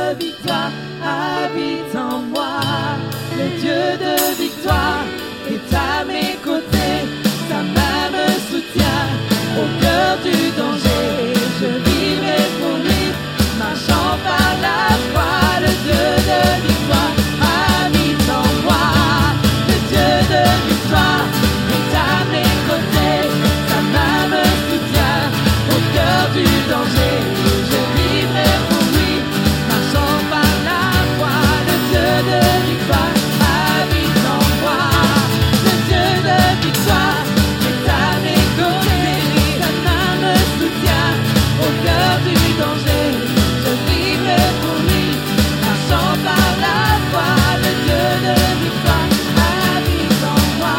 de victoire habite en moi. Le Dieu de victoire est à mes côtés, sa main me soutient au cœur du danger. Je vivrai pour lui, marchant par la foi. Le Dieu de victoire habite en moi. Le Dieu de victoire est à mes côtés, sa main me soutient au cœur du danger. Je vivrai pour lui, marchant par la foi. Le Dieu de victoire habite en moi. Le Dieu de victoire est à mes côtés, sa main me soutient au cœur du danger. Je vivrai pour lui, marchant par la foi. Le Dieu de victoire habite en moi.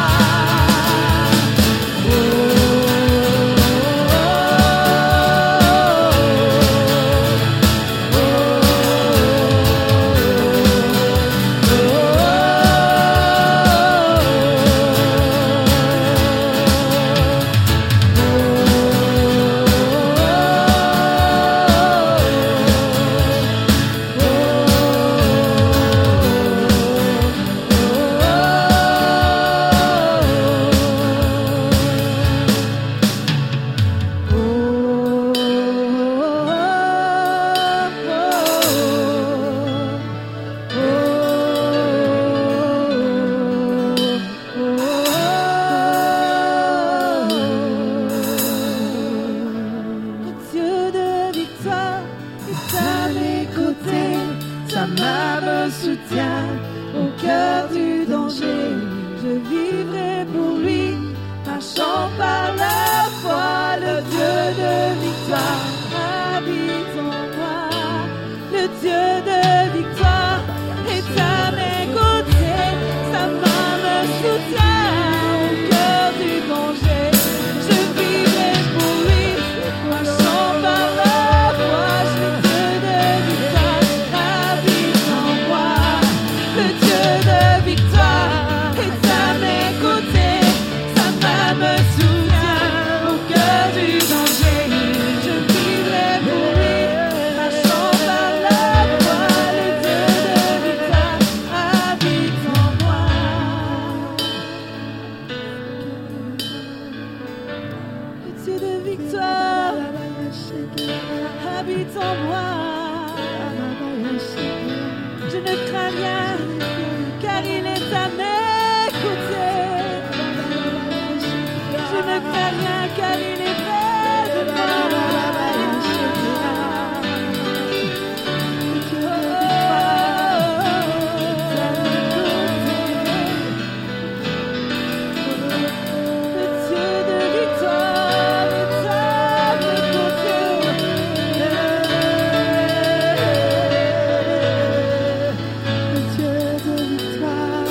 Sa main me soutient au cœur du danger. Je vivrai pour lui, marchant par la foi. Le Dieu de victoire habite en moi. Le Dieu de victoire est à mes côtés. Sa main me soutient au cœur du danger. Je vivrai pour lui, marchant par la foi. Le Dieu de victoire habite en moi. Le Dieu de victoire est à mes côtés. Sa main me soutient au cœur du danger. Je vivrai pour lui, marchant par la foi. Le Dieu de victoire habite en moi. Le Dieu de victoire habite en moi. Je ne crains rien, car il est à mes côtés. Je ne crains rien, car il est près de moi. Le Dieu de victoire est à mes côtés. Le Dieu de victoire.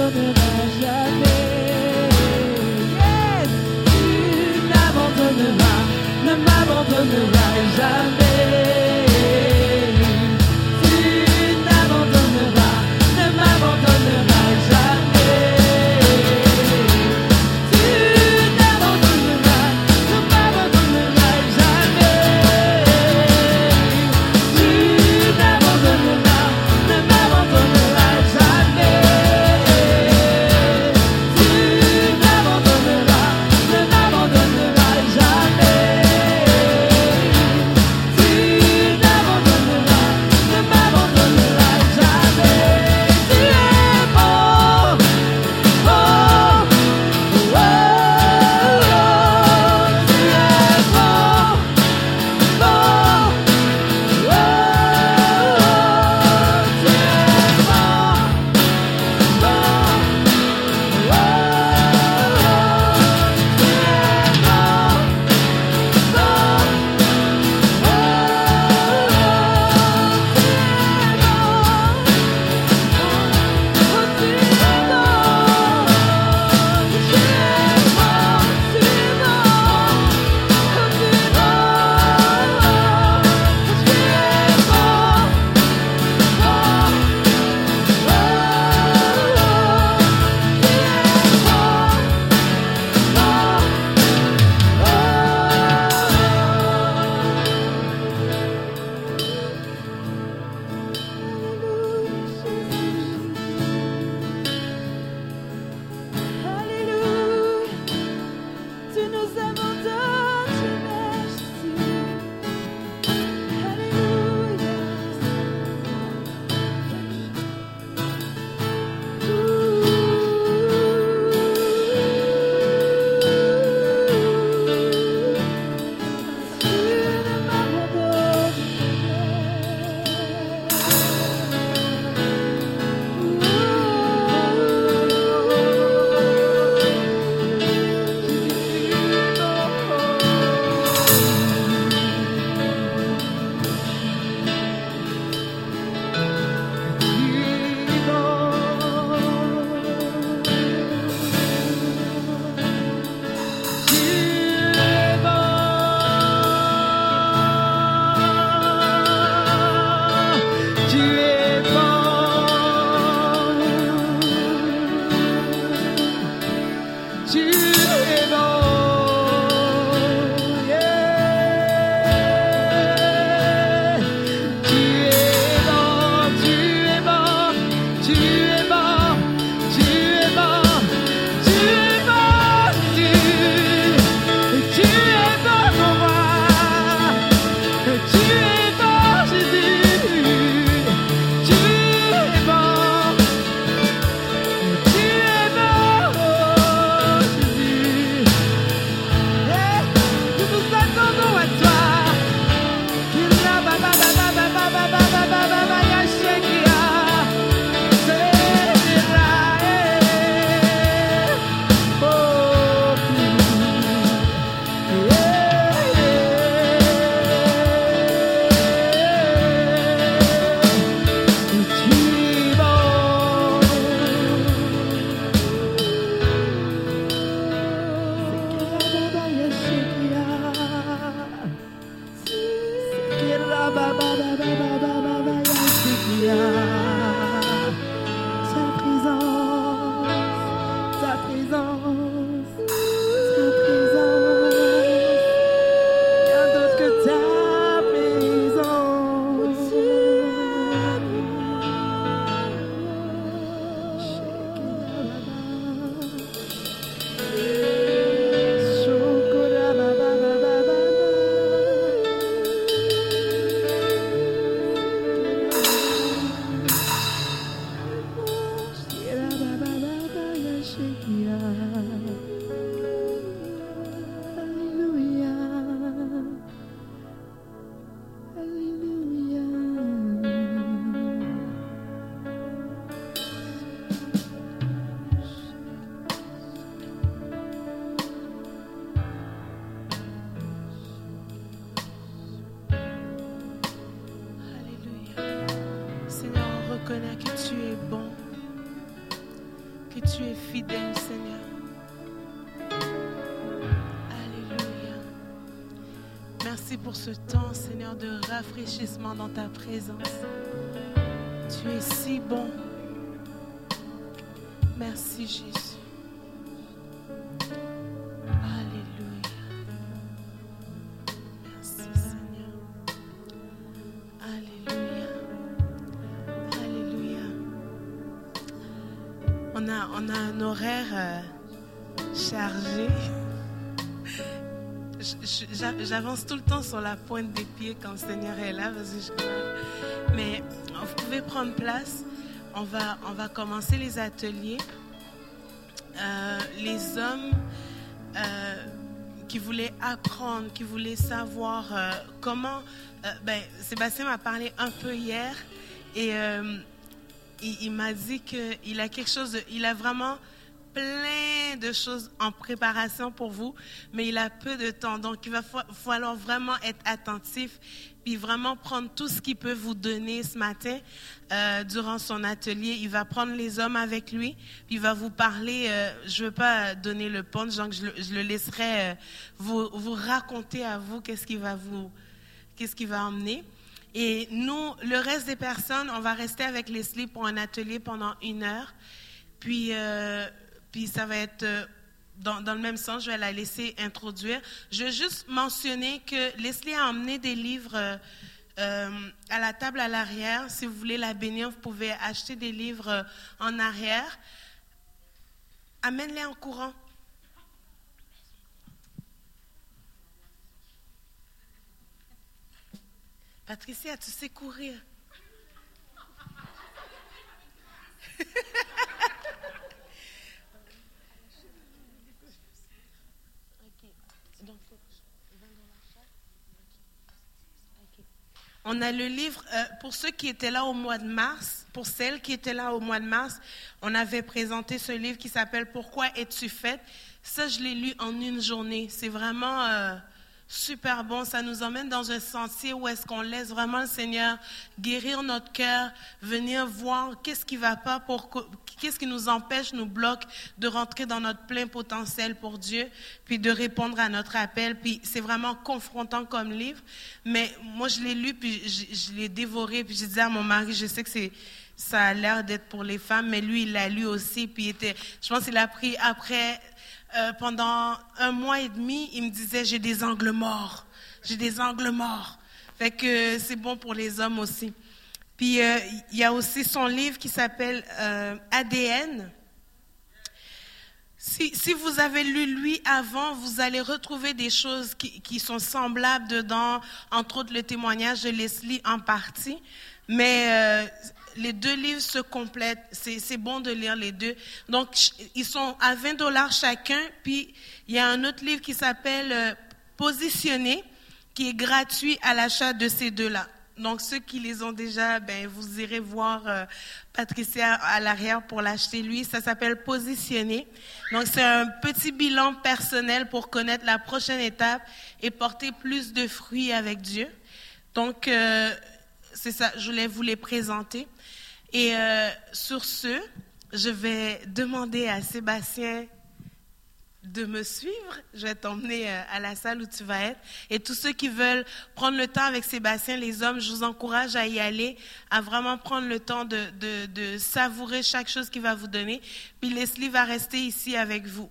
m'abandonneras jamais. Yes, tu n'abandonneras, ne m'abandonneras jamais. Tu n'abandonneras, ne m'abandonneras jamais. Tu n'abandonneras, ne m'abandonneras jamais. Tu n'abandonneras, ne m'abandonneras jamais. Tu n'abandonneras, ne m'abandonneras jamais. Tu n'abandonneras, ne m'abandonneras jamais. Tu es bon, oh, oh, oh, tu es bon, bon, oh, tu es que tu es fidèle, Seigneur. Alléluia. Merci pour ce temps, Seigneur, de rafraîchissement dans ta présence. Tu es si bon. Merci, Jésus. Alléluia. Merci, Seigneur. Alléluia. Alléluia. On a un horaire chargé. J'avance tout le temps sur la pointe des pieds quand le Seigneur est là. Mais vous pouvez prendre place. On va commencer les ateliers. Les hommes qui voulaient apprendre, qui voulaient savoir comment... Sébastien m'a parlé un peu hier et il m'a dit qu'il a quelque chose... Il a vraiment plein de choses en préparation pour vous, mais il a peu de temps. Donc, il va falloir vraiment être attentif puis vraiment prendre tout ce qu'il peut vous donner ce matin durant son atelier. Il va prendre les hommes avec lui, puis il va vous parler. Je ne veux pas donner le punch, donc je le laisserai vous raconter à vous qu'est-ce qu'il va emmener. Et nous, le reste des personnes, on va rester avec Leslie pour un atelier pendant 1 heure. Puis ça va être dans le même sens, je vais la laisser introduire. Je vais juste mentionner que Leslie a emmené des livres à la table à l'arrière. Si vous voulez la bénir, vous pouvez acheter des livres en arrière. Amène-les en courant. Patricia, tu sais courir. On a le livre, pour ceux qui étaient là au mois de mars, pour celles qui étaient là au mois de mars, on avait présenté ce livre qui s'appelle « Pourquoi es-tu faite ?» Ça, je l'ai lu en 1 journée. C'est vraiment super bon. Ça nous emmène dans un sentier où est-ce qu'on laisse vraiment le Seigneur guérir notre cœur, venir voir qu'est-ce qui ne va pas, qu'est-ce qui nous empêche, nous bloque de rentrer dans notre plein potentiel pour Dieu, puis de répondre à notre appel. Puis c'est vraiment confrontant comme livre. Mais moi, je l'ai lu, puis je l'ai dévoré, puis j'ai dit à mon mari, je sais que ça a l'air d'être pour les femmes, mais lui, il l'a lu aussi, puis je pense qu'il a pris après... pendant 1 mois et demi, il me disait, j'ai des angles morts. Fait que c'est bon pour les hommes aussi. Puis, il y a aussi son livre qui s'appelle ADN. Si vous avez lu lui avant, vous allez retrouver des choses qui sont semblables dedans, entre autres le témoignage de Leslie en partie. Mais les 2 livres se complètent. C'est bon de lire les 2. Donc, ils sont à $20 chacun. Puis, il y a un autre livre qui s'appelle Positionner, qui est gratuit à l'achat de ces 2-là. Donc, ceux qui les ont déjà, vous irez voir Patricia à l'arrière pour l'acheter lui. Ça s'appelle Positionner. Donc, c'est un petit bilan personnel pour connaître la prochaine étape et porter plus de fruits avec Dieu. Donc, c'est ça, je voulais vous les présenter. Et sur ce, je vais demander à Sébastien de me suivre. Je vais t'emmener à la salle où tu vas être. Et tous ceux qui veulent prendre le temps avec Sébastien, les hommes, je vous encourage à y aller, à vraiment prendre le temps de savourer chaque chose qu'il va vous donner. Puis Leslie va rester ici avec vous.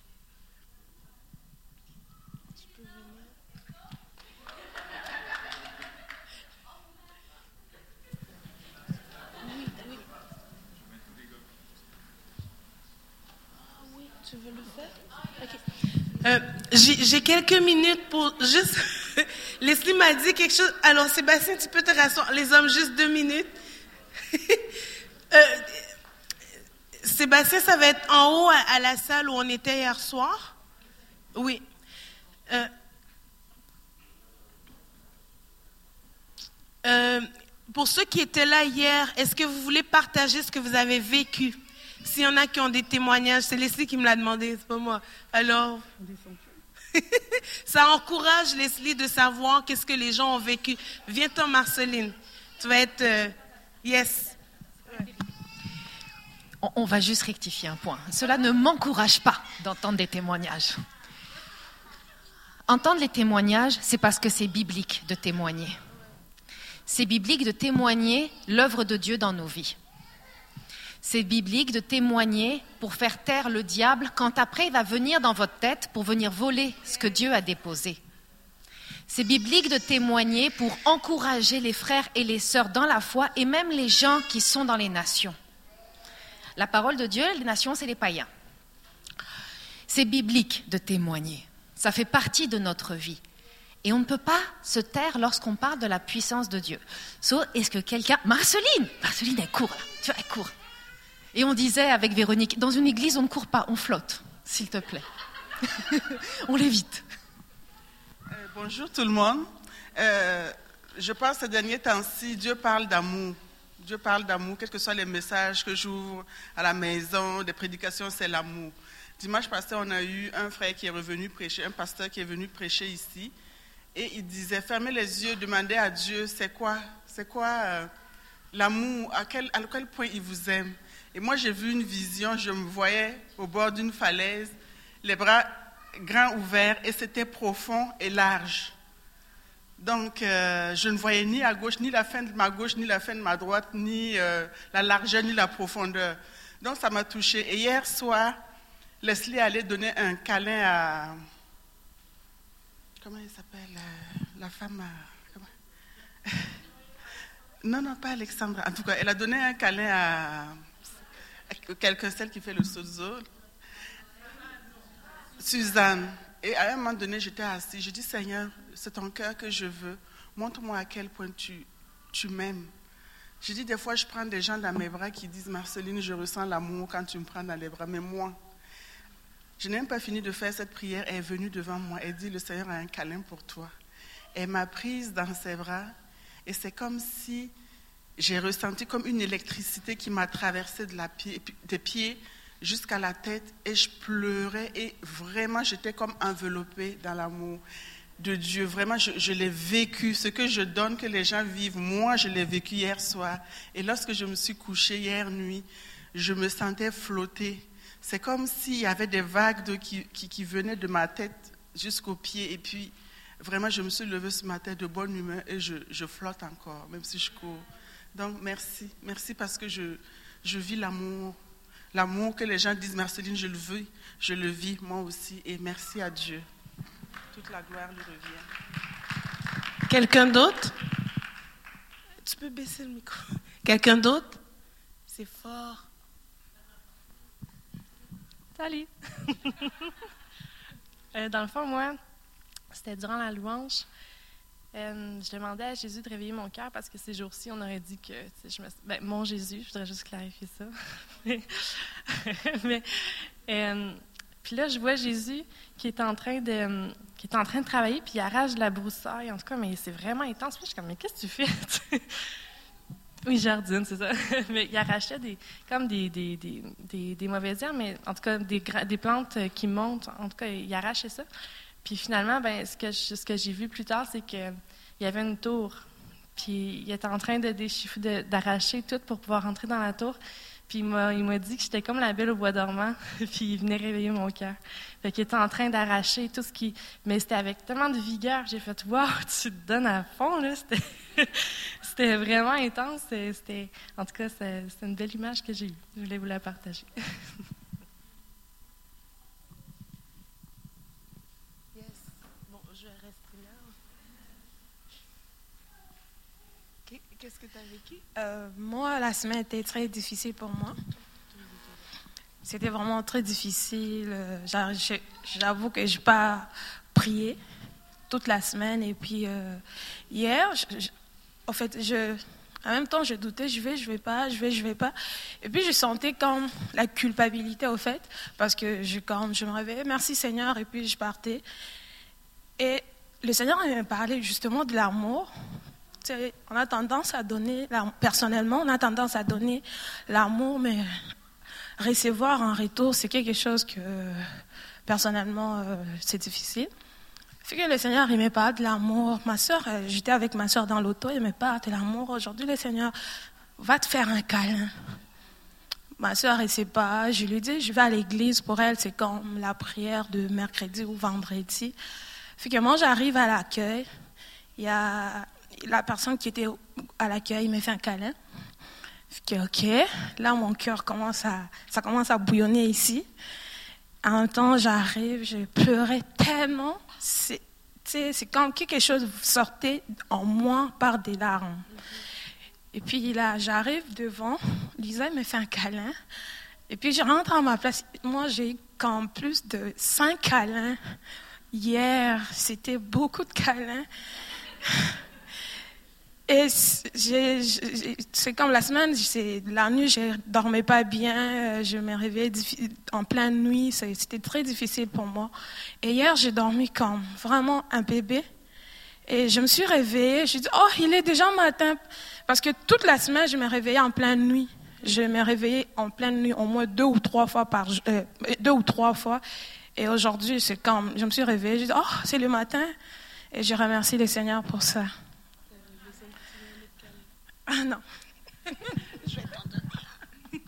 Tu veux le faire? Okay. J'ai quelques minutes pour juste... Leslie m'a dit quelque chose. Alors, Sébastien, tu peux te rasseoir. Les hommes, juste 2 minutes. Sébastien, ça va être en haut à la salle où on était hier soir. Oui. Pour ceux qui étaient là hier, est-ce que vous voulez partager ce que vous avez vécu? S'il y en a qui ont des témoignages, c'est Leslie qui me l'a demandé, c'est pas moi. Alors, ça encourage Leslie de savoir qu'est-ce que les gens ont vécu. Viens-t'en, Marceline. Tu vas être... yes. On va juste rectifier un point. Cela ne m'encourage pas d'entendre des témoignages. Entendre les témoignages, c'est parce que c'est biblique de témoigner. C'est biblique de témoigner l'œuvre de Dieu dans nos vies. C'est biblique de témoigner pour faire taire le diable quand après il va venir dans votre tête pour venir voler ce que Dieu a déposé. C'est biblique de témoigner pour encourager les frères et les sœurs dans la foi et même les gens qui sont dans les nations. La parole de Dieu, les nations, c'est les païens. C'est biblique de témoigner. Ça fait partie de notre vie. Et on ne peut pas se taire lorsqu'on parle de la puissance de Dieu. Est-ce que quelqu'un... Marceline, elle court là. Tu vois, elle court. Et on disait avec Véronique, dans une église, on ne court pas, on flotte, s'il te plaît. On l'évite. Bonjour tout le monde. Je pense que ces derniers temps-ci, Dieu parle d'amour. Dieu parle d'amour, quels que soient les messages que j'ouvre à la maison, des prédications, c'est l'amour. Dimanche passé, on a eu un frère qui est revenu prêcher, un pasteur qui est venu prêcher ici. Et il disait, fermez les yeux, demandez à Dieu, c'est quoi l'amour, à quel point il vous aime. Et moi, j'ai vu une vision, je me voyais au bord d'une falaise, les bras grands ouverts, et c'était profond et large. Donc, je ne voyais ni à gauche, ni la fin de ma gauche, ni la fin de ma droite, ni la largeur, ni la profondeur. Donc, ça m'a touchée. Et hier soir, Leslie allait donner un câlin à... Comment elle s'appelle? La femme... Non, pas Alexandra. En tout cas, elle a donné un câlin à quelqu'un, celle qui fait le sozo. Suzanne. Et à un moment donné, j'étais assise. Je dis, Seigneur, c'est ton cœur que je veux. Montre-moi à quel point tu m'aimes. Je dis, des fois, je prends des gens dans mes bras qui disent, Marceline, je ressens l'amour quand tu me prends dans les bras. Mais moi, je n'ai même pas fini de faire cette prière. Elle est venue devant moi. Elle dit, le Seigneur a un câlin pour toi. Elle m'a prise dans ses bras. Et c'est comme si j'ai ressenti comme une électricité qui m'a traversé des pieds jusqu'à la tête. Et je pleurais. Et vraiment, j'étais comme enveloppée dans l'amour de Dieu. Vraiment, je l'ai vécu. Ce que je donne, que les gens vivent, moi, je l'ai vécu hier soir. Et lorsque je me suis couchée hier nuit, je me sentais flotter. C'est comme s'il y avait des vagues d'eau qui venaient de ma tête jusqu'aux pieds. Et puis, vraiment, je me suis levée ce matin de bonne humeur et je flotte encore, même si je cours. Donc, merci. Merci parce que je vis l'amour. L'amour que les gens disent, Marceline, je le veux, je le vis moi aussi. Et merci à Dieu. Toute la gloire lui revient. Quelqu'un d'autre? Tu peux baisser le micro. Quelqu'un d'autre? C'est fort. Salut! Dans le fond, moi, c'était durant la louange. Je demandais à Jésus de réveiller mon cœur parce que ces jours-ci, on aurait dit que mon Jésus, je voudrais juste clarifier ça. Puis là, je vois Jésus qui est en train de travailler, puis il arrache de la broussaille. En tout cas, mais c'est vraiment intense. Puis je suis comme, mais qu'est-ce que tu fais? Oui, jardine, c'est ça. Mais il arrachait des mauvaises herbes, mais en tout cas, des plantes qui montent. En tout cas, il arrachait ça. Puis finalement, ce que j'ai vu plus tard, c'est qu'il y avait une tour. Puis il était en train d'arracher tout pour pouvoir rentrer dans la tour. Puis il m'a dit que j'étais comme la belle au bois dormant. Puis il venait réveiller mon cœur. Fait qu'il était en train d'arracher tout ce qui... Mais c'était avec tellement de vigueur. J'ai fait « Wow, tu te donnes à fond, là! » C'était vraiment intense. En tout cas, c'est une belle image que j'ai eue. Je voulais vous la partager. Qu'est-ce que tu as vécu? Moi, la semaine était très difficile pour moi. C'était vraiment très difficile. J'avoue que je n'ai pas prié toute la semaine. Et puis, hier, en même temps, je doutais, je vais pas. Et puis, je sentais comme la culpabilité, au fait, parce que je me réveillais, merci Seigneur, et puis je partais. Et le Seigneur m'a parlé justement de l'amour. On a tendance à donner, personnellement, on a tendance à donner l'amour, mais recevoir en retour, c'est quelque chose que, personnellement, c'est difficile. Fait que le Seigneur, il me parle de l'amour. Ma soeur, j'étais avec ma soeur dans l'auto, il me parle de l'amour. Aujourd'hui, le Seigneur va te faire un câlin. Ma soeur, elle ne sait pas. Je lui dis, je vais à l'église. Pour elle, c'est comme la prière de mercredi ou vendredi. Fait que moi, j'arrive à l'accueil. Il y a la personne qui était à l'accueil me fait un câlin. Fait que, OK. Là, mon cœur commence à bouillonner ici. En même temps, j'arrive, je pleurais tellement. C'est comme quelque chose sortait en moi par des larmes. Et puis là, j'arrive devant, Lisa me fait un câlin. Et puis je rentre à ma place. Moi, j'ai eu comme plus de 5 câlins. Hier, c'était beaucoup de câlins. Et c'est comme la semaine, la nuit, je ne dormais pas bien. Je me réveillais en pleine nuit. C'était très difficile pour moi. Et hier, j'ai dormi comme vraiment un bébé. Et je me suis réveillée. Je me suis dit, oh, il est déjà matin. Parce que toute la semaine, je me réveillais en pleine nuit. Je me réveillais en pleine nuit au moins 2 ou 3 fois 2 ou 3 fois. Et aujourd'hui, c'est comme, je me suis réveillée. Je dis, oh, c'est le matin. Et je remercie le Seigneur pour ça. Ah non. Je vais t'en donner.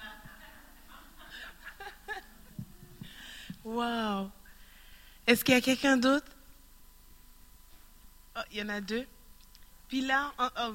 Wow. Est-ce qu'il y a quelqu'un d'autre? Oh, il y en a 2. Puis là,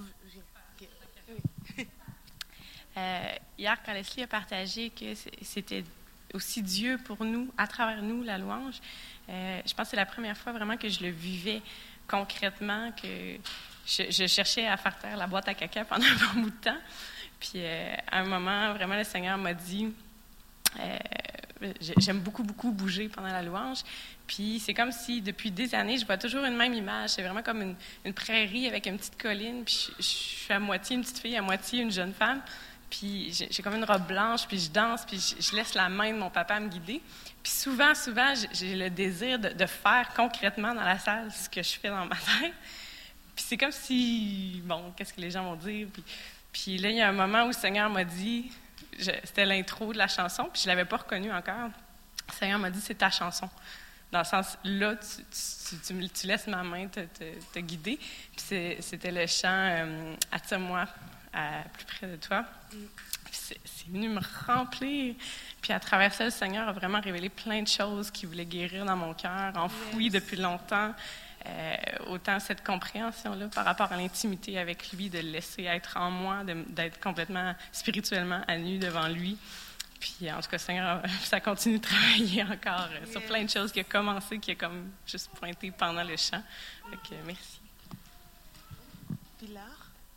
hier, quand Leslie a partagé que c'était aussi Dieu pour nous, à travers nous, la louange, je pense que c'est la première fois vraiment que je le vivais concrètement, que je cherchais à faire taire la boîte à caca pendant un bon bout de temps. Puis à un moment, vraiment, le Seigneur m'a dit... j'aime beaucoup bouger pendant la louange. Puis c'est comme si, depuis des années, je vois toujours une même image. C'est vraiment comme une prairie avec une petite colline. Puis je suis à moitié une petite fille, à moitié une jeune femme. Puis j'ai comme une robe blanche, puis je danse, puis je laisse la main de mon papa me guider. Puis souvent, j'ai le désir de faire concrètement dans la salle ce que je fais dans ma tête. Puis c'est comme si, bon, qu'est-ce que les gens vont dire? Puis là, il y a un moment où le Seigneur m'a dit... C'était l'intro de la chanson, puis je ne l'avais pas reconnue encore. Le Seigneur m'a dit, c'est ta chanson. Dans le sens, là, tu laisses ma main te guider. Puis c'était le chant « Attire-moi plus près de toi ». C'est venu me remplir. Puis à travers ça, le Seigneur a vraiment révélé plein de choses qu'il voulait guérir dans mon cœur, enfouies depuis longtemps. Autant cette compréhension-là par rapport à l'intimité avec lui, de le laisser être en moi, d'être complètement spirituellement à nu devant lui. Puis en tout cas, Seigneur, ça continue de travailler encore sur plein de choses qui a commencé, qui a comme juste pointé pendant le chant. Fait que merci. Pilar?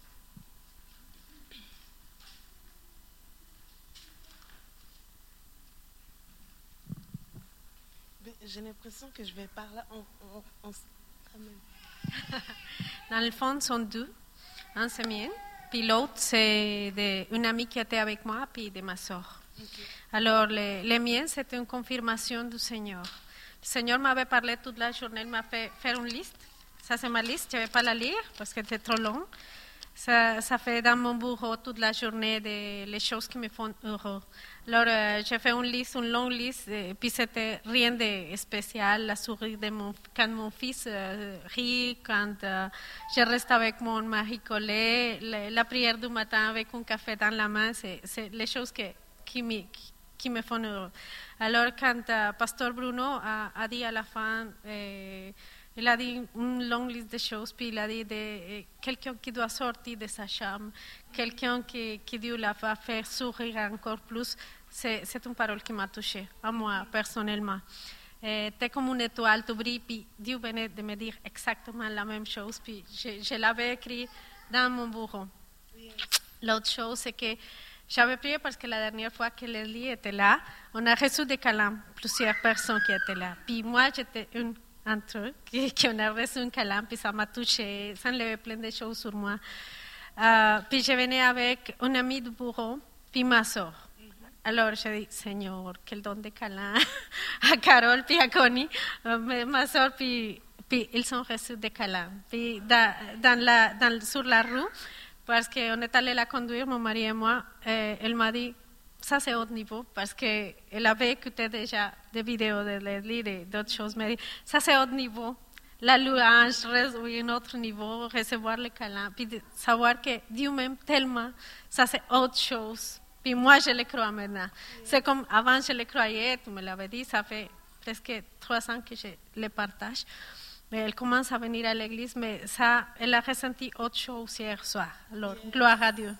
J'ai l'impression que je vais parler Dans le fond, sont 2. Un, c'est mien, puis l'autre, c'est une amie qui était avec moi, puis de ma soeur. Okay. Alors, les miens, c'était une confirmation du Seigneur. Le Seigneur m'avait parlé toute la journée, il m'a fait faire une liste. Ça, c'est ma liste, je ne vais pas la lire parce que c'était trop long. Ça fait dans mon bureau toute la journée les choses qui me font heureux. Alors, j'ai fait une longue liste, et puis c'était rien de spécial. La souris quand mon fils rit, quand je reste avec mon mari collé, la prière du matin avec un café dans la main, c'est les choses qui me font heureux. Alors, quand Pasteur Bruno a dit à la fin... il a dit une longue liste de choses, puis il a dit quelqu'un qui doit sortir de sa chambre, quelqu'un qui Dieu la va faire sourire encore plus. C'est une parole qui m'a touchée, à moi personnellement. T'es comme une étoile, tu brilles, puis Dieu venait de me dire exactement la même chose, puis je l'avais écrit dans mon bureau. L'autre chose, c'est que j'avais prié parce que la dernière fois que Leslie était là, on a reçu des câlins, plusieurs personnes qui étaient là. Puis moi, j'étais une entre eux, qui on a reçu un câlin, puis ça m'a touchée, ça enlevait plein de choses sur moi. Puis je venais avec un ami du bureau, puis ma soeur. Alors j'ai dit, Seigneur, quel don de câlin à Carole, puis à Connie, ma soeur, puis ils sont reçus des câlins. Puis sur la rue, parce qu'on est allé la conduire, mon mari et moi, elle m'a dit, ça c'est haut niveau, parce qu'elle avait écouté déjà des vidéos de Leslie et d'autres choses, mais ça c'est haut niveau. La louange reste un autre niveau, recevoir le câlin, puis de savoir que Dieu m'aime tellement, ça c'est autre chose. Puis moi, je le crois maintenant. C'est comme avant, je le croyais, tu me l'avais dit, ça fait presque 3 ans que je le partage. Mais elle commence à venir à l'église, mais ça, elle a ressenti autre chose hier soir. Alors, gloire à Dieu.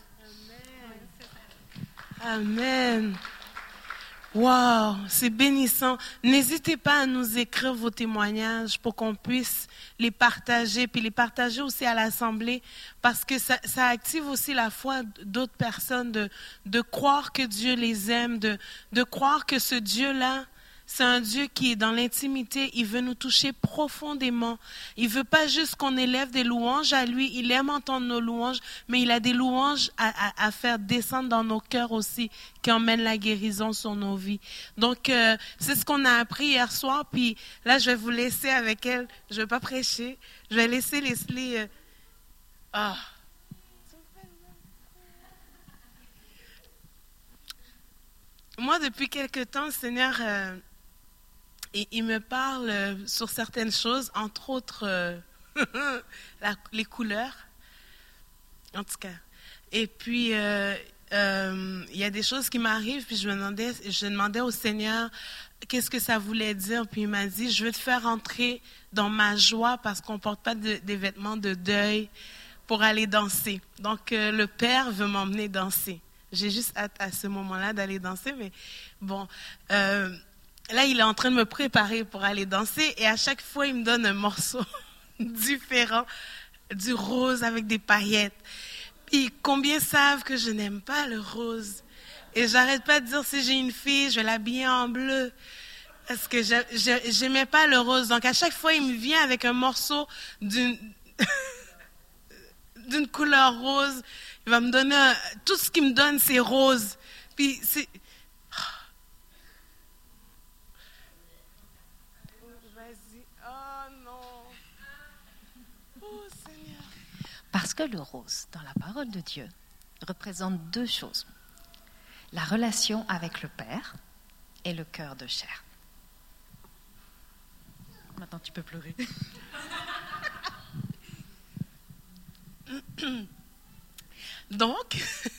Amen. Wow, c'est bénissant. N'hésitez pas à nous écrire vos témoignages pour qu'on puisse les partager, puis les partager aussi à l'Assemblée, parce que ça active aussi la foi d'autres personnes, de croire que Dieu les aime, de croire que ce Dieu-là, c'est un Dieu qui est dans l'intimité, il veut nous toucher profondément. Il veut pas juste qu'on élève des louanges à lui, il aime entendre nos louanges, mais il a des louanges à faire descendre dans nos cœurs aussi, qui emmènent la guérison sur nos vies. Donc, c'est ce qu'on a appris hier soir, puis là, je vais vous laisser avec elle. Je vais pas prêcher, je vais laisser Leslie... Moi, depuis quelque temps, le Seigneur... il me parle sur certaines choses, entre autres les couleurs, en tout cas. Et puis, il y a des choses qui m'arrivent, puis je demandais au Seigneur qu'est-ce que ça voulait dire. Puis il m'a dit, je veux te faire entrer dans ma joie parce qu'on ne porte pas des vêtements de deuil pour aller danser. Donc, le Père veut m'emmener danser. J'ai juste hâte à ce moment-là d'aller danser, mais bon... Là, il est en train de me préparer pour aller danser et à chaque fois, il me donne un morceau différent, du rose avec des paillettes. Puis, combien savent que je n'aime pas le rose? Et j'arrête pas de dire, si j'ai une fille, je vais l'habiller en bleu. Parce que j'aimais pas le rose. Donc, à chaque fois, il me vient avec un morceau d'une couleur rose. Il va me donner... Tout ce qu'il me donne, c'est rose. Puis, c'est... Parce que le rose, dans la parole de Dieu, représente 2 choses. La relation avec le Père et le cœur de chair. Maintenant, tu peux pleurer. Donc,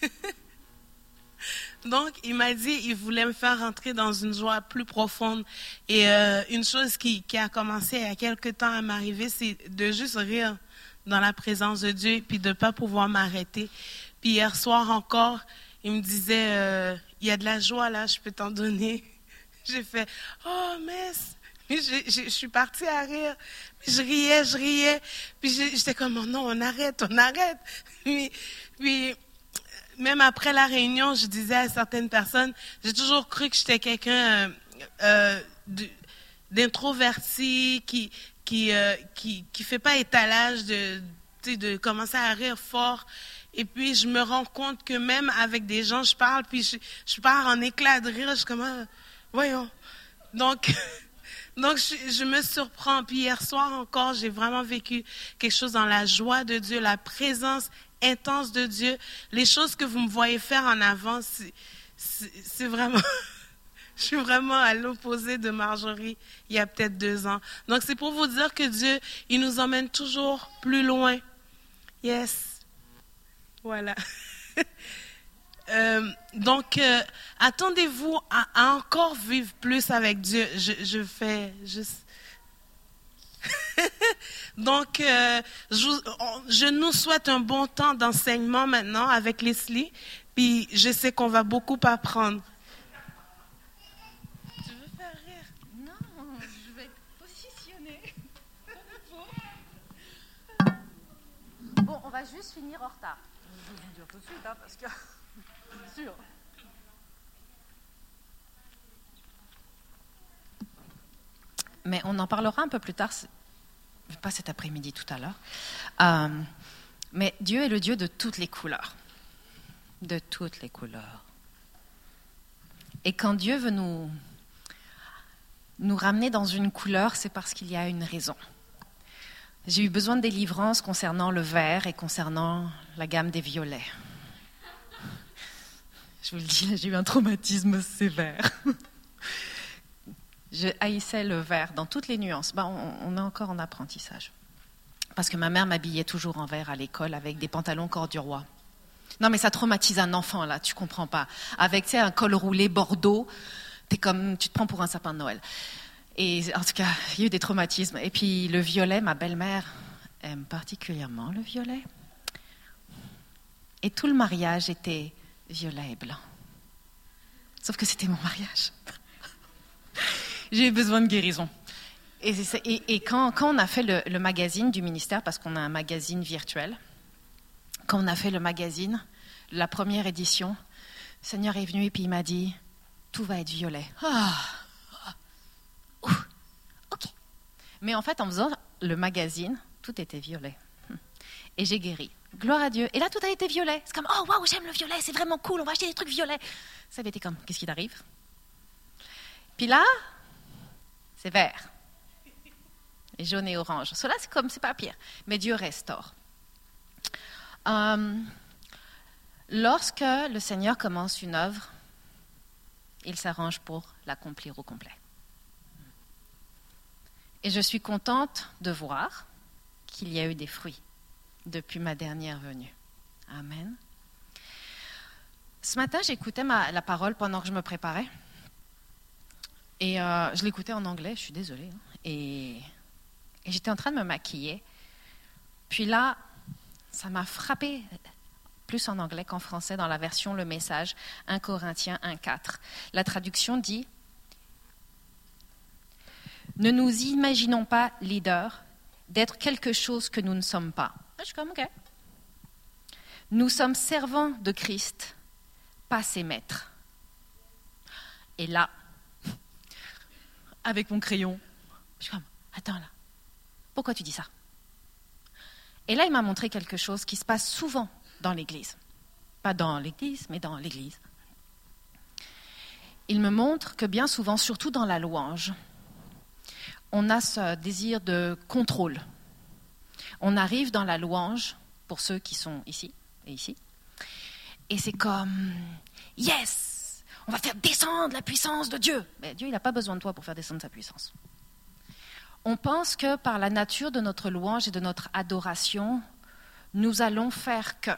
il m'a dit, il voulait me faire rentrer dans une joie plus profonde. Et une chose qui a commencé il y a quelque temps à m'arriver, c'est de juste rire dans la présence de Dieu, puis de ne pas pouvoir m'arrêter. Puis hier soir encore, il me disait, il y a de la joie là, je peux t'en donner. J'ai fait, oh mince, je suis partie à rire. Puis je riais. Puis j'étais comme, oh non, on arrête. Puis même après la réunion, je disais à certaines personnes, j'ai toujours cru que j'étais quelqu'un d'introverti, qui fait pas étalage de commencer à rire fort. Et puis, je me rends compte que même avec des gens, je parle, puis je pars en éclat de rire. Je suis comme, voyons. Donc, je me surprends. Puis hier soir encore, j'ai vraiment vécu quelque chose dans la joie de Dieu, la présence intense de Dieu. Les choses que vous me voyez faire en avant, c'est vraiment... Je suis vraiment à l'opposé de Marjorie il y a peut-être 2 ans. Donc, c'est pour vous dire que Dieu, il nous emmène toujours plus loin. Yes. Voilà. Donc, attendez-vous à encore vivre plus avec Dieu. Je fais juste... Donc, je nous souhaite un bon temps d'enseignement maintenant avec Leslie. Puis, je sais qu'on va beaucoup apprendre. Bon, on va juste finir en retard. Je vais vous dire tout de suite, parce que... Bien sûr. Mais on en parlera un peu plus tard, pas cet après-midi, tout à l'heure. Mais Dieu est le Dieu de toutes les couleurs. De toutes les couleurs. Et quand Dieu veut nous ramener dans une couleur, c'est parce qu'il y a une raison. J'ai eu besoin de délivrance concernant le vert et concernant la gamme des violets. Je vous le dis, j'ai eu un traumatisme sévère. Je haïssais le vert dans toutes les nuances. On est encore en apprentissage. Parce que ma mère m'habillait toujours en vert à l'école avec des pantalons corduroy. Non, mais ça traumatise un enfant, là, tu comprends pas. Avec, tu sais, un col roulé bordeaux, tu te prends pour un sapin de Noël. Et en tout cas, il y a eu des traumatismes. Et puis le violet, ma belle-mère aime particulièrement le violet. Et tout le mariage était violet et blanc. Sauf que c'était mon mariage. J'ai eu besoin de guérison. Et quand on a fait le magazine du ministère, parce qu'on a un magazine virtuel, quand on a fait le magazine, la première édition, le Seigneur est venu et puis il m'a dit, tout va être violet. Ok. Mais en fait, en faisant le magazine, tout était violet. Et j'ai guéri. Gloire à Dieu. Et là, tout a été violet. C'est comme, oh waouh, j'aime le violet, c'est vraiment cool, on va acheter des trucs violets. Ça avait été comme, qu'est-ce qui t'arrive? Puis là, c'est vert. Et jaune et orange. Cela, c'est pas pire. Mais Dieu restaure. Lorsque le Seigneur commence une œuvre, il s'arrange pour l'accomplir au complet. Et je suis contente de voir qu'il y a eu des fruits depuis ma dernière venue. Amen. Ce matin, j'écoutais la parole pendant que je me préparais. Et je l'écoutais en anglais, je suis désolée. Et j'étais en train de me maquiller. Puis là, ça m'a frappé, plus en anglais qu'en français, dans la version Le Message, 1 Corinthiens 1,4. La traduction dit « Ne nous imaginons pas, leaders, d'être quelque chose que nous ne sommes pas. » Je suis comme « Ok. » Nous sommes servants de Christ, pas ses maîtres. Et là, avec mon crayon, je suis comme « Attends là, pourquoi tu dis ça ?» Et là, il m'a montré quelque chose qui se passe souvent dans l'Église. Pas dans l'Église, mais dans l'Église. Il me montre que bien souvent, surtout dans la louange, on a ce désir de contrôle. On arrive dans la louange, pour ceux qui sont ici et ici, et c'est comme « Yes ! On va faire descendre la puissance de Dieu !» Mais Dieu, il n'a pas besoin de toi pour faire descendre sa puissance. On pense que par la nature de notre louange et de notre adoration, nous allons faire que.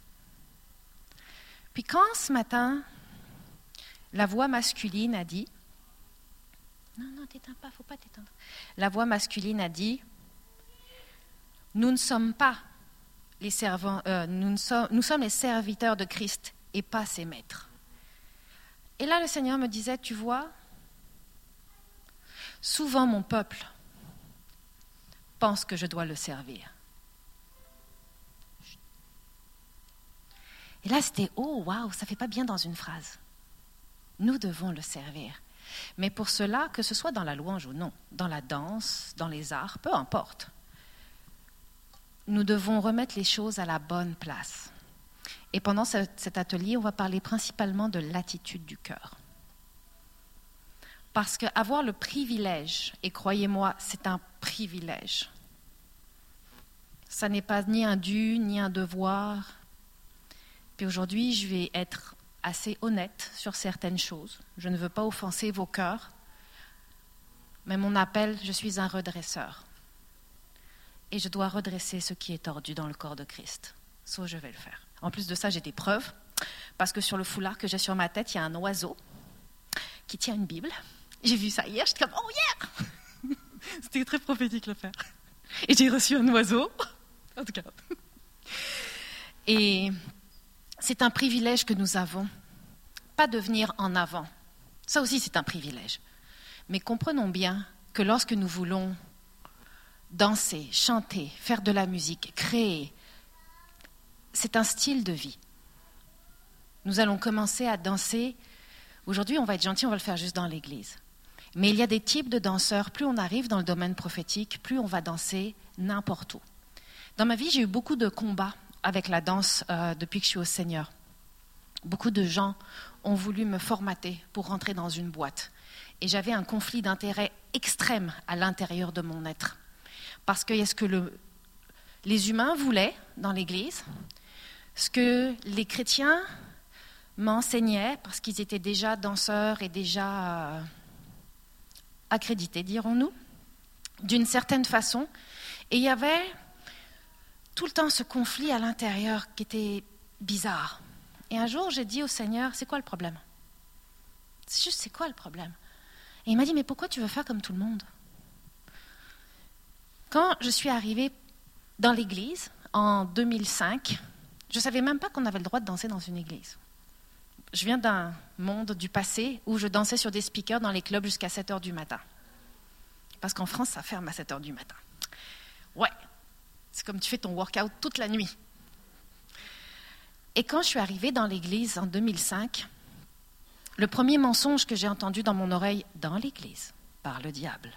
Puis quand ce matin, la voix masculine a dit, non, t'éteins pas, faut pas t'éteindre. La voix masculine a dit, nous ne sommes pas les servants, nous sommes les serviteurs de Christ et pas ses maîtres. Et là, le Seigneur me disait, tu vois, souvent mon peuple pense que je dois le servir. Et là, c'était, oh, waouh, ça ne fait pas bien dans une phrase. Nous devons le servir. Mais pour cela, que ce soit dans la louange ou non, dans la danse, dans les arts, peu importe, nous devons remettre les choses à la bonne place. Et pendant cet atelier, on va parler principalement de l'attitude du cœur. Parce qu'avoir le privilège, et croyez-moi, c'est un privilège. Ça n'est pas ni un dû, ni un devoir. Puis aujourd'hui, je vais être assez honnête sur certaines choses. Je ne veux pas offenser vos cœurs. Mais mon appel, je suis un redresseur. Et je dois redresser ce qui est tordu dans le corps de Christ. So, je vais le faire. En plus de ça, j'ai des preuves. Parce que sur le foulard que j'ai sur ma tête, il y a un oiseau qui tient une Bible. J'ai vu ça hier, j'étais comme, oh yeah! C'était très prophétique le faire. Et j'ai reçu un oiseau, en tout cas. Et c'est un privilège que nous avons, pas de venir en avant. Ça aussi, c'est un privilège. Mais comprenons bien que lorsque nous voulons danser, chanter, faire de la musique, créer, c'est un style de vie. Nous allons commencer à danser. Aujourd'hui, on va être gentil, on va le faire juste dans l'église. Mais il y a des types de danseurs, plus on arrive dans le domaine prophétique, plus on va danser n'importe où. Dans ma vie, j'ai eu beaucoup de combats avec la danse depuis que je suis au Seigneur. Beaucoup de gens ont voulu me formater pour rentrer dans une boîte. Et j'avais un conflit d'intérêts extrême à l'intérieur de mon être. Parce que ce que les humains voulaient dans l'Église, ce que les chrétiens m'enseignaient, parce qu'ils étaient déjà danseurs et déjà accrédités, dirons-nous, d'une certaine façon. Et il y avait tout le temps ce conflit à l'intérieur qui était bizarre. Et un jour, j'ai dit au Seigneur, c'est quoi le problème? C'est quoi le problème? Et il m'a dit, mais pourquoi tu veux faire comme tout le monde? Quand je suis arrivée dans l'église, en 2005, je ne savais même pas qu'on avait le droit de danser dans une église. Je viens d'un monde du passé où je dansais sur des speakers dans les clubs jusqu'à 7 h du matin. Parce qu'en France, ça ferme à 7 h du matin. Ouais, c'est comme tu fais ton workout toute la nuit. Et quand je suis arrivée dans l'église en 2005, le premier mensonge que j'ai entendu dans mon oreille dans l'église, par le diable,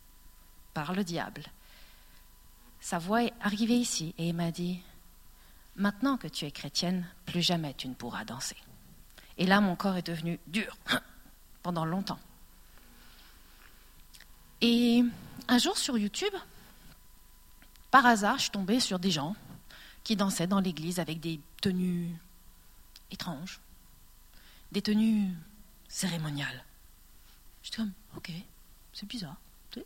sa voix est arrivée ici et il m'a dit « Maintenant que tu es chrétienne, plus jamais tu ne pourras danser. » Et là, mon corps est devenu dur pendant longtemps. Et un jour sur YouTube, par hasard, je suis tombée sur des gens qui dansaient dans l'église avec des tenues étranges, des tenues cérémoniales. J'étais comme, ok, c'est bizarre.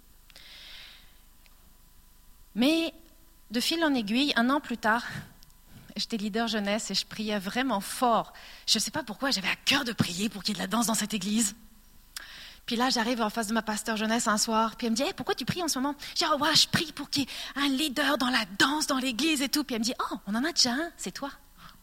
Mais de fil en aiguille, 1 an plus tard, j'étais leader jeunesse et je priais vraiment fort. Je ne sais pas pourquoi, j'avais à cœur de prier pour qu'il y ait de la danse dans cette église. Puis là, j'arrive en face de ma pasteur jeunesse un soir, puis elle me dit hey, « pourquoi tu pries en ce moment ?» Je dis « Oh, ouais, je prie pour qu'il y ait un leader dans la danse dans l'église et tout. » Puis elle me dit « Oh, on en a déjà un, c'est toi. »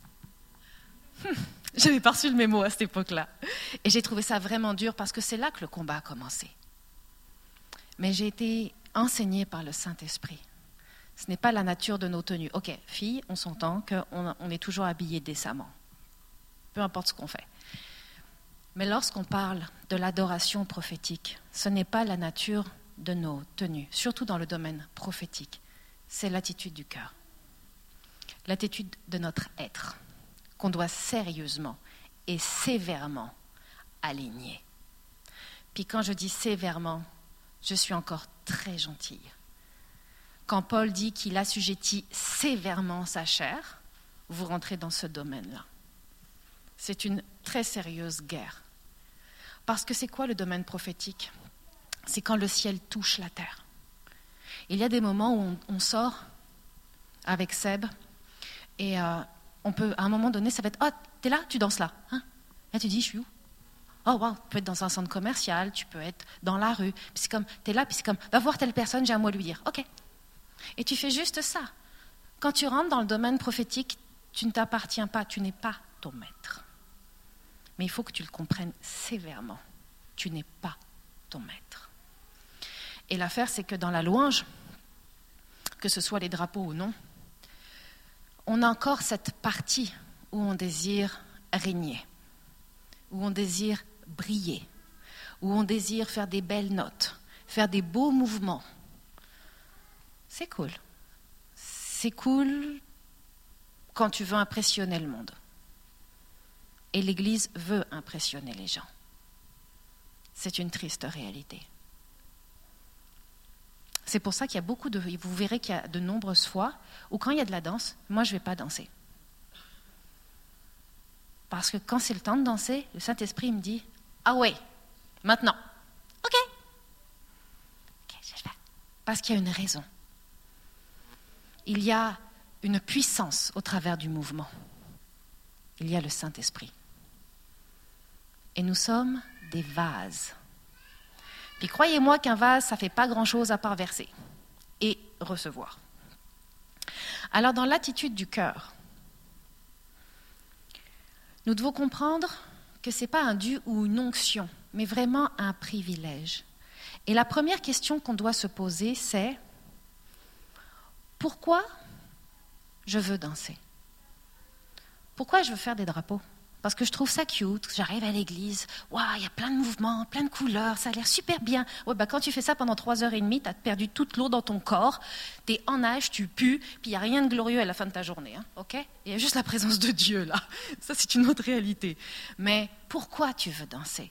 J'avais pas reçu le mémo à cette époque-là. Et j'ai trouvé ça vraiment dur parce que c'est là que le combat a commencé. Mais j'ai été enseignée par le Saint-Esprit. Ce n'est pas la nature de nos tenues. Ok, filles, on s'entend qu'on est toujours habillées décemment. Peu importe ce qu'on fait. Mais lorsqu'on parle de l'adoration prophétique, ce n'est pas la nature de nos tenues, surtout dans le domaine prophétique. C'est l'attitude du cœur. L'attitude de notre être, qu'on doit sérieusement et sévèrement aligner. Puis quand je dis sévèrement, je suis encore très gentille. Quand Paul dit qu'il assujettit sévèrement sa chair, vous rentrez dans ce domaine-là. C'est une très sérieuse guerre. Parce que c'est quoi le domaine prophétique? C'est quand le ciel touche la terre. Il y a des moments où on sort avec Seb et on peut, à un moment donné, ça va être « Oh, t'es là? Tu danses là. Hein? » Et tu dis « Je suis où? » Oh, wow, tu peux être dans un centre commercial, tu peux être dans la rue. Puis c'est comme, t'es là, puis c'est comme « Va voir telle personne, j'ai un mot à lui dire. » Ok. Et tu fais juste ça. Quand tu rentres dans le domaine prophétique, tu ne t'appartiens pas, tu n'es pas ton maître. Mais il faut que tu le comprennes sévèrement. Tu n'es pas ton maître. Et l'affaire, c'est que dans la louange, que ce soit les drapeaux ou non, on a encore cette partie où on désire régner, où on désire briller, où on désire faire des belles notes, faire des beaux mouvements. C'est cool. C'est cool quand tu veux impressionner le monde. Et l'Église veut impressionner les gens. C'est une triste réalité. C'est pour ça qu'il y a beaucoup de... Vous verrez qu'il y a de nombreuses fois où quand il y a de la danse, moi je ne vais pas danser. Parce que quand c'est le temps de danser, le Saint-Esprit me dit « Ah ouais, maintenant. Ok, je vais le faire. » Parce qu'il y a une raison. Il y a une puissance au travers du mouvement. Il y a le Saint-Esprit. Et nous sommes des vases. Puis croyez-moi qu'un vase, ça ne fait pas grand-chose à part verser et recevoir. Alors dans l'attitude du cœur, nous devons comprendre que ce n'est pas un dû ou une onction, mais vraiment un privilège. Et la première question qu'on doit se poser, c'est pourquoi je veux danser? Pourquoi je veux faire des drapeaux? Parce que je trouve ça cute, j'arrive à l'église, waouh, il y a plein de mouvements, plein de couleurs, ça a l'air super bien. Ouais, bah, quand tu fais ça pendant 3h30, tu as perdu toute l'eau dans ton corps, tu es en nage, tu pues, puis il n'y a rien de glorieux à la fin de ta journée. Hein, okay? Il y a juste la présence de Dieu là. Ça, c'est une autre réalité. Mais pourquoi tu veux danser?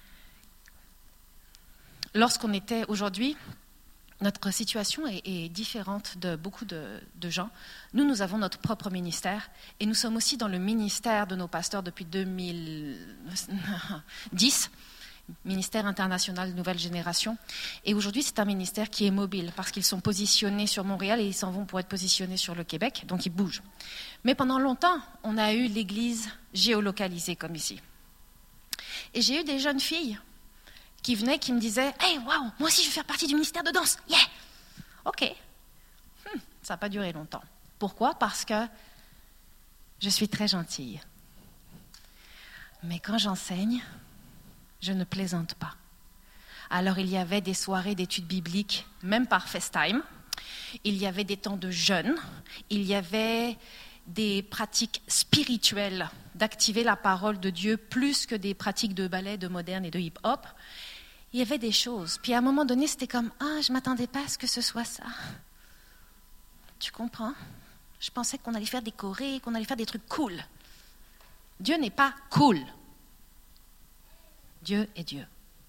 Lorsqu'on était aujourd'hui, notre situation est différente de beaucoup de gens. Nous avons notre propre ministère et nous sommes aussi dans le ministère de nos pasteurs depuis 2010. ministère international de nouvelle génération. Et aujourd'hui, c'est un ministère qui est mobile parce qu'ils sont positionnés sur Montréal et ils s'en vont pour être positionnés sur le Québec, donc ils bougent. Mais pendant longtemps, on a eu l'église géolocalisée comme ici. Et j'ai eu des jeunes filles qui venaient, qui me disaient « Hey, waouh, moi aussi je veux faire partie du ministère de danse, yeah !» Ok, ça n'a pas duré longtemps. Pourquoi ? Parce que je suis très gentille. Mais quand j'enseigne, je ne plaisante pas. Alors il y avait des soirées d'études bibliques, même par FaceTime. Il y avait des temps de jeûne. Il y avait des pratiques spirituelles d'activer la parole de Dieu plus que des pratiques de ballet, de moderne et de hip-hop. Il y avait des choses. Puis à un moment donné, c'était comme « Ah, je ne m'attendais pas à ce que ce soit ça. » Tu comprends ? Je pensais qu'on allait faire des chorés, qu'on allait faire des trucs cool. Dieu n'est pas cool. Dieu est Dieu.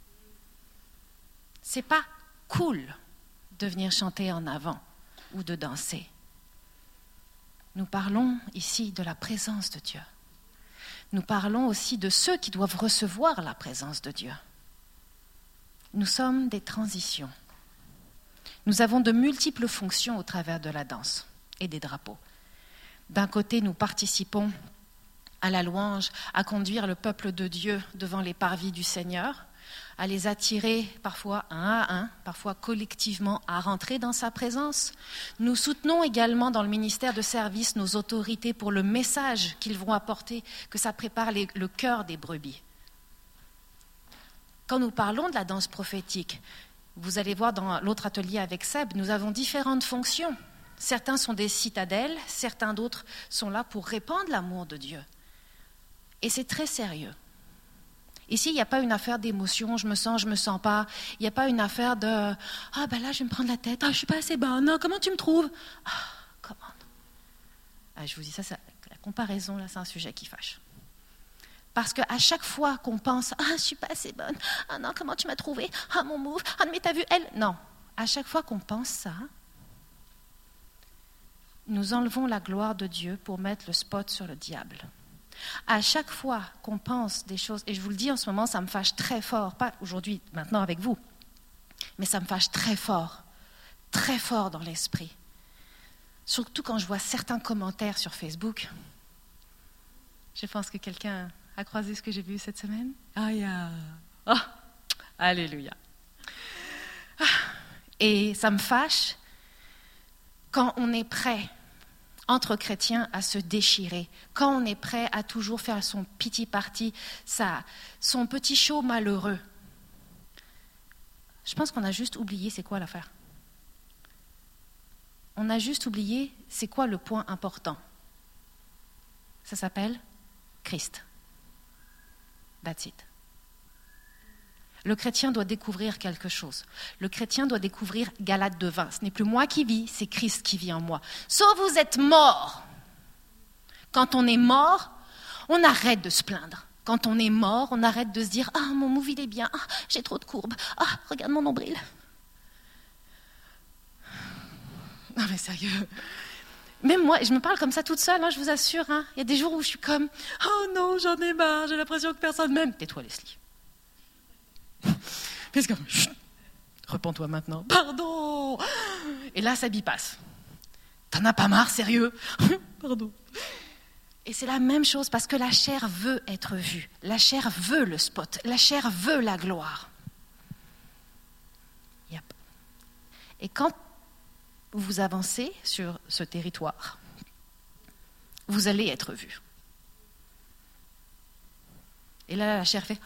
C'est pas cool de venir chanter en avant ou de danser. Nous parlons ici de la présence de Dieu. Nous parlons aussi de ceux qui doivent recevoir la présence de Dieu. Nous sommes des transitions. Nous avons de multiples fonctions au travers de la danse et des drapeaux. D'un côté, nous participons à la louange, à conduire le peuple de Dieu devant les parvis du Seigneur, à les attirer parfois un à un, parfois collectivement à rentrer dans sa présence. Nous soutenons également dans le ministère de service nos autorités pour le message qu'ils vont apporter, que ça prépare le cœur des brebis. Quand nous parlons de la danse prophétique, vous allez voir dans l'autre atelier avec Seb, nous avons différentes fonctions. Certains sont des citadelles, certains d'autres sont là pour répandre l'amour de Dieu. Et c'est très sérieux. Ici, il n'y a pas une affaire d'émotion, je me sens pas. Il n'y a pas une affaire de « Ah, ben là, je vais me prendre la tête. Ah, je ne suis pas assez bonne. Comment tu me trouves? » Ah, comment? Ah, je vous dis ça, la comparaison, là, c'est un sujet qui fâche. Parce qu'à chaque fois qu'on pense « Ah, je ne suis pas assez bonne. Ah non, comment tu m'as trouvé? Ah, mon move. Ah, mais t'as vu elle? » Non. À chaque fois qu'on pense ça, nous enlevons la gloire de Dieu pour mettre le spot sur le diable. À chaque fois qu'on pense des choses, et je vous le dis en ce moment, ça me fâche très fort, pas aujourd'hui, maintenant avec vous, mais ça me fâche très fort dans l'esprit. Surtout quand je vois certains commentaires sur Facebook. Je pense que quelqu'un a croisé ce que j'ai vu cette semaine. Oh, alléluia. Et ça me fâche quand on est prêt entre chrétiens à se déchirer, quand on est prêt à toujours faire son pity party, son petit show malheureux. Je pense qu'on a juste oublié c'est quoi l'affaire. On a juste oublié c'est quoi le point important. Ça s'appelle Christ. That's it. Le chrétien doit découvrir quelque chose. Le chrétien doit découvrir Galates 2:20. Ce n'est plus moi qui vis, c'est Christ qui vit en moi. Sauf vous êtes morts. Quand on est mort, on arrête de se plaindre. Quand on est mort, on arrête de se dire « Ah, mon move, il est bien. Ah, j'ai trop de courbes. Ah, regarde mon nombril. » Non mais sérieux. Même moi, je me parle comme ça toute seule, je vous assure. Il y a des jours où je suis comme « Oh non, j'en ai marre, j'ai l'impression que personne m'aime. » Tais-toi, Leslie. Parce que, repens-toi maintenant. Pardon. Et là, ça bipasse. T'en as pas marre, sérieux? Pardon. Et c'est la même chose parce que la chair veut être vue. La chair veut le spot. La chair veut la gloire. Yep. Et quand vous avancez sur ce territoire, vous allez être vu. Et là, la chair fait « Ah !»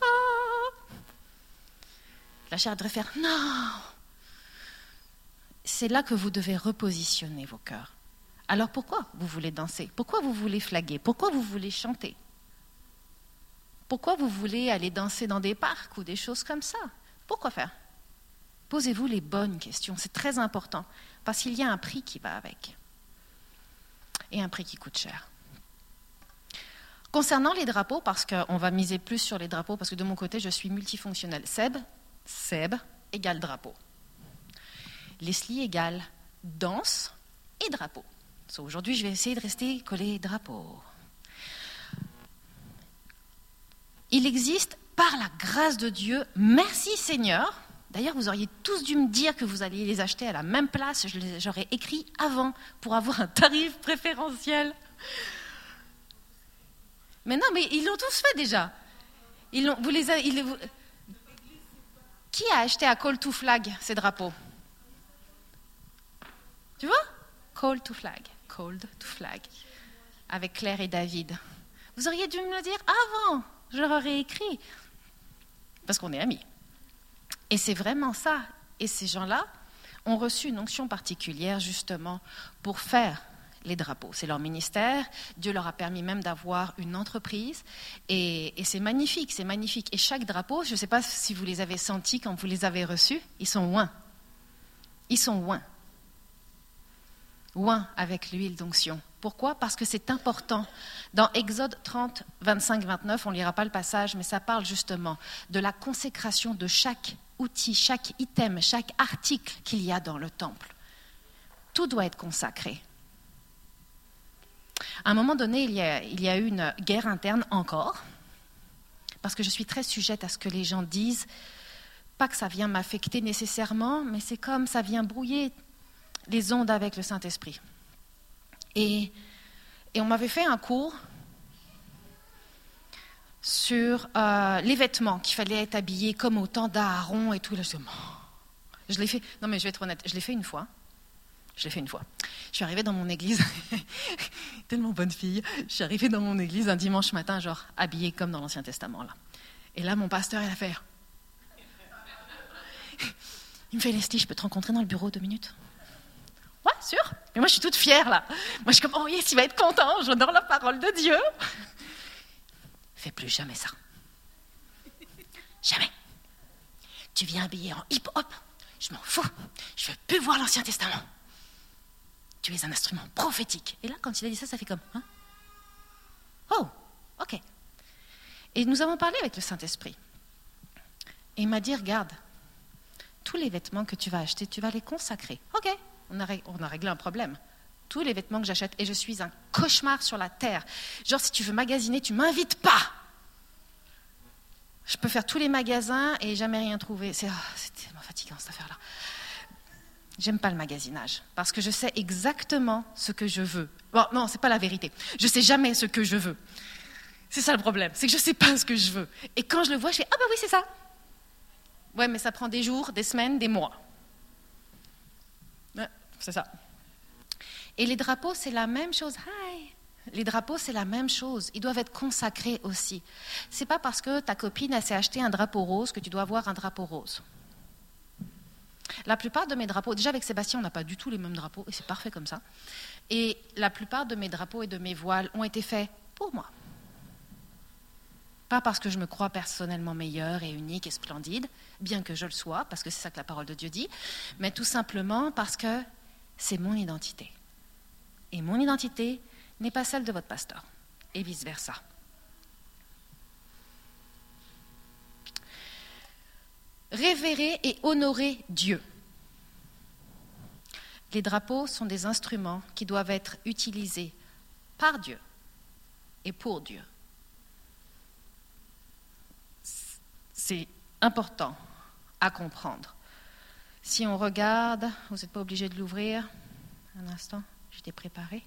La chair devrait faire « Non !» C'est là que vous devez repositionner vos cœurs. Alors pourquoi vous voulez danser? Pourquoi vous voulez flaguer? Pourquoi vous voulez chanter? Pourquoi vous voulez aller danser dans des parcs ou des choses comme ça? Pourquoi faire? Posez-vous les bonnes questions, c'est très important, parce qu'il y a un prix qui va avec. Et un prix qui coûte cher. Concernant les drapeaux, parce qu'on va miser plus sur les drapeaux, parce que de mon côté, je suis multifonctionnelle. Seb égale drapeau. Leslie égale danse et drapeau. Aujourd'hui, je vais essayer de rester collé drapeau. Il existe par la grâce de Dieu, merci Seigneur. D'ailleurs, vous auriez tous dû me dire que vous alliez les acheter à la même place. J'aurais écrit avant pour avoir un tarif préférentiel. Mais non, mais ils l'ont tous fait déjà. Qui a acheté à Call to Flag ces drapeaux? Tu vois? Call to Flag. Avec Claire et David. Vous auriez dû me le dire avant. Je leur aurais écrit. Parce qu'on est amis. Et c'est vraiment ça. Et ces gens-là ont reçu une onction particulière justement pour faire les drapeaux. C'est leur ministère. Dieu leur a permis même d'avoir une entreprise. Et c'est magnifique, c'est magnifique. Et chaque drapeau, je ne sais pas si vous les avez sentis quand vous les avez reçus, ils sont oints. Ils sont oints. Oints avec l'huile d'onction. Pourquoi? Parce que c'est important. Dans Exode 30, 25, 29, on ne lira pas le passage, mais ça parle justement de la consécration de chaque outil, chaque item, chaque article qu'il y a dans le temple. Tout doit être consacré. À un moment donné, il y a eu une guerre interne encore, parce que je suis très sujette à ce que les gens disent, pas que ça vient m'affecter nécessairement, mais c'est comme ça vient brouiller les ondes avec le Saint-Esprit. Et on m'avait fait un cours sur les vêtements, qu'il fallait être habillé comme au temps d'Aaron et tout. Là, je l'ai fait. Non, mais je vais être honnête, je l'ai fait une fois. Je suis arrivée dans mon église, tellement bonne fille, je suis arrivée dans mon église un dimanche matin, genre habillée comme dans l'Ancien Testament. Là. Et là, mon pasteur, il a fait... Il me fait, Leslie, je peux te rencontrer dans le bureau 2 minutes? Ouais, sûr. Mais moi, je suis toute fière, là. Moi, je suis comme, oh yes, il va être content, j'adore la parole de Dieu. Fais plus jamais ça. Jamais. Tu viens habillé en hip-hop, je m'en fous. Je veux plus voir l'Ancien Testament. Tu es un instrument prophétique. Et là, quand il a dit ça, ça fait comme, hein? Oh, ok. Et nous avons parlé avec le Saint-Esprit. Et il m'a dit, regarde, tous les vêtements que tu vas acheter, tu vas les consacrer. Ok, on a réglé un problème. Tous les vêtements que j'achète, et je suis un cauchemar sur la terre. Genre, si tu veux magasiner, tu m'invites pas. Je peux faire tous les magasins et jamais rien trouver. C'est tellement fatigant, cette affaire-là. J'aime pas le magasinage, parce que je sais exactement ce que je veux. Bon, non, c'est pas la vérité. Je sais jamais ce que je veux. C'est ça le problème, c'est que je sais pas ce que je veux. Et quand je le vois, je fais, ah bah oui, c'est ça. Ouais, mais ça prend des jours, des semaines, des mois. Ouais, c'est ça. Et les drapeaux, c'est la même chose. Hi. Les drapeaux, c'est la même chose. Ils doivent être consacrés aussi. C'est pas parce que ta copine, elle s'est acheté un drapeau rose que tu dois avoir un drapeau rose. La plupart de mes drapeaux, déjà avec Sébastien, on n'a pas du tout les mêmes drapeaux, et c'est parfait comme ça. Et la plupart de mes drapeaux et de mes voiles ont été faits pour moi. Pas parce que je me crois personnellement meilleure et unique et splendide, bien que je le sois, parce que c'est ça que la parole de Dieu dit, mais tout simplement parce que c'est mon identité. Et mon identité n'est pas celle de votre pasteur, et vice-versa. Révérer et honorer Dieu. Les drapeaux sont des instruments qui doivent être utilisés par Dieu et pour Dieu. C'est important à comprendre. Si on regarde, vous n'êtes pas obligé de l'ouvrir. Un instant, je t'ai préparé.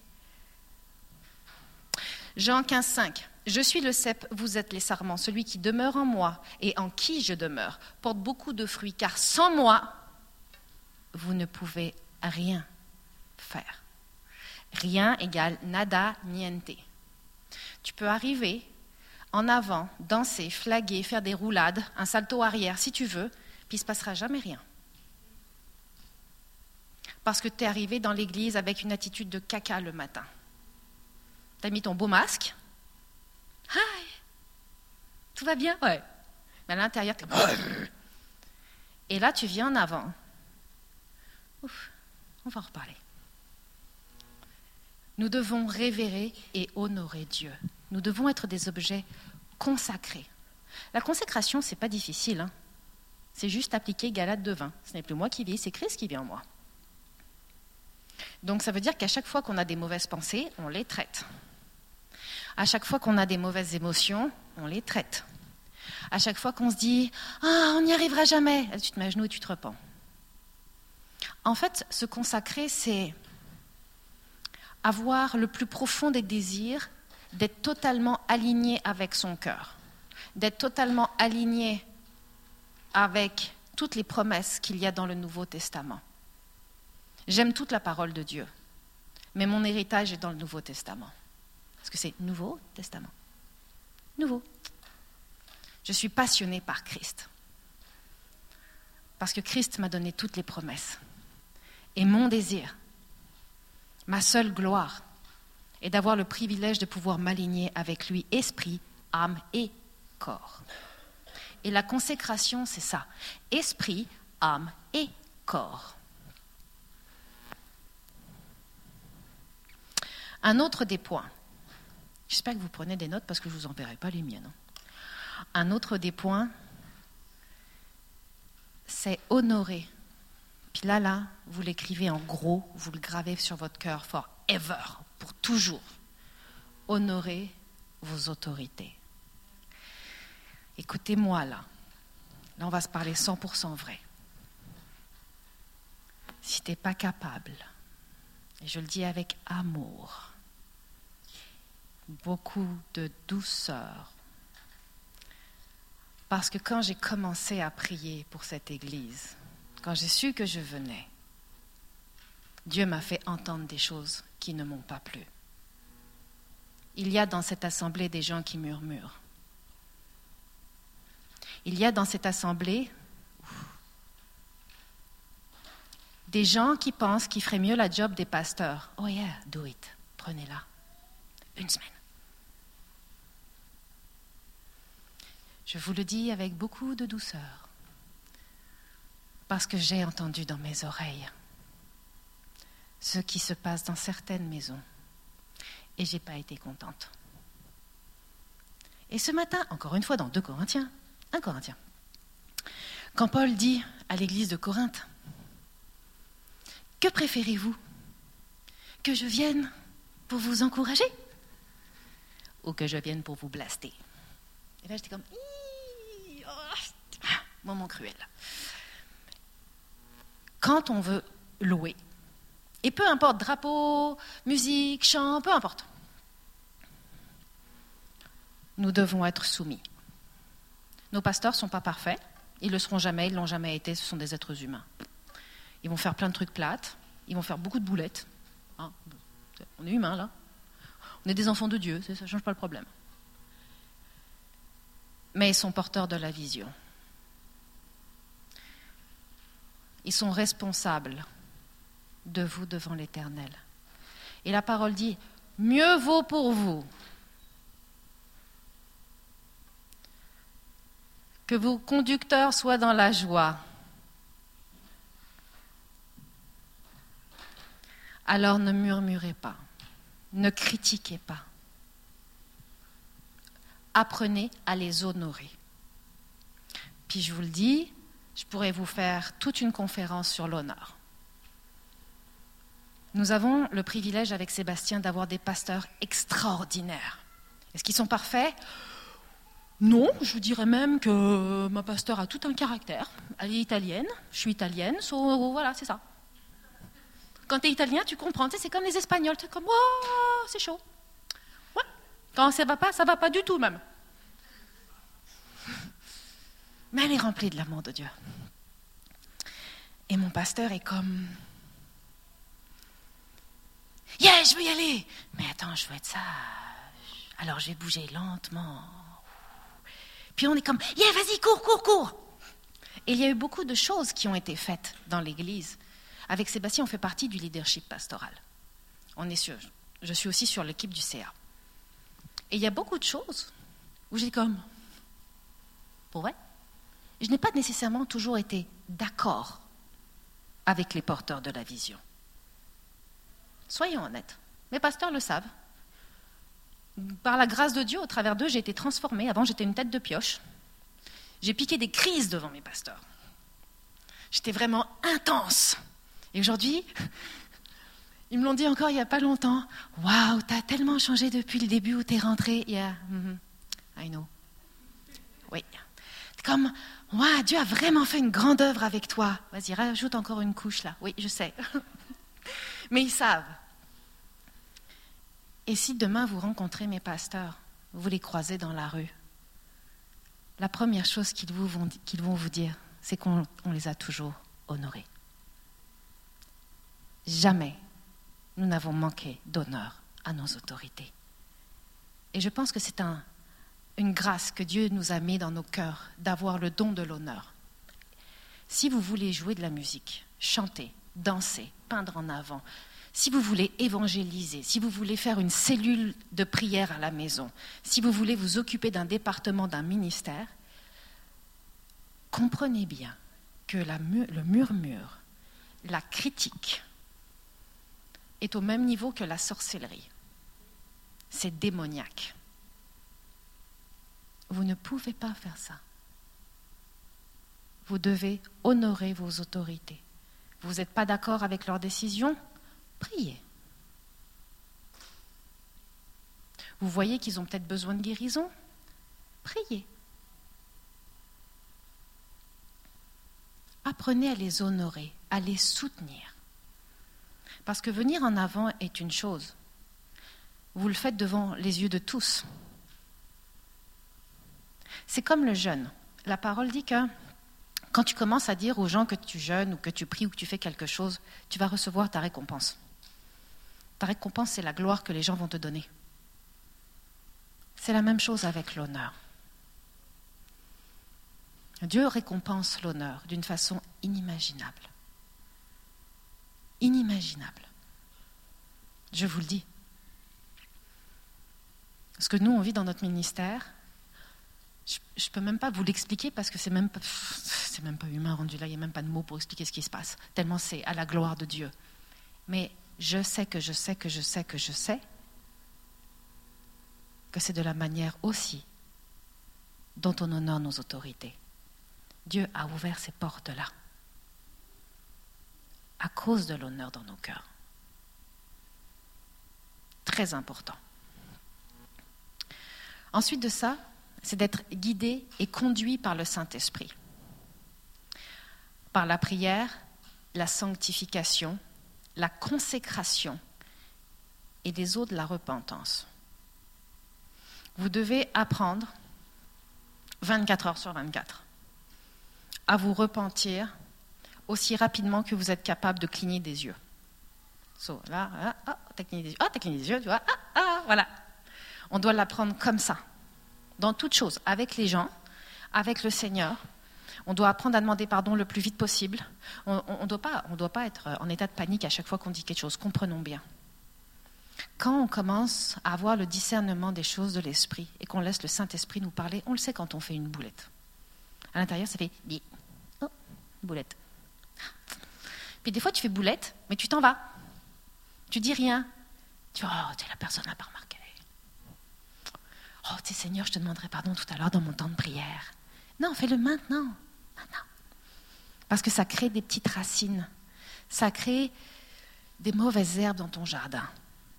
Jean 15, 5. Je suis le cep, vous êtes les sarments. Celui qui demeure en moi et en qui je demeure porte beaucoup de fruits, car sans moi, vous ne pouvez rien faire. Rien égale nada niente. Tu peux arriver en avant, danser, flaguer, faire des roulades, un salto arrière si tu veux, puis il ne se passera jamais rien. Parce que tu es arrivé dans l'église avec une attitude de caca le matin. Tu as mis ton beau masque. Hi! Tout va bien? Ouais. Mais à l'intérieur, tu es... Et là, tu viens en avant. Ouf, on va en reparler. Nous devons révérer et honorer Dieu. Nous devons être des objets consacrés. La consécration, ce n'est pas difficile. Hein. C'est juste appliquer Galates 2:20. Ce n'est plus moi qui vis, c'est Christ qui vit en moi. Donc ça veut dire qu'à chaque fois qu'on a des mauvaises pensées, on les traite. À chaque fois qu'on a des mauvaises émotions, on les traite. À chaque fois qu'on se dit « Ah, on n'y arrivera jamais », tu te mets à genoux et tu te repens. En fait, se consacrer, c'est avoir le plus profond des désirs, d'être totalement aligné avec son cœur, d'être totalement aligné avec toutes les promesses qu'il y a dans le Nouveau Testament. J'aime toute la parole de Dieu, mais mon héritage est dans le Nouveau Testament. Parce que c'est Nouveau Testament. Nouveau. Je suis passionnée par Christ. Parce que Christ m'a donné toutes les promesses. Et mon désir, ma seule gloire, est d'avoir le privilège de pouvoir m'aligner avec lui, esprit, âme et corps. Et la consécration, c'est ça. Esprit, âme et corps. Un autre des points, j'espère que vous prenez des notes parce que je ne vous enverrai pas les miennes. Un autre des points, c'est honorer. Puis là, vous l'écrivez en gros, vous le gravez sur votre cœur, forever, pour toujours. Honorer vos autorités. Écoutez-moi là. Là, on va se parler 100% vrai. Si tu n'es pas capable, et je le dis avec amour, beaucoup de douceur, parce que quand j'ai commencé à prier pour cette église, quand j'ai su que je venais, Dieu m'a fait entendre des choses qui ne m'ont pas plu. Il y a dans cette assemblée des gens qui murmurent. Il y a dans cette assemblée des gens qui pensent qu'ils feraient mieux la job des pasteurs. Oh yeah, do it. Prenez-la. Une semaine. Je vous le dis avec beaucoup de douceur, parce que j'ai entendu dans mes oreilles ce qui se passe dans certaines maisons, et je n'ai pas été contente. Et ce matin, encore une fois dans 2 Corinthiens, 1 Corinthiens, quand Paul dit à l'église de Corinthe, « Que préférez-vous? Que je vienne pour vous encourager ou que je vienne pour vous blaster ?» Et là, j'étais comme, moment cruel. Quand on veut louer, et peu importe, drapeau, musique, chant, peu importe, nous devons être soumis. Nos pasteurs ne sont pas parfaits, ils ne le seront jamais, ils ne l'ont jamais été, ce sont des êtres humains. Ils vont faire plein de trucs plates, ils vont faire beaucoup de boulettes. Hein, on est humains là, on est des enfants de Dieu, ça ne change pas le problème. Mais ils sont porteurs de la vision. Ils sont responsables de vous devant l'Éternel. Et la parole dit, mieux vaut pour vous que vos conducteurs soient dans la joie. Alors ne murmurez pas, ne critiquez pas. Apprenez à les honorer. Puis je vous le dis, je pourrais vous faire toute une conférence sur l'honneur. Nous avons le privilège avec Sébastien d'avoir des pasteurs extraordinaires. Est-ce qu'ils sont parfaits? Non, je dirais même que ma pasteur a tout un caractère. Elle est italienne, je suis italienne, voilà, c'est ça. Quand tu es italien, tu comprends, tu sais, c'est comme les Espagnols, tu es comme, oh, c'est chaud. Ouais. Quand ça va pas du tout même. Mais elle est remplie de l'amour de Dieu. Et mon pasteur est comme, yeah, je veux y aller. Mais attends, je veux être sage. Alors je vais bouger lentement. Puis on est comme, yeah, vas-y, cours. Et il y a eu beaucoup de choses qui ont été faites dans l'Église. Avec Sébastien, on fait partie du leadership pastoral. Je suis aussi sur l'équipe du CA. Et il y a beaucoup de choses où j'ai comme, pour vrai, je n'ai pas nécessairement toujours été d'accord avec les porteurs de la vision. Soyons honnêtes, mes pasteurs le savent. Par la grâce de Dieu, au travers d'eux, j'ai été transformée. Avant, j'étais une tête de pioche. J'ai piqué des crises devant mes pasteurs. J'étais vraiment intense. Et aujourd'hui, ils me l'ont dit encore il n'y a pas longtemps. « Waouh, t'as tellement changé depuis le début où t'es rentrée. » Yeah, I know. Oui. C'est comme, ouais, Dieu a vraiment fait une grande œuvre avec toi. Vas-y, rajoute encore une couche là. Oui, je sais. Mais ils savent. Et si demain vous rencontrez mes pasteurs, vous les croisez dans la rue, la première chose qu'ils vont vous dire, c'est qu'on les a toujours honorés. Jamais nous n'avons manqué d'honneur à nos autorités. Et je pense que c'est une grâce que Dieu nous a mis dans nos cœurs, d'avoir le don de l'honneur. Si vous voulez jouer de la musique, chanter, danser, peindre en avant, si vous voulez évangéliser, si vous voulez faire une cellule de prière à la maison, si vous voulez vous occuper d'un département, d'un ministère, comprenez bien que le murmure, la critique, est au même niveau que la sorcellerie. C'est démoniaque. Vous ne pouvez pas faire ça. Vous devez honorer vos autorités. Vous n'êtes pas d'accord avec leurs décisions? Priez. Vous voyez qu'ils ont peut-être besoin de guérison? Priez. Apprenez à les honorer, à les soutenir. Parce que venir en avant est une chose. Vous le faites devant les yeux de tous. C'est comme le jeûne. La parole dit que quand tu commences à dire aux gens que tu jeûnes ou que tu pries ou que tu fais quelque chose, tu vas recevoir ta récompense. Ta récompense, c'est la gloire que les gens vont te donner. C'est la même chose avec l'honneur. Dieu récompense l'honneur d'une façon inimaginable. Inimaginable. Je vous le dis. Ce que nous, on vit dans notre ministère, je ne peux même pas vous l'expliquer parce que c'est même pas humain rendu là, il n'y a même pas de mots pour expliquer ce qui se passe, tellement c'est à la gloire de Dieu. Mais je sais que c'est de la manière aussi dont on honore nos autorités. Dieu a ouvert ces portes-là à cause de l'honneur dans nos cœurs. Très important. Ensuite de ça, c'est d'être guidé et conduit par le Saint-Esprit. Par la prière, la sanctification, la consécration et les eaux de la repentance. Vous devez apprendre 24 heures sur 24 à vous repentir aussi rapidement que vous êtes capable de cligner des yeux. So, là, t'as cligné des yeux, t'as cligné des yeux, tu vois, voilà. On doit l'apprendre comme ça, dans toute chose, avec les gens, avec le Seigneur. On doit apprendre à demander pardon le plus vite possible. On ne doit pas être en état de panique à chaque fois qu'on dit quelque chose. Comprenons bien. Quand on commence à avoir le discernement des choses de l'esprit et qu'on laisse le Saint-Esprit nous parler, on le sait quand on fait une boulette. À l'intérieur, ça fait « bi ». Oh, boulette. Puis des fois, tu fais boulette, mais tu t'en vas. Tu dis rien. Tu dis « Oh, la personne n'a pas remarqué. Oh, tu sais, Seigneur, je te demanderai pardon tout à l'heure dans mon temps de prière. » Non, fais-le maintenant. Parce que ça crée des petites racines. Ça crée des mauvaises herbes dans ton jardin.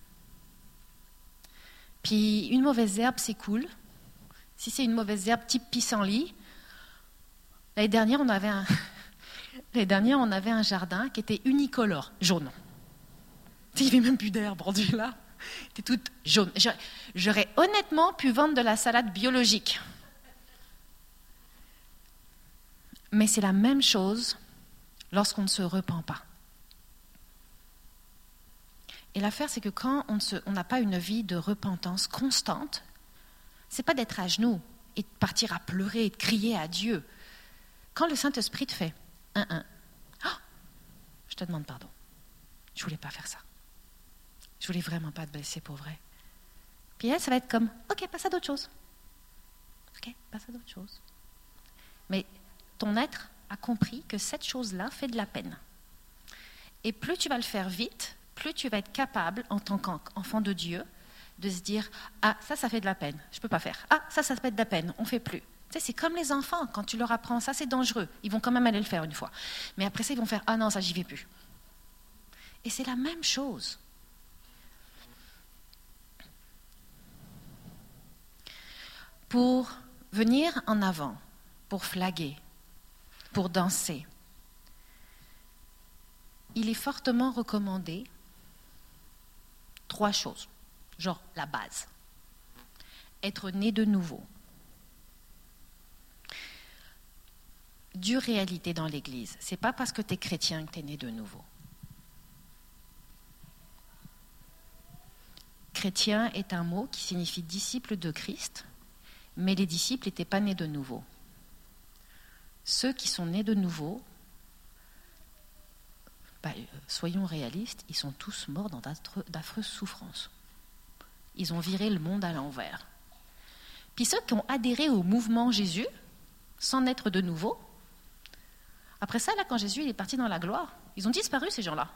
Puis une mauvaise herbe, c'est cool. Si c'est une mauvaise herbe type pissenlit, l'année dernière, on avait un jardin qui était unicolore, jaune. Il n'y avait même plus d'herbe rendue là. C'était toute jaune. J'aurais honnêtement pu vendre de la salade biologique. Mais c'est la même chose lorsqu'on ne se repent pas. Et l'affaire, c'est que quand on n'a pas une vie de repentance constante, c'est pas d'être à genoux et de partir à pleurer et de crier à Dieu. Quand le Saint-Esprit te fait oh, je te demande pardon. Je voulais pas faire ça. Je voulais vraiment pas te blesser pour vrai. Puis elle, ça va être comme, ok, passe à d'autres choses. Ok, passe à d'autres choses. Mais ton être a compris que cette chose-là fait de la peine. Et plus tu vas le faire vite, plus tu vas être capable, en tant qu'enfant de Dieu, de se dire « Ah, ça fait de la peine, je ne peux pas faire. Ah, ça fait de la peine, on ne fait plus. » Tu sais, c'est comme les enfants, quand tu leur apprends ça, c'est dangereux. Ils vont quand même aller le faire une fois. Mais après ça, ils vont faire « Ah non, ça, j'y vais plus. » Et c'est la même chose. Pour venir en avant pour flaguer, pour danser, il est fortement recommandé 3 choses, genre la base. Être né de nouveau. Dure réalité dans l'Église, c'est pas parce que tu es chrétien que tu es né de nouveau. Chrétien est un mot qui signifie disciple de Christ, mais les disciples n'étaient pas nés de nouveau. Ceux qui sont nés de nouveau, soyons réalistes, ils sont tous morts dans d'affreuses souffrances. Ils ont viré le monde à l'envers. Puis ceux qui ont adhéré au mouvement Jésus, sans naître de nouveau, après ça, là, quand Jésus est parti dans la gloire, ils ont disparu, ces gens-là.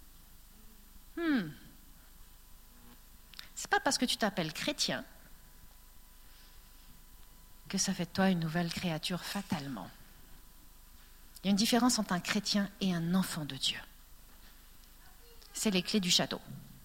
C'est pas parce que tu t'appelles chrétien que ça fait de toi une nouvelle créature fatalement. Il y a une différence entre un chrétien et un enfant de Dieu. C'est les clés du château.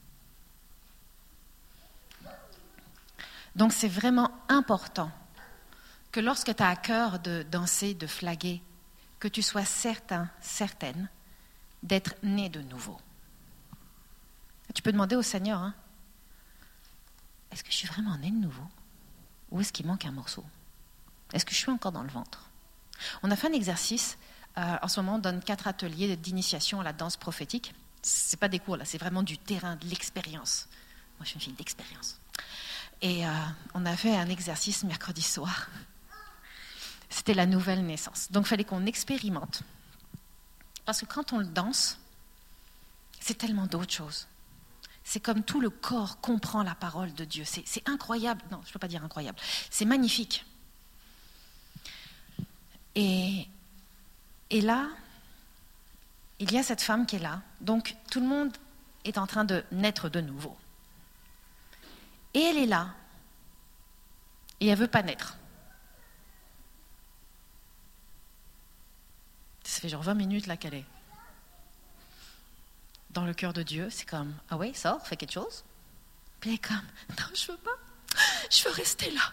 Donc c'est vraiment important que lorsque tu as à cœur de danser, de flaguer, que tu sois certain, certaine d'être né de nouveau. Tu peux demander au Seigneur, hein, est-ce que je suis vraiment né de nouveau? Ou est-ce qu'il manque un morceau? Est-ce que je suis encore dans le ventre? On a fait un exercice, en ce moment on donne 4 ateliers d'initiation à la danse prophétique. C'est pas des cours là, c'est vraiment du terrain, de l'expérience. Moi je suis une fille d'expérience. Et on a fait un exercice mercredi soir. C'était la nouvelle naissance. Donc il fallait qu'on expérimente. Parce que quand on le danse, c'est tellement d'autres choses. C'est comme tout le corps comprend la parole de Dieu. C'est incroyable. Non, je ne peux pas dire incroyable. C'est magnifique. Et là, il y a cette femme qui est là. Donc tout le monde est en train de naître de nouveau. Et elle est là. Et elle ne veut pas naître. Ça fait genre 20 minutes là qu'elle est dans le cœur de Dieu. C'est comme, ah ouais, sors, fais quelque chose. Puis elle est comme, non, je veux pas. Je veux rester là.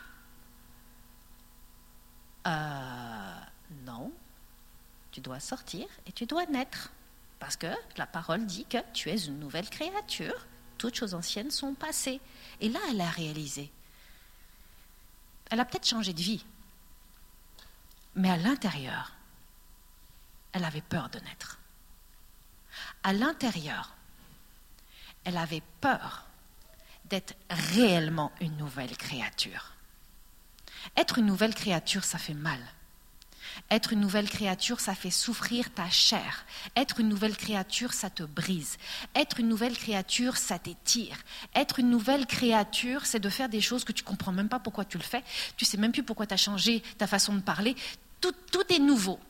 Non. Tu dois sortir et tu dois naître. Parce que la parole dit que tu es une nouvelle créature. Toutes choses anciennes sont passées. Et là, elle a réalisé. Elle a peut-être changé de vie. Mais à l'intérieur, elle avait peur de naître. À l'intérieur, elle avait peur d'être réellement une nouvelle créature. Être une nouvelle créature, ça fait mal. Être une nouvelle créature, ça fait souffrir ta chair. Être une nouvelle créature, ça te brise. Être une nouvelle créature, ça t'étire. Être une nouvelle créature, c'est de faire des choses que tu ne comprends même pas pourquoi tu le fais. Tu ne sais même plus pourquoi tu as changé ta façon de parler. Tout est nouveau.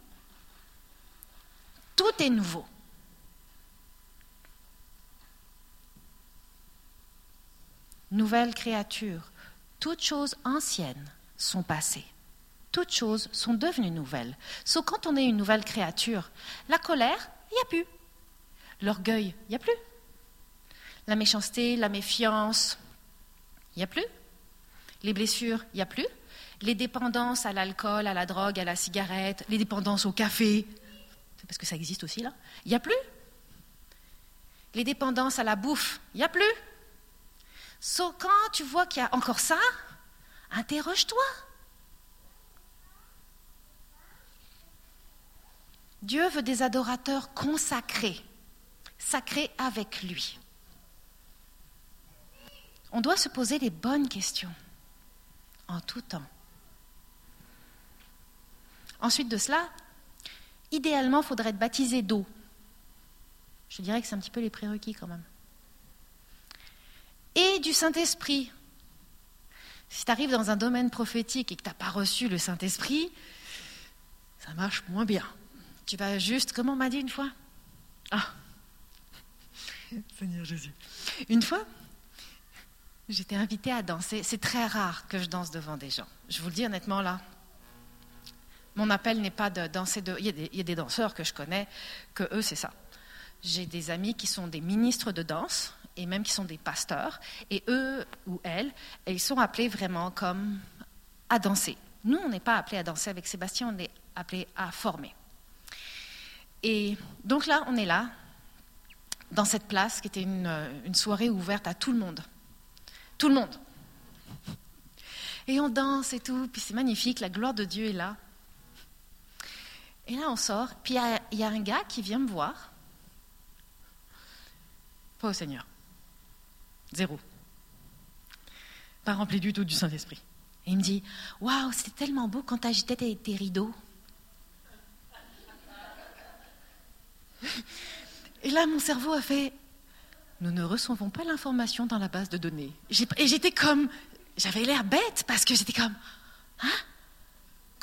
Tout est nouveau. Nouvelle créature. Toutes choses anciennes sont passées. Toutes choses sont devenues nouvelles. Sauf quand on est une nouvelle créature, la colère, il n'y a plus. L'orgueil, il n'y a plus. La méchanceté, la méfiance, il n'y a plus. Les blessures, il n'y a plus. Les dépendances à l'alcool, à la drogue, à la cigarette, les dépendances au café, c'est parce que ça existe aussi là, il n'y a plus. Les dépendances à la bouffe, il n'y a plus. Sauf quand tu vois qu'il y a encore ça, interroge-toi. Dieu veut des adorateurs consacrés, sacrés avec lui. On doit se poser les bonnes questions, en tout temps. Ensuite de cela, idéalement, il faudrait être baptisé d'eau. Je dirais que c'est un petit peu les prérequis quand même. Et du Saint-Esprit. Si tu arrives dans un domaine prophétique et que tu n'as pas reçu le Saint-Esprit, ça marche moins bien. Tu vas juste, comme on m'a dit une fois, Seigneur Jésus. Une fois, j'étais invitée à danser. C'est très rare que je danse devant des gens. Je vous le dis honnêtement là. Mon appel n'est pas de danser il y a des danseurs que je connais, que eux c'est ça. J'ai des amis qui sont des ministres de danse et même qui sont des pasteurs. Et eux ou elles, ils sont appelés vraiment comme à danser. Nous, on n'est pas appelés à danser avec Sébastien, on est appelés à former. Et donc là, on est là, dans cette place qui était une soirée ouverte à tout le monde. Tout le monde. Et on danse et tout, puis c'est magnifique, la gloire de Dieu est là. Et là, on sort, puis il y a un gars qui vient me voir. Pas au Seigneur. 0. Pas rempli du tout du Saint-Esprit. Et il me dit, « Waouh, c'était tellement beau quand tu agitais tes rideaux. » Et là, mon cerveau a fait, « Nous ne recevons pas l'information dans la base de données. » Et j'étais comme, j'avais l'air bête parce que j'étais comme, « Hein? Quoi? »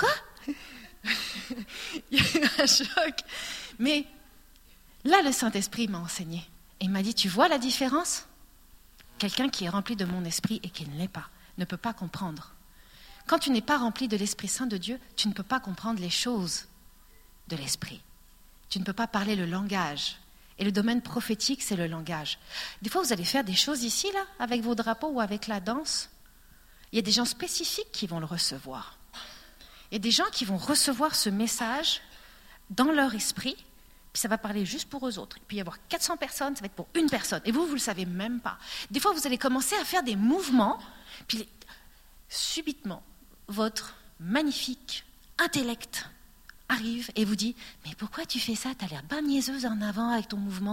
Il y a eu un choc. Mais là, le Saint-Esprit m'a enseigné. Et il m'a dit, tu vois la différence? Quelqu'un qui est rempli de mon esprit et qui ne l'est pas, ne peut pas comprendre. Quand tu n'es pas rempli de l'Esprit Saint de Dieu, tu ne peux pas comprendre les choses de l'Esprit. Tu ne peux pas parler le langage. Et le domaine prophétique, c'est le langage. Des fois, vous allez faire des choses ici, là, avec vos drapeaux ou avec la danse. Il y a des gens spécifiques qui vont le recevoir. Il y a des gens qui vont recevoir ce message dans leur esprit, puis ça va parler juste pour eux autres. Il peut y avoir 400 personnes, ça va être pour une personne. Et vous ne le savez même pas. Des fois, vous allez commencer à faire des mouvements, puis subitement, votre magnifique intellect arrive et vous dit « Mais pourquoi tu fais ça? Tu as l'air bien niaiseuse en avant avec ton mouvement. »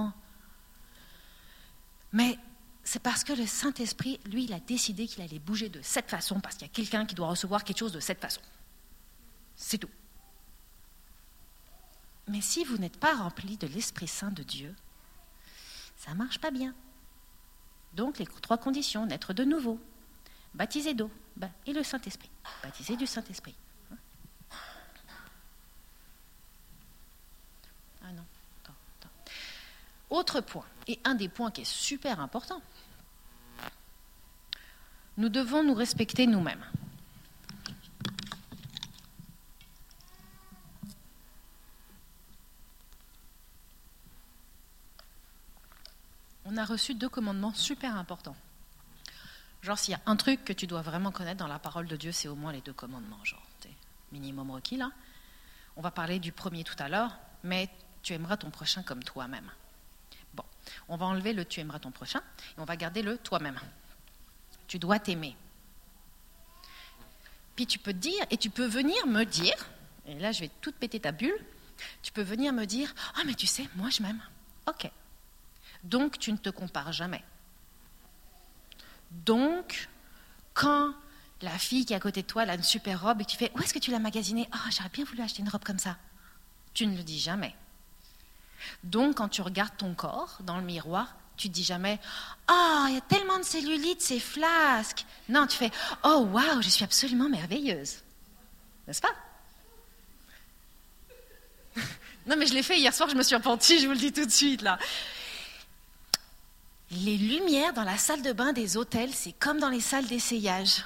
Mais c'est parce que le Saint-Esprit, lui, il a décidé qu'il allait bouger de cette façon, parce qu'il y a quelqu'un qui doit recevoir quelque chose de cette façon. C'est tout. Mais si vous n'êtes pas rempli de l'Esprit Saint de Dieu, ça ne marche pas bien. Donc, les 3 conditions, naître de nouveau, baptiser d'eau et le Saint-Esprit. Baptiser du Saint-Esprit. Ah non, attends. Autre point, et un des points qui est super important, nous devons nous respecter nous-mêmes. On a reçu 2 commandements super importants. Genre, s'il y a un truc que tu dois vraiment connaître dans la parole de Dieu, c'est au moins les 2 commandements. Genre, minimum requis, là. On va parler du premier tout à l'heure, mais tu aimeras ton prochain comme toi-même. Bon, on va enlever le tu aimeras ton prochain et on va garder le toi-même. Tu dois t'aimer. Puis tu peux te dire, et tu peux venir me dire, et là je vais tout péter ta bulle, tu peux venir me dire, « Ah, mais tu sais, moi je m'aime. » Ok. Donc, tu ne te compares jamais. Donc, quand la fille qui est à côté de toi, elle a une super robe et que tu fais « Où est-ce que tu l'as magasinée? Ah, j'aurais bien voulu acheter une robe comme ça. » Tu ne le dis jamais. Donc, quand tu regardes ton corps dans le miroir, tu ne dis jamais « Ah, il y a tellement de cellulite, c'est flasque. » Non, tu fais « Oh, waouh, je suis absolument merveilleuse. » N'est-ce pas? Non, mais je l'ai fait hier soir, je me suis repentie, je vous le dis tout de suite, là. Les lumières dans la salle de bain des hôtels, c'est comme dans les salles d'essayage.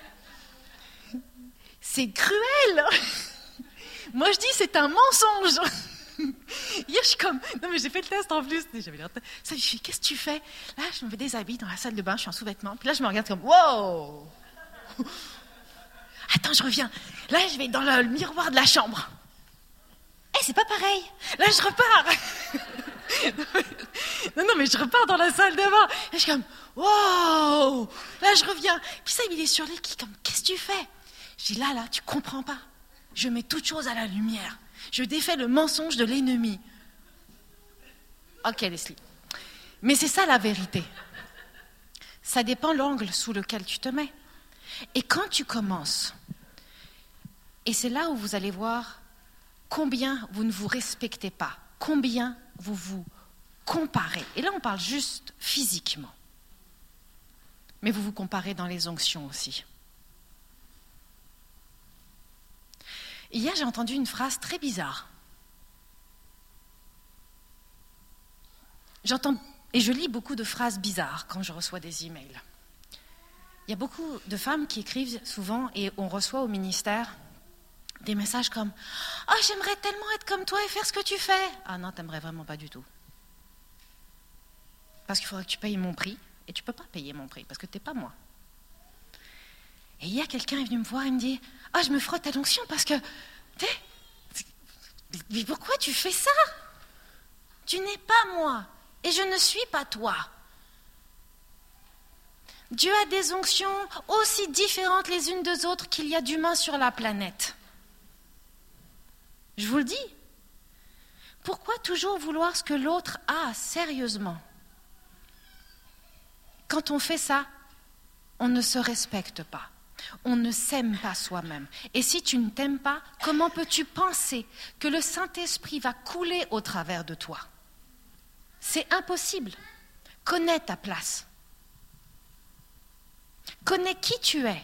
C'est cruel. Moi, je dis, c'est un mensonge. Hier, je suis comme... Non, mais j'ai fait le test en plus. J'avais l'air... Ça, je dis, qu'est-ce que tu fais? Là, je me déshabille dans la salle de bain, je suis en sous-vêtements. Puis là, je me regarde comme, wow. Attends, je reviens. Là, je vais dans le miroir de la chambre. C'est pas pareil. Là, je repars. Non, mais je repars dans la salle de bain. Et je suis comme, wow. Là, je reviens. Puis ça, il est sur lui, qui comme, qu'est-ce que tu fais? Je dis, là, tu comprends pas. Je mets toute chose à la lumière. Je défais le mensonge de l'ennemi. Ok, Leslie. Mais c'est ça la vérité. Ça dépend de l'angle sous lequel tu te mets. Et quand tu commences, et c'est là où vous allez voir combien vous ne vous respectez pas, combien vous vous comparez. Et là, on parle juste physiquement. Mais vous vous comparez dans les onctions aussi. Hier, j'ai entendu une phrase très bizarre. Et je lis beaucoup de phrases bizarres quand je reçois des emails. Il y a beaucoup de femmes qui écrivent souvent et on reçoit au ministère des messages comme « Ah, j'aimerais tellement être comme toi et faire ce que tu fais. » Ah non, t'aimerais vraiment pas du tout. Parce qu'il faudrait que tu payes mon prix et tu peux pas payer mon prix parce que t'es pas moi. Et hier, quelqu'un est venu me voir et me dit, « Ah, je me frotte à l'onction parce que... Mais pourquoi tu fais ça? Tu n'es pas moi et je ne suis pas toi. » Dieu a des onctions aussi différentes les unes des autres qu'il y a d'humains sur la planète. Je vous le dis. Pourquoi toujours vouloir ce que l'autre a, sérieusement? Quand on fait ça, on ne se respecte pas. On ne s'aime pas soi-même. Et si tu ne t'aimes pas, comment peux-tu penser que le Saint-Esprit va couler au travers de toi? C'est impossible. Connais ta place. Connais qui tu es.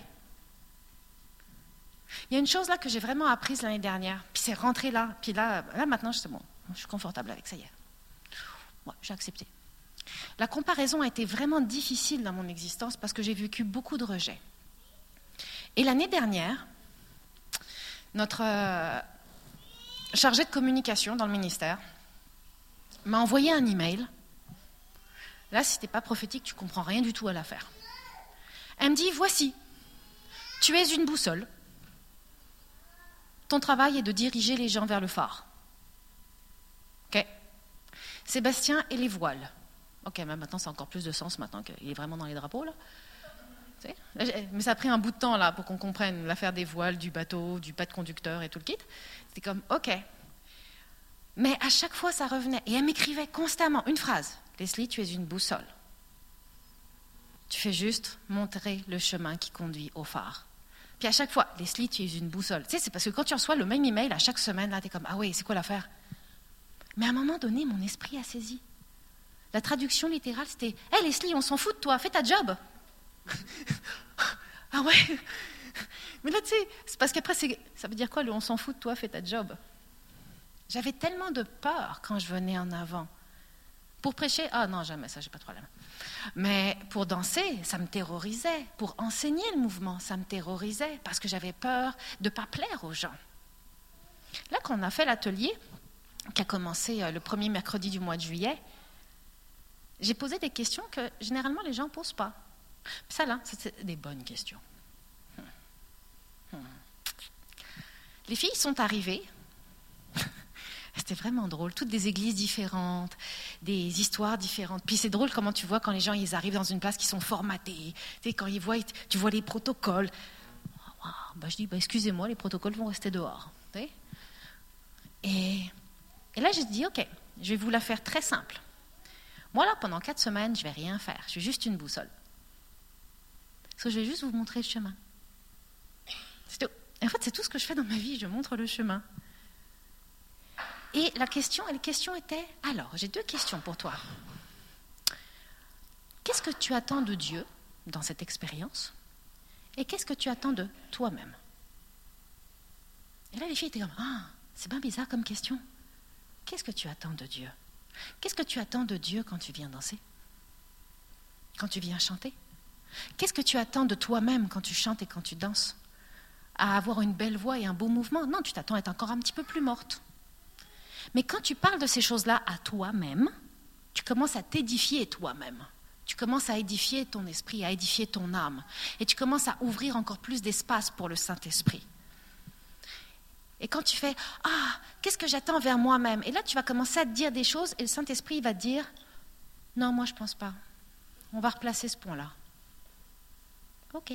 Il y a une chose là que j'ai vraiment apprise l'année dernière, puis c'est rentré là, puis là maintenant c'est bon, je suis confortable avec ça hier. Ouais, j'ai accepté. La comparaison a été vraiment difficile dans mon existence parce que j'ai vécu beaucoup de rejet. Et l'année dernière, notre chargée de communication dans le ministère m'a envoyé un email. Là, si t'es pas prophétique, tu comprends rien du tout à l'affaire. Elle me dit, voici, tu es une boussole. Ton travail est de diriger les gens vers le phare. Ok. Sébastien et les voiles. Ok, mais maintenant c'est encore plus de sens maintenant qu'il est vraiment dans les drapeaux là. Mais ça a pris un bout de temps là pour qu'on comprenne l'affaire des voiles, du bateau, du pas de conducteur et tout le kit. C'était comme, ok. Mais à chaque fois ça revenait et elle m'écrivait constamment une phrase. Leslie, tu es une boussole. Tu fais juste montrer le chemin qui conduit au phare. Puis à chaque fois, Leslie, tu es une boussole. Tu sais, c'est parce que quand tu reçois le même email à chaque semaine, là, tu es comme, ah oui, c'est quoi l'affaire? Mais à un moment donné, mon esprit a saisi. La traduction littérale, c'était, hé Leslie, on s'en fout de toi, fais ta job. Ah ouais? Mais là, tu sais, c'est parce qu'après, ça veut dire quoi, le on s'en fout de toi, fais ta job? J'avais tellement de peur quand je venais en avant. Pour prêcher, ah non, jamais, ça, j'ai pas de problème. Mais pour danser, ça me terrorisait. Pour enseigner le mouvement, ça me terrorisait parce que j'avais peur de ne pas plaire aux gens. Là, quand on a fait l'atelier, qui a commencé le premier mercredi du mois de juillet, j'ai posé des questions que généralement les gens ne posent pas. Ça là, c'est des bonnes questions. Les filles sont arrivées. C'était vraiment drôle, toutes des églises différentes, des histoires différentes. Puis c'est drôle comment tu vois quand les gens ils arrivent dans une place qui sont formatés. Tu sais, quand ils voient, tu vois les protocoles. Ben, je dis, excusez-moi, les protocoles vont rester dehors. Tu sais? Et là, j'ai dit, ok, je vais vous la faire très simple. Moi, là, pendant 4 semaines, je ne vais rien faire. Je suis juste une boussole. Parce que je vais juste vous montrer le chemin. C'est tout. En fait, c'est tout ce que je fais dans ma vie, je montre le chemin. Et la question était, alors, j'ai 2 questions pour toi. Qu'est-ce que tu attends de Dieu dans cette expérience? Et qu'est-ce que tu attends de toi-même? Et là, les filles étaient comme, ah, c'est bien bizarre comme question. Qu'est-ce que tu attends de Dieu? Qu'est-ce que tu attends de Dieu quand tu viens danser? Quand tu viens chanter? Qu'est-ce que tu attends de toi-même quand tu chantes et quand tu danses? À avoir une belle voix et un beau mouvement? Non, tu t'attends à être encore un petit peu plus morte. Mais quand tu parles de ces choses-là à toi-même, tu commences à t'édifier toi-même. Tu commences à édifier ton esprit, à édifier ton âme. Et tu commences à ouvrir encore plus d'espace pour le Saint-Esprit. Et quand tu fais « Ah, qu'est-ce que j'attends vers moi-même ?» Et là, tu vas commencer à te dire des choses et le Saint-Esprit va te dire « Non, moi, je ne pense pas. On va replacer ce point-là. » Ok.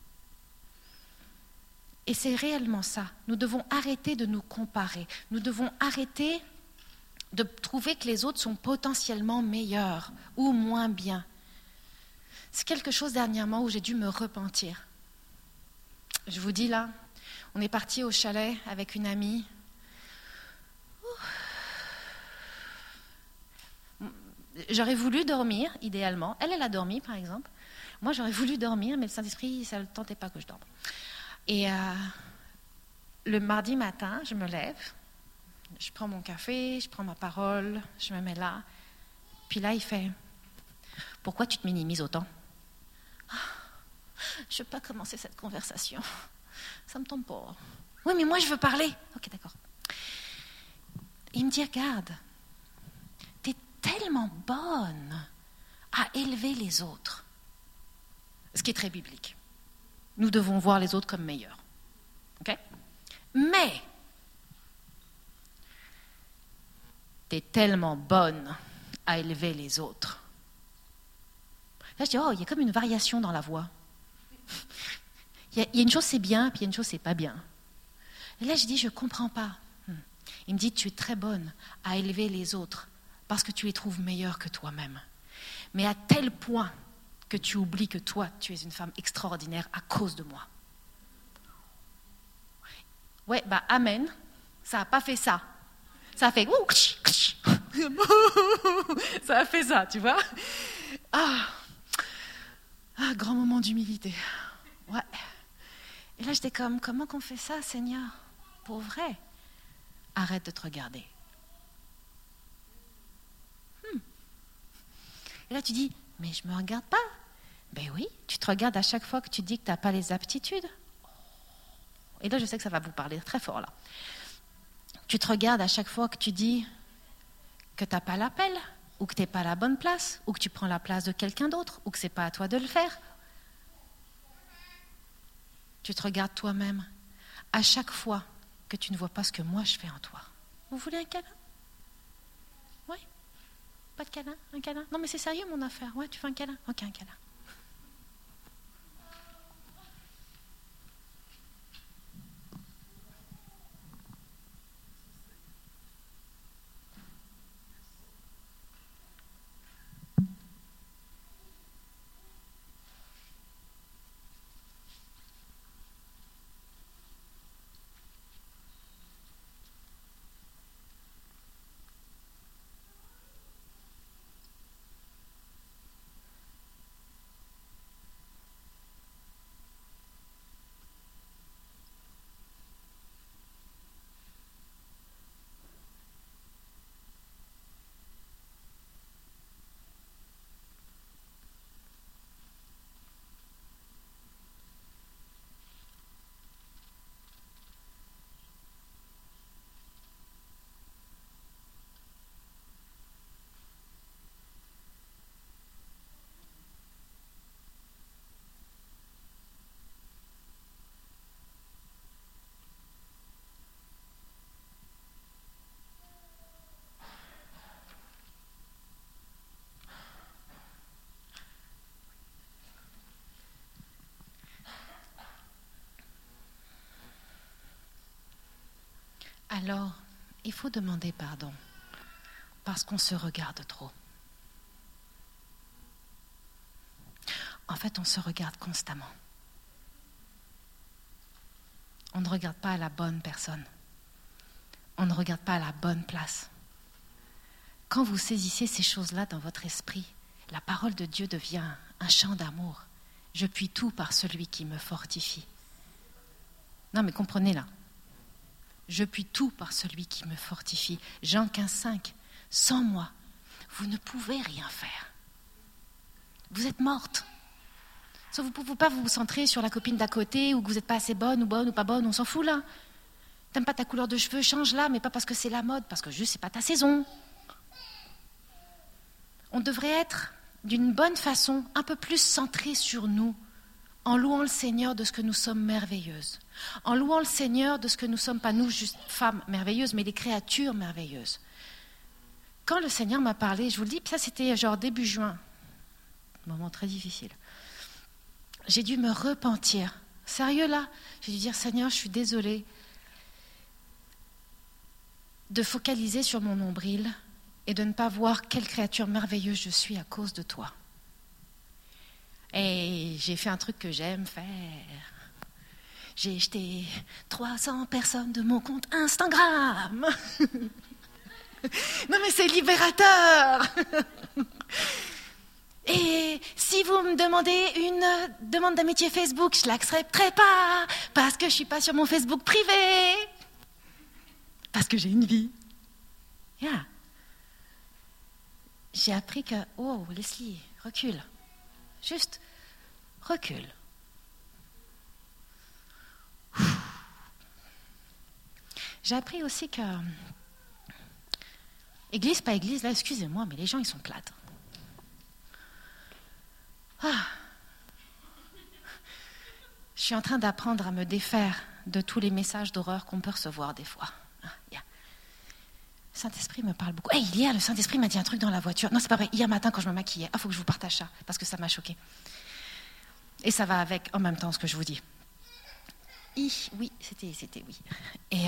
Et c'est réellement ça. Nous devons arrêter de nous comparer. Nous devons arrêter de trouver que les autres sont potentiellement meilleurs ou moins bien. C'est quelque chose dernièrement où j'ai dû me repentir. Je vous dis là, on est parti au chalet avec une amie. J'aurais voulu dormir, idéalement. Elle a dormi, par exemple. Moi, j'aurais voulu dormir, mais le Saint-Esprit, ça ne tentait pas que je dorme. Et le mardi matin, je me lève, je prends mon café, je prends ma parole, je me mets là. Puis là, il fait « Pourquoi tu te minimises autant ?» Je ne veux pas commencer cette conversation. Ça ne me tombe pas. Oui, mais moi, je veux parler. Ok, d'accord. Il me dit « Regarde, tu es tellement bonne à élever les autres. » Ce qui est très biblique. nous devons voir les autres comme meilleurs. Okay? Mais, tu es tellement bonne à élever les autres. Là, je dis, il y a comme une variation dans la voix. Il y a une chose, c'est bien, puis il y a une chose, c'est pas bien. Et là, je dis, je ne comprends pas. Il me dit, tu es très bonne à élever les autres parce que tu les trouves meilleurs que toi-même. Mais à tel point que tu oublies que toi, tu es une femme extraordinaire à cause de moi. Ouais, amen. Ça n'a pas fait ça. Ça a fait... ça a fait ça, tu vois. Grand moment d'humilité. Ouais. Et là, j'étais comme, comment qu'on fait ça, Seigneur? Pour vrai? Arrête de te regarder. Et là, tu dis, mais je ne me regarde pas. Ben oui, tu te regardes à chaque fois que tu dis que tu n'as pas les aptitudes. Et là, je sais que ça va vous parler très fort, là. Tu te regardes à chaque fois que tu dis que tu n'as pas l'appel, ou que tu n'es pas à la bonne place, ou que tu prends la place de quelqu'un d'autre, ou que ce n'est pas à toi de le faire. Tu te regardes toi-même à chaque fois que tu ne vois pas ce que moi je fais en toi. Vous voulez un câlin? Oui? Pas de câlin? Un câlin? Non mais c'est sérieux mon affaire. Ouais, tu veux un câlin? Ok, un câlin. Alors, il faut demander pardon, parce qu'on se regarde trop. En fait, on se regarde constamment. On ne regarde pas à la bonne personne. On ne regarde pas à la bonne place. Quand vous saisissez ces choses-là dans votre esprit, la parole de Dieu devient un chant d'amour. Je puis tout par celui qui me fortifie. Non, mais comprenez là. Je puis tout par celui qui me fortifie. Jean 15,5. Sans moi, vous ne pouvez rien faire. Vous êtes morte. Vous ne pouvez pas vous centrer sur la copine d'à côté ou que vous n'êtes pas assez bonne ou pas bonne, on s'en fout là. T'aimes pas ta couleur de cheveux, change-la, mais pas parce que c'est la mode, parce que juste c'est pas ta saison. On devrait être d'une bonne façon un peu plus centré sur nous, en louant le Seigneur de ce que nous sommes merveilleuses, en louant le Seigneur de ce que nous sommes, pas nous juste femmes merveilleuses, mais les créatures merveilleuses. Quand le Seigneur m'a parlé, je vous le dis, ça c'était genre début juin, un moment très difficile, j'ai dû me repentir. Sérieux là, j'ai dû dire Seigneur, je suis désolée de focaliser sur mon nombril et de ne pas voir quelle créature merveilleuse je suis à cause de toi. Et j'ai fait un truc que j'aime faire. J'ai jeté 300 personnes de mon compte Instagram. Non mais c'est libérateur. Et si vous me demandez une demande d'amitié Facebook, je ne l'accepterai pas parce que je ne suis pas sur mon Facebook privé. Parce que j'ai une vie. Yeah. J'ai appris que, oh Leslie, recule. Juste, recule. J'ai appris aussi que, église, pas église, là, excusez-moi, mais les gens, ils sont plates. Je suis en train d'apprendre à me défaire de tous les messages d'horreur qu'on peut recevoir des fois. Le Saint-Esprit me parle beaucoup. Hier, le Saint-Esprit m'a dit un truc dans la voiture. Non, c'est pas vrai. Hier matin, quand je me maquillais. Faut que je vous partage ça, parce que ça m'a choquée. Et ça va avec, en même temps, ce que je vous dis. Oui, c'était oui. Et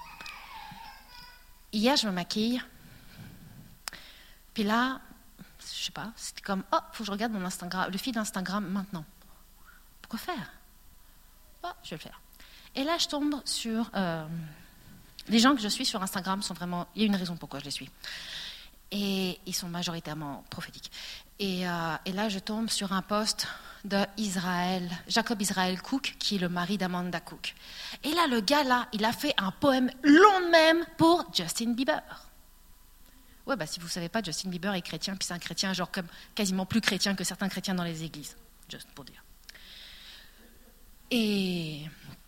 hier, je me maquille. Puis là, je sais pas, c'était comme, faut que je regarde mon Instagram, le feed d'Instagram maintenant. Pourquoi faire ? Je vais le faire. Et là, je tombe sur... les gens que je suis sur Instagram sont vraiment... Il y a une raison pourquoi je les suis. Et ils sont majoritairement prophétiques. Et là, je tombe sur un post de Jacob Israel Cook, qui est le mari d'Amanda Cook. Et là, le gars, là, il a fait un poème long même pour Justin Bieber. Ouais, si vous ne savez pas, Justin Bieber est chrétien, puis c'est un chrétien genre comme quasiment plus chrétien que certains chrétiens dans les églises. Juste pour dire. Et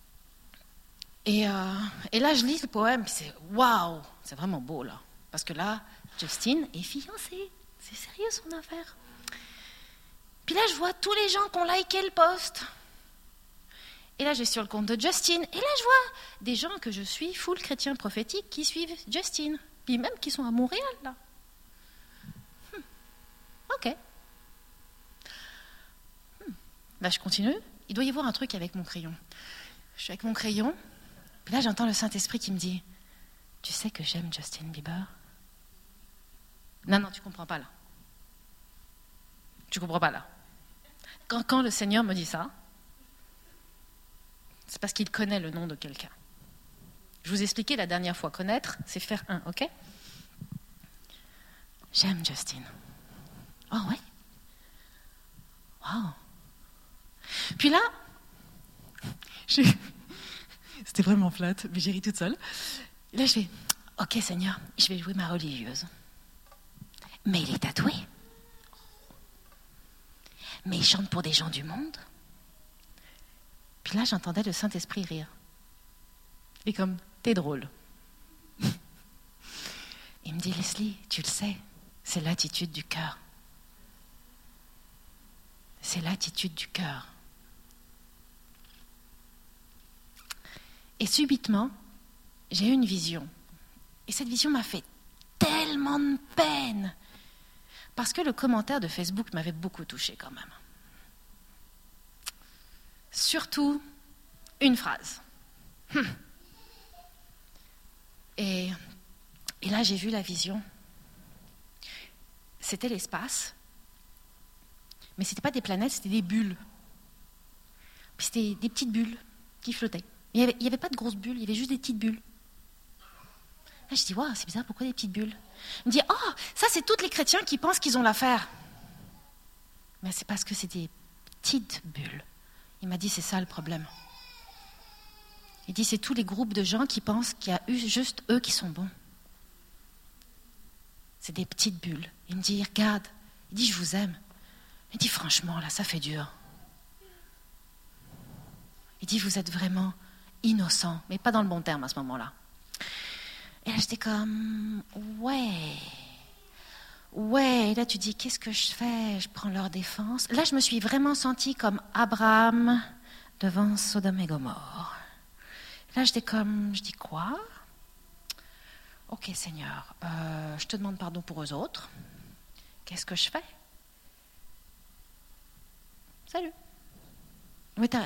là, je lis le poème, puis c'est waouh, c'est vraiment beau là. Parce que là, Justin est fiancé. C'est sérieux son affaire. Puis là, je vois tous les gens qui ont liké le post. Et là, je vais sur le compte de Justin. Et là, je vois des gens que je suis, full chrétiens prophétiques, qui suivent Justin. Puis même qui sont à Montréal, là. Ok. Là, je continue. Il doit y avoir un truc avec mon crayon. Je suis avec mon crayon. Puis là, j'entends le Saint-Esprit qui me dit « Tu sais que j'aime Justin Bieber ?» Non, tu comprends pas là. Tu comprends pas là. Quand le Seigneur me dit ça, c'est parce qu'il connaît le nom de quelqu'un. Je vous ai expliqué la dernière fois, connaître, c'est faire un, ok ? J'aime Justin. Oh ouais ? Wow. Puis là, c'était vraiment flat, mais j'ai ri toute seule. Et là, je fais, ok Seigneur, je vais jouer ma religieuse. Mais il est tatoué. Mais il chante pour des gens du monde. Puis là, j'entendais le Saint-Esprit rire. Et comme, t'es drôle. Il me dit, Leslie, tu le sais, c'est l'attitude du cœur. C'est l'attitude du cœur. Et subitement, j'ai eu une vision. Et cette vision m'a fait tellement de peine. Parce que le commentaire de Facebook m'avait beaucoup touchée quand même. Surtout, une phrase. Et là, j'ai vu la vision. C'était l'espace. Mais ce n'était pas des planètes, c'était des bulles. Puis c'était des petites bulles qui flottaient. Il n'y avait pas de grosses bulles, il y avait juste des petites bulles. Là, je dis, waouh, c'est bizarre, pourquoi des petites bulles ? Il me dit, ça, c'est tous les chrétiens qui pensent qu'ils ont l'affaire. Mais c'est parce que c'est des petites bulles. Il m'a dit, c'est ça le problème. Il dit, c'est tous les groupes de gens qui pensent qu'il y a eu juste eux qui sont bons. C'est des petites bulles. Il me dit, regarde. Il dit, je vous aime. Il dit, franchement, là, ça fait dur. Il dit, vous êtes vraiment innocent, mais pas dans le bon terme à ce moment-là. Et là, j'étais comme, ouais. Et là, tu dis, qu'est-ce que je fais ? Je prends leur défense. Là, je me suis vraiment sentie comme Abraham devant Sodome et Gomorrhe. Là, j'étais comme, je dis quoi ? Ok, Seigneur, je te demande pardon pour eux autres. Qu'est-ce que je fais ? Salut. Mais t'as...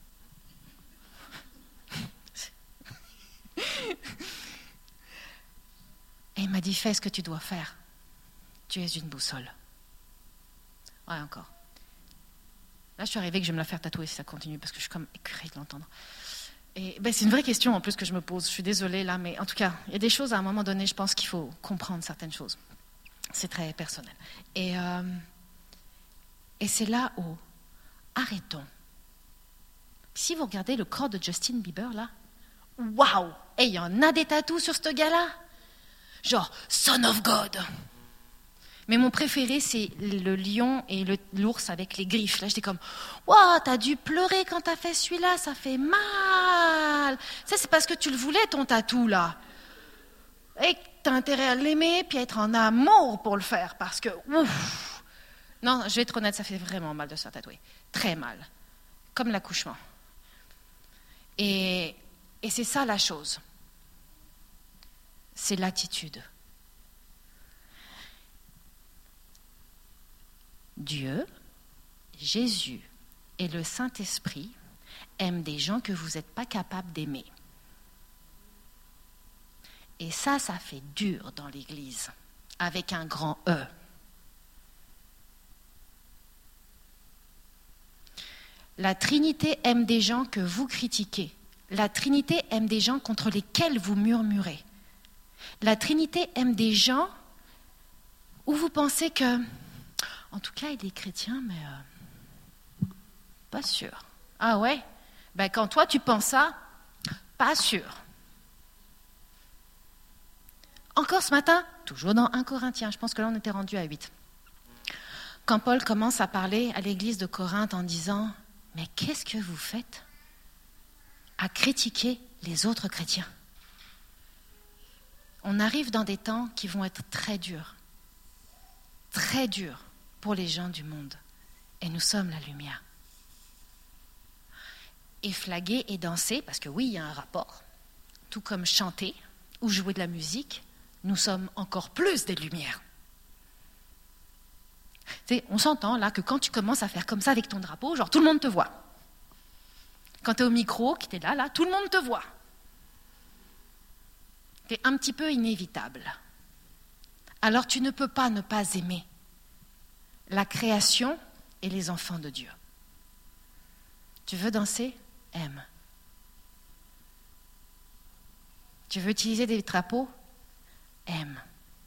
Et il m'a dit, fais ce que tu dois faire. Tu es une boussole. Ouais, encore. Là, je suis arrivée que je vais me la faire tatouer si ça continue, parce que je suis comme écœurée de l'entendre. Et c'est une vraie question en plus que je me pose. Je suis désolée là, mais en tout cas, il y a des choses à un moment donné, je pense qu'il faut comprendre certaines choses. C'est très personnel. Et c'est là où, arrêtons. Si vous regardez le corps de Justin Bieber là, waouh! Et il y en a des tatous sur ce gars-là. Genre, Son of God. Mais mon préféré, c'est le lion et l'ours avec les griffes. Là, j'étais comme, waouh, t'as dû pleurer quand t'as fait celui-là, ça fait mal. Ça, c'est parce que tu le voulais, ton tatou, là. Et t'as intérêt à l'aimer, puis à être en amour pour le faire, parce que, ouf. Non, je vais être honnête, ça fait vraiment mal de se faire tatouer. Très mal. Comme l'accouchement. Et c'est ça la chose. C'est l'attitude. Dieu, Jésus et le Saint-Esprit aiment des gens que vous n'êtes pas capable d'aimer. Et ça fait dur dans l'Église, avec un grand E. La Trinité aime des gens que vous critiquez. La Trinité aime des gens contre lesquels vous murmurez. La Trinité aime des gens où vous pensez que, en tout cas, il est chrétien, mais pas sûr. Ah ouais? Ben, quand toi tu penses ça, pas sûr. Encore ce matin, toujours dans 1 Corinthiens, je pense que là on était rendu à 8. Quand Paul commence à parler à l'église de Corinthe en disant « Mais qu'est-ce que vous faites à critiquer les autres chrétiens ?» On arrive dans des temps qui vont être très durs pour les gens du monde. Et nous sommes la lumière. Et flaguer et danser, parce que oui, il y a un rapport, tout comme chanter ou jouer de la musique, nous sommes encore plus des lumières. Tu sais, on s'entend là que quand tu commences à faire comme ça avec ton drapeau, genre tout le monde te voit. Quand tu es au micro, qui t'es là, tout le monde te voit. C'est un petit peu inévitable. Alors tu ne peux pas ne pas aimer la création et les enfants de Dieu. Tu veux danser? Aime. Tu veux utiliser des drapeaux? Aime.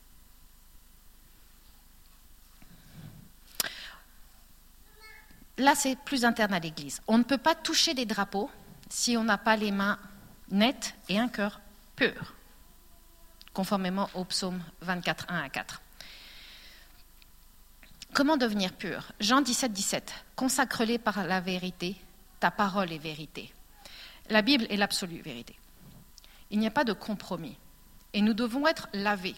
Là, c'est plus interne à l'Église. On ne peut pas toucher des drapeaux si on n'a pas les mains nettes et un cœur pur, conformément au psaume 24, 1 à 4. Comment devenir pur? Jean 17, 17. Consacre-les par la vérité, ta parole est vérité. La Bible est l'absolue vérité. Il n'y a pas de compromis. Et nous devons être lavés.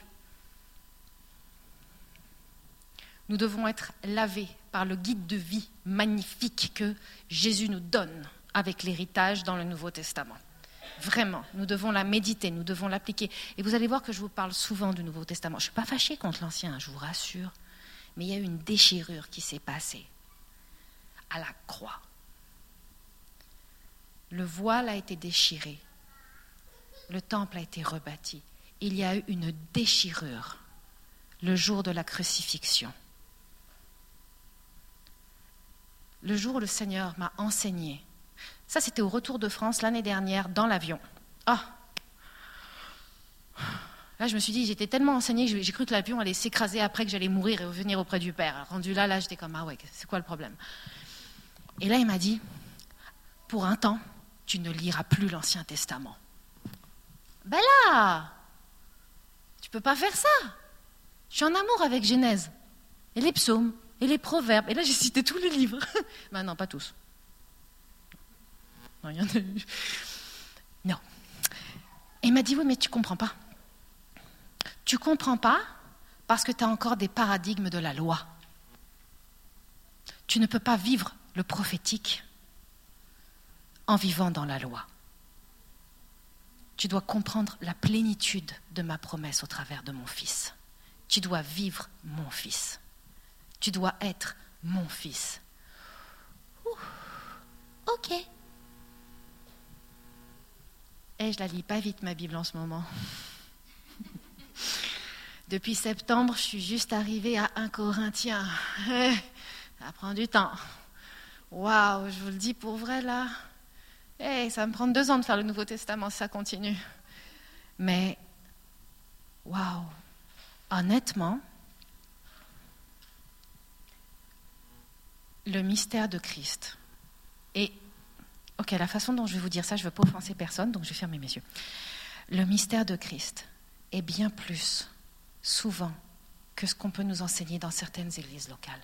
Nous devons être lavés par le guide de vie magnifique que Jésus nous donne avec l'héritage dans le Nouveau Testament. Vraiment, nous devons la méditer, nous devons l'appliquer. Et vous allez voir que je vous parle souvent du Nouveau Testament. Je ne suis pas fâchée contre l'Ancien, je vous rassure. Mais il y a eu une déchirure qui s'est passée à la croix. Le voile a été déchiré. Le temple a été rebâti. Il y a eu une déchirure le jour de la crucifixion. Le jour où le Seigneur m'a enseigné. Ça, c'était au retour de France l'année dernière, dans l'avion. Ah! Là, je me suis dit, j'étais tellement enseignée que j'ai cru que l'avion allait s'écraser après, que j'allais mourir et revenir auprès du Père. Alors, rendu là, j'étais comme, ah ouais, c'est quoi le problème? Et là, il m'a dit, pour un temps, tu ne liras plus l'Ancien Testament. Ben là, tu peux pas faire ça. Je suis en amour avec Genèse, et les psaumes, et les proverbes. Et là, j'ai cité tous les livres. Ben non, pas tous. Non, il y en a eu. Non. Et il m'a dit, oui, mais tu comprends pas. Tu comprends pas parce que tu as encore des paradigmes de la loi. Tu ne peux pas vivre le prophétique en vivant dans la loi. Tu dois comprendre la plénitude de ma promesse au travers de mon Fils. Tu dois vivre mon Fils. Tu dois être mon Fils. Ok. Et je la lis pas vite, ma Bible, en ce moment. Depuis septembre, je suis juste arrivée à 1 Corinthiens. Ça prend du temps. Waouh, je vous le dis pour vrai, là. Ça va me prendre 2 ans de faire le Nouveau Testament si ça continue. Mais, waouh, honnêtement, le mystère de Christ. Et, ok, la façon dont je vais vous dire ça, je ne veux pas offenser personne, donc je vais fermer mes yeux. Le mystère de Christ est bien plus, souvent, que ce qu'on peut nous enseigner dans certaines églises locales.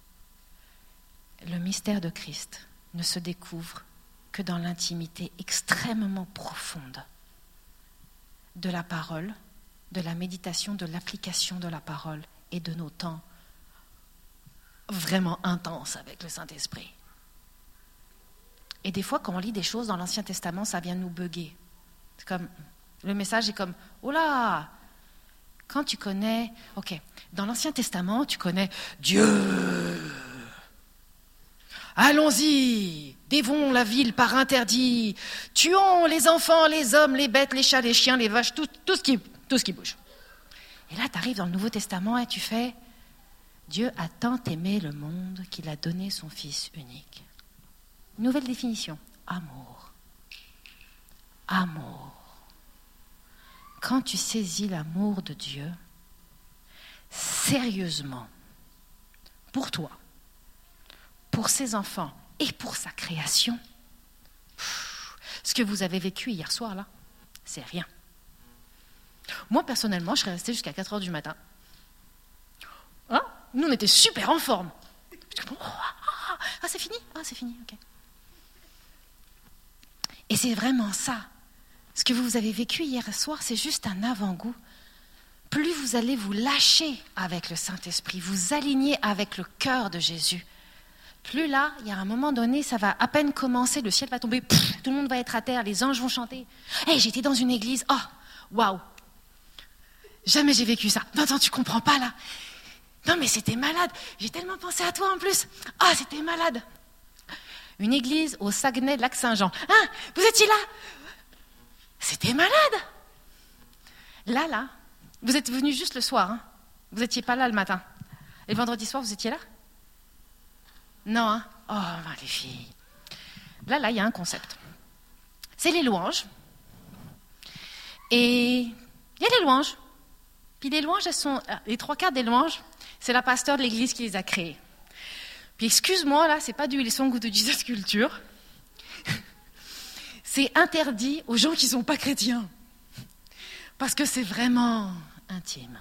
Le mystère de Christ ne se découvre que dans l'intimité extrêmement profonde de la parole, de la méditation, de l'application de la parole et de nos temps vraiment intenses avec le Saint-Esprit. Et des fois, quand on lit des choses dans l'Ancien Testament, ça vient nous bugger. C'est comme, le message est comme, oh là, quand tu connais, ok, dans l'Ancien Testament, tu connais Dieu. Allons-y, dévons la ville par interdit, tuons les enfants, les hommes, les bêtes, les chats, les chiens, les vaches, tout ce qui bouge. Et là, tu arrives dans le Nouveau Testament et tu fais, Dieu a tant aimé le monde qu'il a donné son Fils unique. Nouvelle définition, amour. Amour. Quand tu saisis l'amour de Dieu, sérieusement, pour toi, pour ses enfants et pour sa création, ce que vous avez vécu hier soir, là, c'est rien. Moi, personnellement, je serais restée jusqu'à 4h du matin. Hein? Nous, on était super en forme. Ah, c'est fini? Ah, c'est fini, ok. Et c'est vraiment ça. Ce que vous avez vécu hier soir, c'est juste un avant-goût. Plus vous allez vous lâcher avec le Saint-Esprit, vous aligner avec le cœur de Jésus, plus là, il y a un moment donné, ça va à peine commencer, le ciel va tomber, tout le monde va être à terre, les anges vont chanter. Hey, j'étais dans une église, oh, waouh, jamais j'ai vécu ça. Non, tu comprends pas là. Non, mais c'était malade, j'ai tellement pensé à toi en plus. Ah, c'était malade. Une église au Saguenay, Lac-Saint-Jean. Hein, vous étiez là? C'était malade. Là, vous êtes venus juste le soir. Hein. Vous n'étiez pas là le matin. Et le vendredi soir, vous étiez là? Non, hein? Oh, les filles. Là, il y a un concept. C'est les louanges. Et il y a les louanges. Puis les louanges, les 3/4 des louanges, c'est la pasteur de l'église qui les a créées. Puis excuse-moi, là, c'est pas du Hillsong ou de Jesus Culture. C'est interdit aux gens qui ne sont pas chrétiens. Parce que c'est vraiment intime.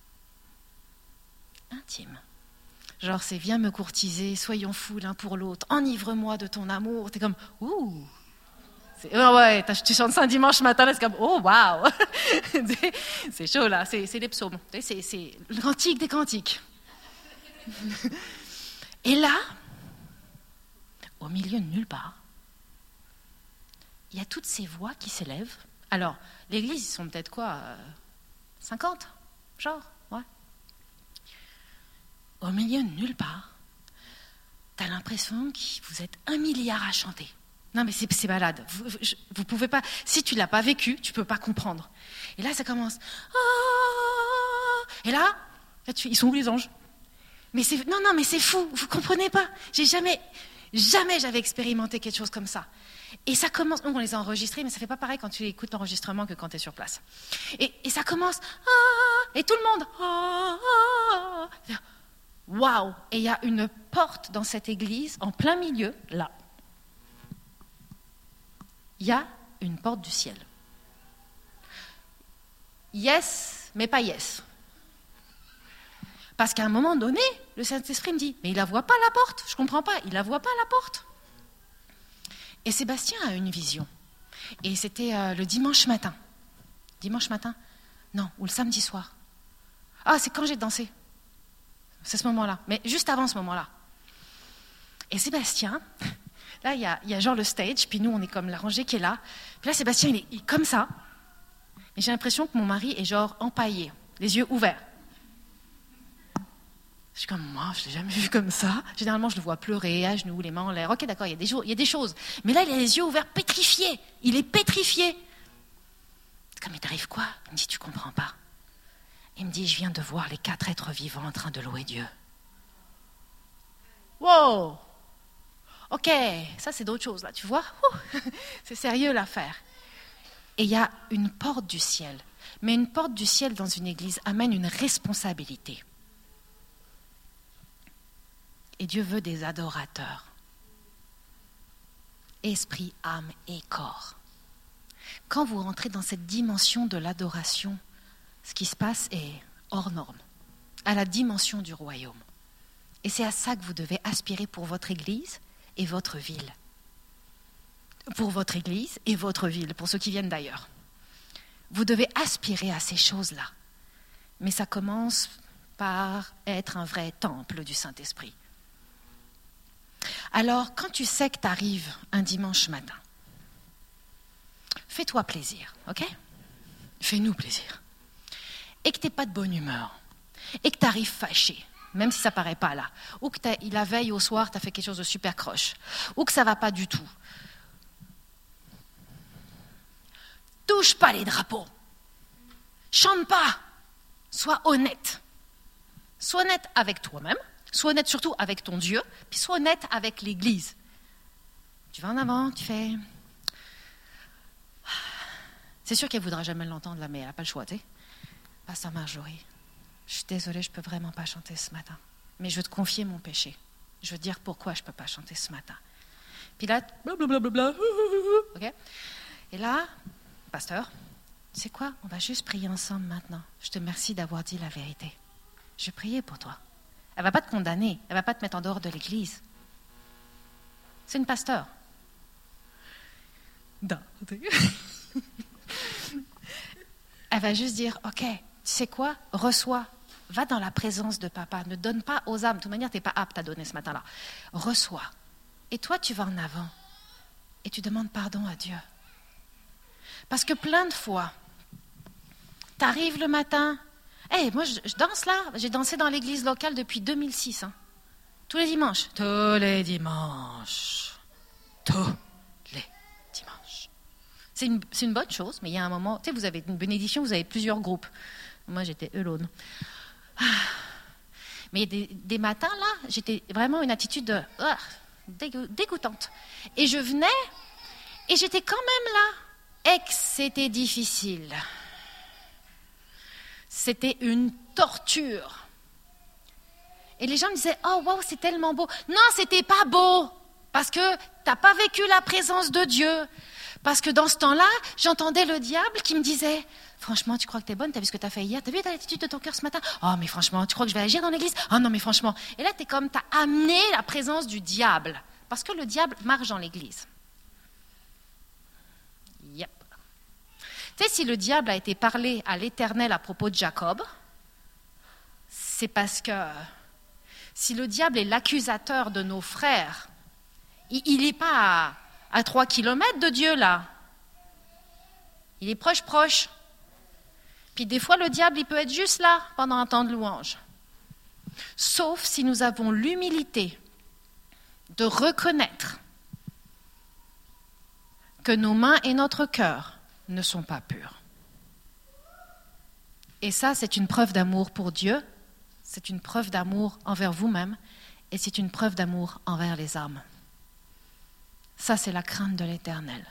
Intime. Genre, c'est viens me courtiser, soyons fous l'un pour l'autre, enivre-moi de ton amour. T'es comme, ouh. Ouais, tu chantes ça un dimanche matin, là, c'est comme, oh, waouh. C'est chaud, là, c'est les psaumes. C'est le cantique des cantiques. Et là, au milieu de nulle part, il y a toutes ces voix qui s'élèvent. Alors, l'église, ils sont peut-être quoi 50, genre, ouais. Au milieu de nulle part, t'as l'impression que vous êtes 1 milliard à chanter. Non, mais c'est malade. Vous pouvez pas. Si tu l'as pas vécu, tu peux pas comprendre. Et là, ça commence. Et là, ils sont où les anges? Mais non, mais c'est fou. Vous comprenez pas. Jamais j'avais expérimenté quelque chose comme ça. Et ça commence. On les a enregistrés, mais ça fait pas pareil quand tu écoutes l'enregistrement que quand tu es sur place. Et ça commence. Et tout le monde. Waouh! Et il y a une porte dans cette église, en plein milieu, là. Il y a une porte du ciel. Yes, mais pas yes. Parce qu'à un moment donné, le Saint-Esprit me dit, mais il la voit pas la porte, je comprends pas, il la voit pas la porte. Et Sébastien a une vision. Et c'était le dimanche matin. Dimanche matin? Non, ou le samedi soir. Ah, c'est quand j'ai dansé. C'est ce moment-là, mais juste avant ce moment-là. Et Sébastien, là, il y a genre le stage, puis nous, on est comme la rangée qui est là. Puis là, Sébastien, il est comme ça. Et j'ai l'impression que mon mari est genre empaillé, les yeux ouverts. Je suis comme, moi, je ne l'ai jamais vu comme ça. Généralement, je le vois pleurer, à genoux, les mains en l'air. Ok, d'accord, il y a des choses. Mais là, il a les yeux ouverts, pétrifiés. Il est pétrifié. Comme, il t'arrive quoi? Il me dit, tu comprends pas. Il me dit, je viens de voir les 4 êtres vivants en train de louer Dieu. Wow! Ok, ça c'est d'autres choses là, tu vois? C'est sérieux l'affaire. Et il y a une porte du ciel. Mais une porte du ciel dans une église amène une responsabilité. Et Dieu veut des adorateurs. Esprit, âme et corps. Quand vous rentrez dans cette dimension de l'adoration, ce qui se passe est hors norme, à la dimension du royaume. Et c'est à ça que vous devez aspirer pour votre église et votre ville. Pour votre église et votre ville, pour ceux qui viennent d'ailleurs. Vous devez aspirer à ces choses-là. Mais ça commence par être un vrai temple du Saint-Esprit. Alors, quand tu sais que tu arrives un dimanche matin, fais-toi plaisir, ok? Fais-nous plaisir. Et que tu n'es pas de bonne humeur, et que tu arrives fâché, même si ça ne paraît pas là, ou que la veille au soir, tu as fait quelque chose de super croche, ou que ça ne va pas du tout. Touche pas les drapeaux. Chante pas. Sois honnête. Sois honnête avec toi-même, sois honnête surtout avec ton Dieu, puis sois honnête avec l'Église. Tu vas en avant, tu fais... C'est sûr qu'elle ne voudra jamais l'entendre, là, mais elle n'a pas le choix, tu sais. Pasteur Marjorie, je suis désolée, je ne peux vraiment pas chanter ce matin. Mais je veux te confier mon péché. Je veux te dire pourquoi je ne peux pas chanter ce matin. Puis là, blablabla, ok? Et là, pasteur, tu sais quoi? On va juste prier ensemble maintenant. Je te remercie d'avoir dit la vérité. Je vais prier pour toi. Elle ne va pas te condamner. Elle ne va pas te mettre en dehors de l'église. C'est une pasteur. Elle va juste dire, ok, tu sais quoi? Reçois. Va dans la présence de papa. Ne donne pas aux âmes. De toute manière, tu n'es pas apte à donner ce matin-là. Reçois. Et toi, tu vas en avant. Et tu demandes pardon à Dieu. Parce que plein de fois, tu arrives le matin. Hey, moi, je danse là. J'ai dansé dans l'église locale depuis 2006. Hein. Tous les dimanches. Tous les dimanches. Tous les dimanches. C'est une bonne chose, mais il y a un moment... Tu sais, vous avez une bénédiction, vous avez plusieurs groupes. Moi, j'étais alone. Mais des matins, là, j'étais vraiment une attitude dégoûtante. Et je venais, et j'étais quand même là. Et que c'était difficile. C'était une torture. Et les gens me disaient, oh, wow, c'est tellement beau. Non, c'était pas beau, parce que t'as pas vécu la présence de Dieu. Parce que dans ce temps-là, j'entendais le diable qui me disait, franchement, tu crois que t'es bonne, t'as vu ce que t'as fait hier, t'as vu l'attitude de ton cœur ce matin? Oh, mais franchement, tu crois que je vais agir dans l'église? Oh non, mais franchement. Et là, t'as amené la présence du diable. Parce que le diable marche dans l'église. Yep. Tu sais, si le diable a été parlé à l'Éternel à propos de Jacob, c'est parce que si le diable est l'accusateur de nos frères, il n'est pas à 3 kilomètres de Dieu, là. Il est proche. Puis des fois, le diable, il peut être juste là pendant un temps de louange. Sauf si nous avons l'humilité de reconnaître que nos mains et notre cœur ne sont pas purs. Et ça, c'est une preuve d'amour pour Dieu, c'est une preuve d'amour envers vous-même, et c'est une preuve d'amour envers les âmes. Ça, c'est la crainte de l'Éternel.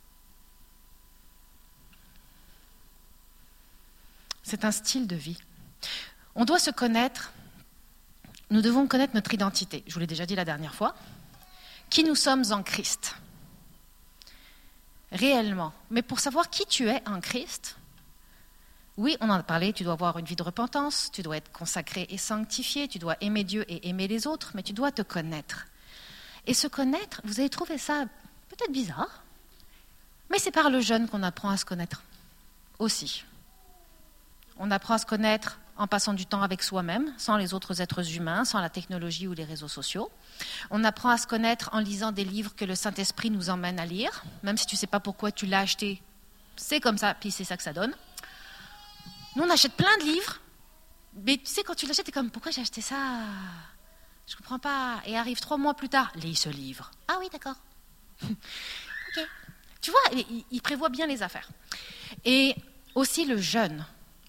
C'est un style de vie. On doit se connaître, nous devons connaître notre identité. Je vous l'ai déjà dit la dernière fois. Qui nous sommes en Christ. Réellement. Mais pour savoir qui tu es en Christ, oui, on en a parlé, tu dois avoir une vie de repentance, tu dois être consacré et sanctifié, tu dois aimer Dieu et aimer les autres, mais tu dois te connaître. Et se connaître, vous avez trouvé ça peut-être bizarre, mais c'est par le jeûne qu'on apprend à se connaître aussi. On apprend à se connaître en passant du temps avec soi-même, sans les autres êtres humains, sans la technologie ou les réseaux sociaux. On apprend à se connaître en lisant des livres que le Saint-Esprit nous emmène à lire, même si tu ne sais pas pourquoi tu l'as acheté, c'est comme ça, puis c'est ça que ça donne. Nous, on achète plein de livres, mais tu sais, quand tu l'achètes, tu es comme, pourquoi j'ai acheté ça? Je ne comprends pas. Et arrive 3 mois plus tard, lis ce livre. Ah oui, d'accord. Ok. Tu vois, il prévoit bien les affaires. Et aussi le jeûne.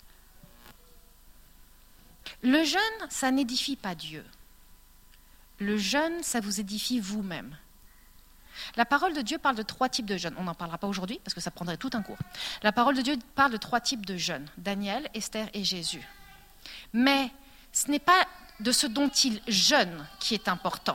Le jeûne, ça n'édifie pas Dieu. Le jeûne, ça vous édifie vous-même. La parole de Dieu parle de 3 types de jeûnes. On n'en parlera pas aujourd'hui parce que ça prendrait tout un cours. La parole de Dieu parle de 3 types de jeûnes. Daniel, Esther et Jésus. Mais ce n'est pas de ce dont il jeûne qui est important.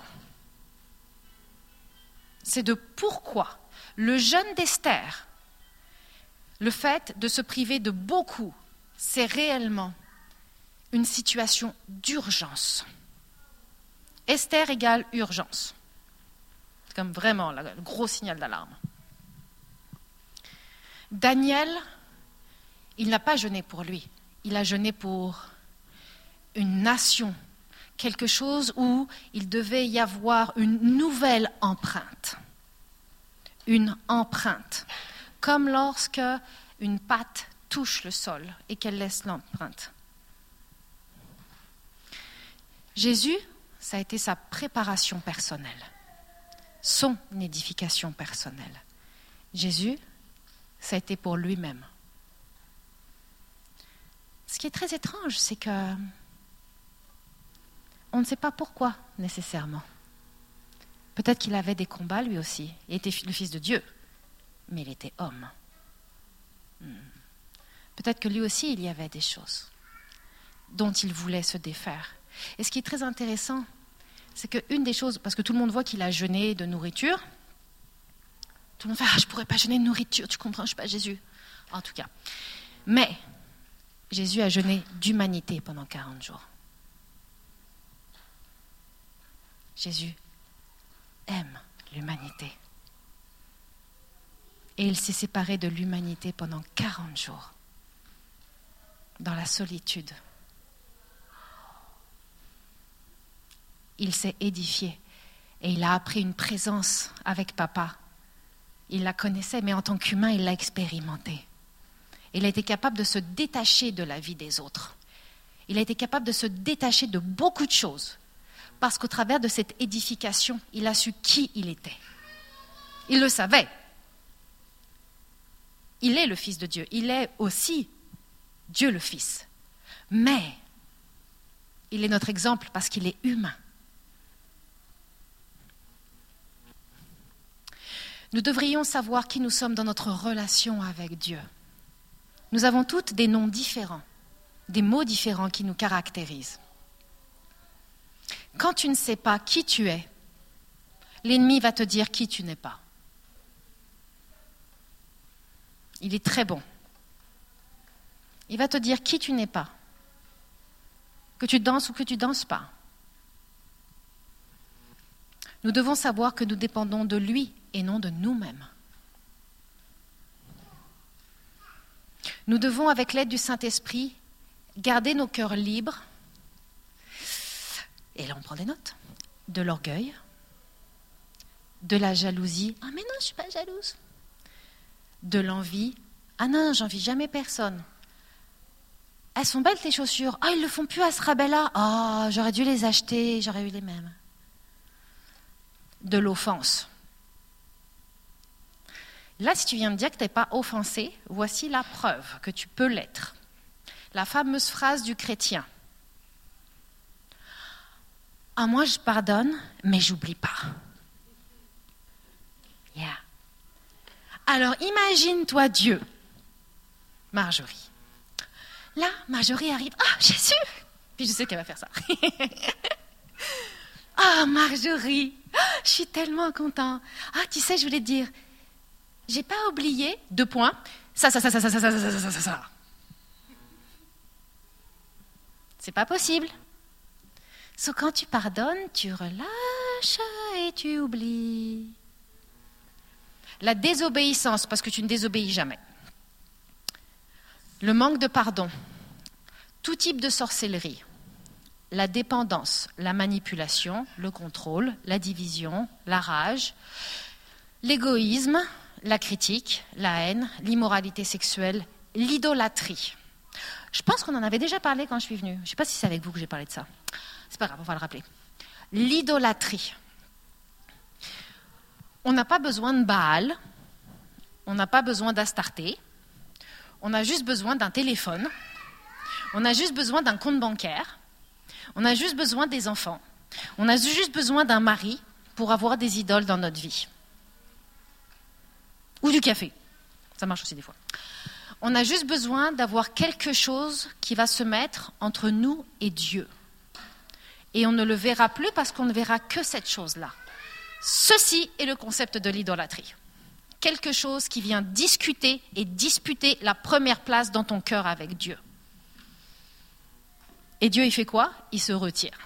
C'est de pourquoi le jeûne d'Esther, le fait de se priver de beaucoup, c'est réellement une situation d'urgence. Esther égale urgence. C'est comme vraiment le gros signal d'alarme. Daniel, il n'a pas jeûné pour lui. Il a jeûné pour une nation quelque chose où il devait y avoir une nouvelle empreinte. Une empreinte. Comme lorsque une patte touche le sol et qu'elle laisse l'empreinte. Jésus, ça a été sa préparation personnelle, son édification personnelle. Jésus, ça a été pour lui-même. Ce qui est très étrange, c'est que on ne sait pas pourquoi nécessairement. Peut-être qu'il avait des combats lui aussi. Il était le fils de Dieu, mais il était homme. Peut-être que lui aussi, il y avait des choses dont il voulait se défaire. Et ce qui est très intéressant, c'est qu'une des choses, parce que tout le monde voit qu'il a jeûné de nourriture, tout le monde fait « Ah, je ne pourrais pas jeûner de nourriture, tu comprends, je ne suis pas Jésus. » En tout cas. Mais Jésus a jeûné d'humanité pendant 40 jours. Jésus aime l'humanité. Et il s'est séparé de l'humanité pendant 40 jours, dans la solitude. Il s'est édifié et il a appris une présence avec papa. Il la connaissait, mais en tant qu'humain, il l'a expérimentée. Il a été capable de se détacher de la vie des autres. Il a été capable de se détacher de beaucoup de choses, parce qu'au travers de cette édification, il a su qui il était. Il le savait. Il est le Fils de Dieu. Il est aussi Dieu le Fils. Mais il est notre exemple parce qu'il est humain. Nous devrions savoir qui nous sommes dans notre relation avec Dieu. Nous avons toutes des noms différents, des mots différents qui nous caractérisent. Quand tu ne sais pas qui tu es, l'ennemi va te dire qui tu n'es pas. Il est très bon. Il va te dire qui tu n'es pas, que tu danses ou que tu ne danses pas. Nous devons savoir que nous dépendons de lui et non de nous-mêmes. Nous devons, avec l'aide du Saint-Esprit, garder nos cœurs libres, et là on prend des notes, de l'orgueil, de la jalousie. « Ah mais non, je ne suis pas jalouse !» De l'envie. « Ah non, j'envie jamais personne. Elles sont belles tes chaussures. Ah, ils ne le font plus à ce rabais-là. Ah, j'aurais dû les acheter, j'aurais eu les mêmes. » De l'offense. Là, si tu viens de dire que tu n'es pas offensé, voici la preuve que tu peux l'être. La fameuse phrase du chrétien. « Ah, moi, je pardonne, mais j'oublie pas. » Yeah. Alors, imagine-toi Dieu, Marjorie. Là, Marjorie arrive. « Ah, Jésus !» Puis je sais qu'elle va faire ça. « Ah, Marjorie, je suis tellement content. Ah, tu sais, je voulais te dire, j'ai pas oublié, 2 points, ça. C'est pas possible. Sauf quand tu pardonnes, tu relâches et tu oublies. La désobéissance, parce que tu ne désobéis jamais. Le manque de pardon. Tout type de sorcellerie. La dépendance, la manipulation, le contrôle, la division, la rage, l'égoïsme, la critique, la haine, l'immoralité sexuelle, l'idolâtrie. Je pense qu'on en avait déjà parlé quand je suis venue. Je ne sais pas si c'est avec vous que j'ai parlé de ça. C'est pas grave, on va le rappeler. L'idolâtrie. On n'a pas besoin de Baal, on n'a pas besoin d'Astarté, on a juste besoin d'un téléphone, on a juste besoin d'un compte bancaire, on a juste besoin des enfants, on a juste besoin d'un mari pour avoir des idoles dans notre vie. Ou du café, ça marche aussi des fois. On a juste besoin d'avoir quelque chose qui va se mettre entre nous et Dieu. Et on ne le verra plus parce qu'on ne verra que cette chose-là. Ceci est le concept de l'idolâtrie. Quelque chose qui vient discuter et disputer la première place dans ton cœur avec Dieu. Et Dieu, il fait quoi? Il se retire.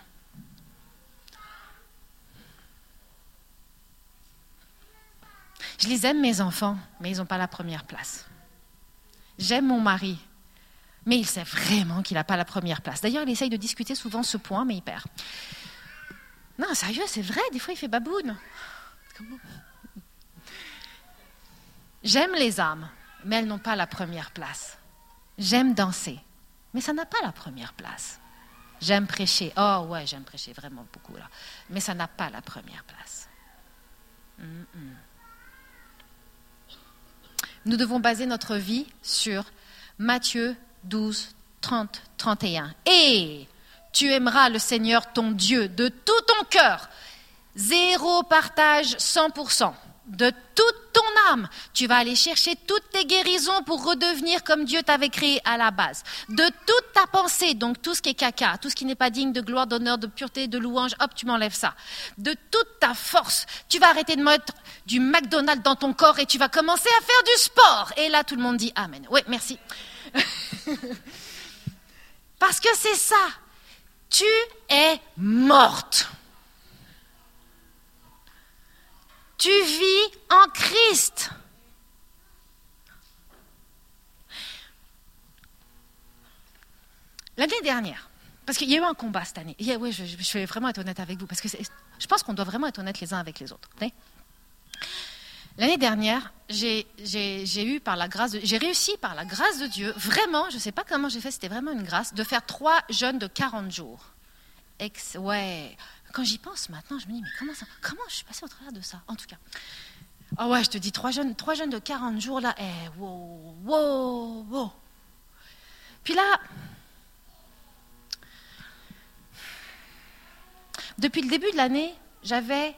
Je les aime, mes enfants, mais ils n'ont pas la première place. J'aime mon mari, Mais il sait vraiment qu'il n'a pas la première place. D'ailleurs, il essaye de discuter souvent ce point, mais il perd. Non, sérieux, c'est vrai, des fois il fait baboune. J'aime les âmes, mais elles n'ont pas la première place. J'aime danser, mais ça n'a pas la première place. J'aime prêcher. Oh ouais, j'aime prêcher vraiment beaucoup là. Mais ça n'a pas la première place. Nous devons baser notre vie sur Matthieu 12, 30, 31. Et tu aimeras le Seigneur ton Dieu de tout ton cœur. Zéro partage, 100%. De toute ton âme, tu vas aller chercher toutes tes guérisons pour redevenir comme Dieu t'avait créé à la base. De toute ta pensée, donc tout ce qui est caca, tout ce qui n'est pas digne de gloire, d'honneur, de pureté, de louange, hop, tu m'enlèves ça. De toute ta force, tu vas arrêter de mettre du McDonald's dans ton corps et tu vas commencer à faire du sport. Et là, tout le monde dit Amen. Oui, merci. Parce que c'est ça. Tu es morte. Tu vis en Christ. L'année dernière, parce qu'il y a eu un combat cette année. Oui, je vais vraiment être honnête avec vous, parce que je pense qu'on doit vraiment être honnête les uns avec les autres. L'année dernière, j'ai réussi par la grâce de Dieu, vraiment, je ne sais pas comment j'ai fait, c'était vraiment une grâce, de faire 3 jeûnes de 40 jours. Ouais. Quand j'y pense maintenant, je me dis, mais comment je suis passée au travers de ça, en tout cas. Ah ouais, je te dis, 3 jeûnes de 40 jours, là, wow. Puis là, depuis le début de l'année, j'avais,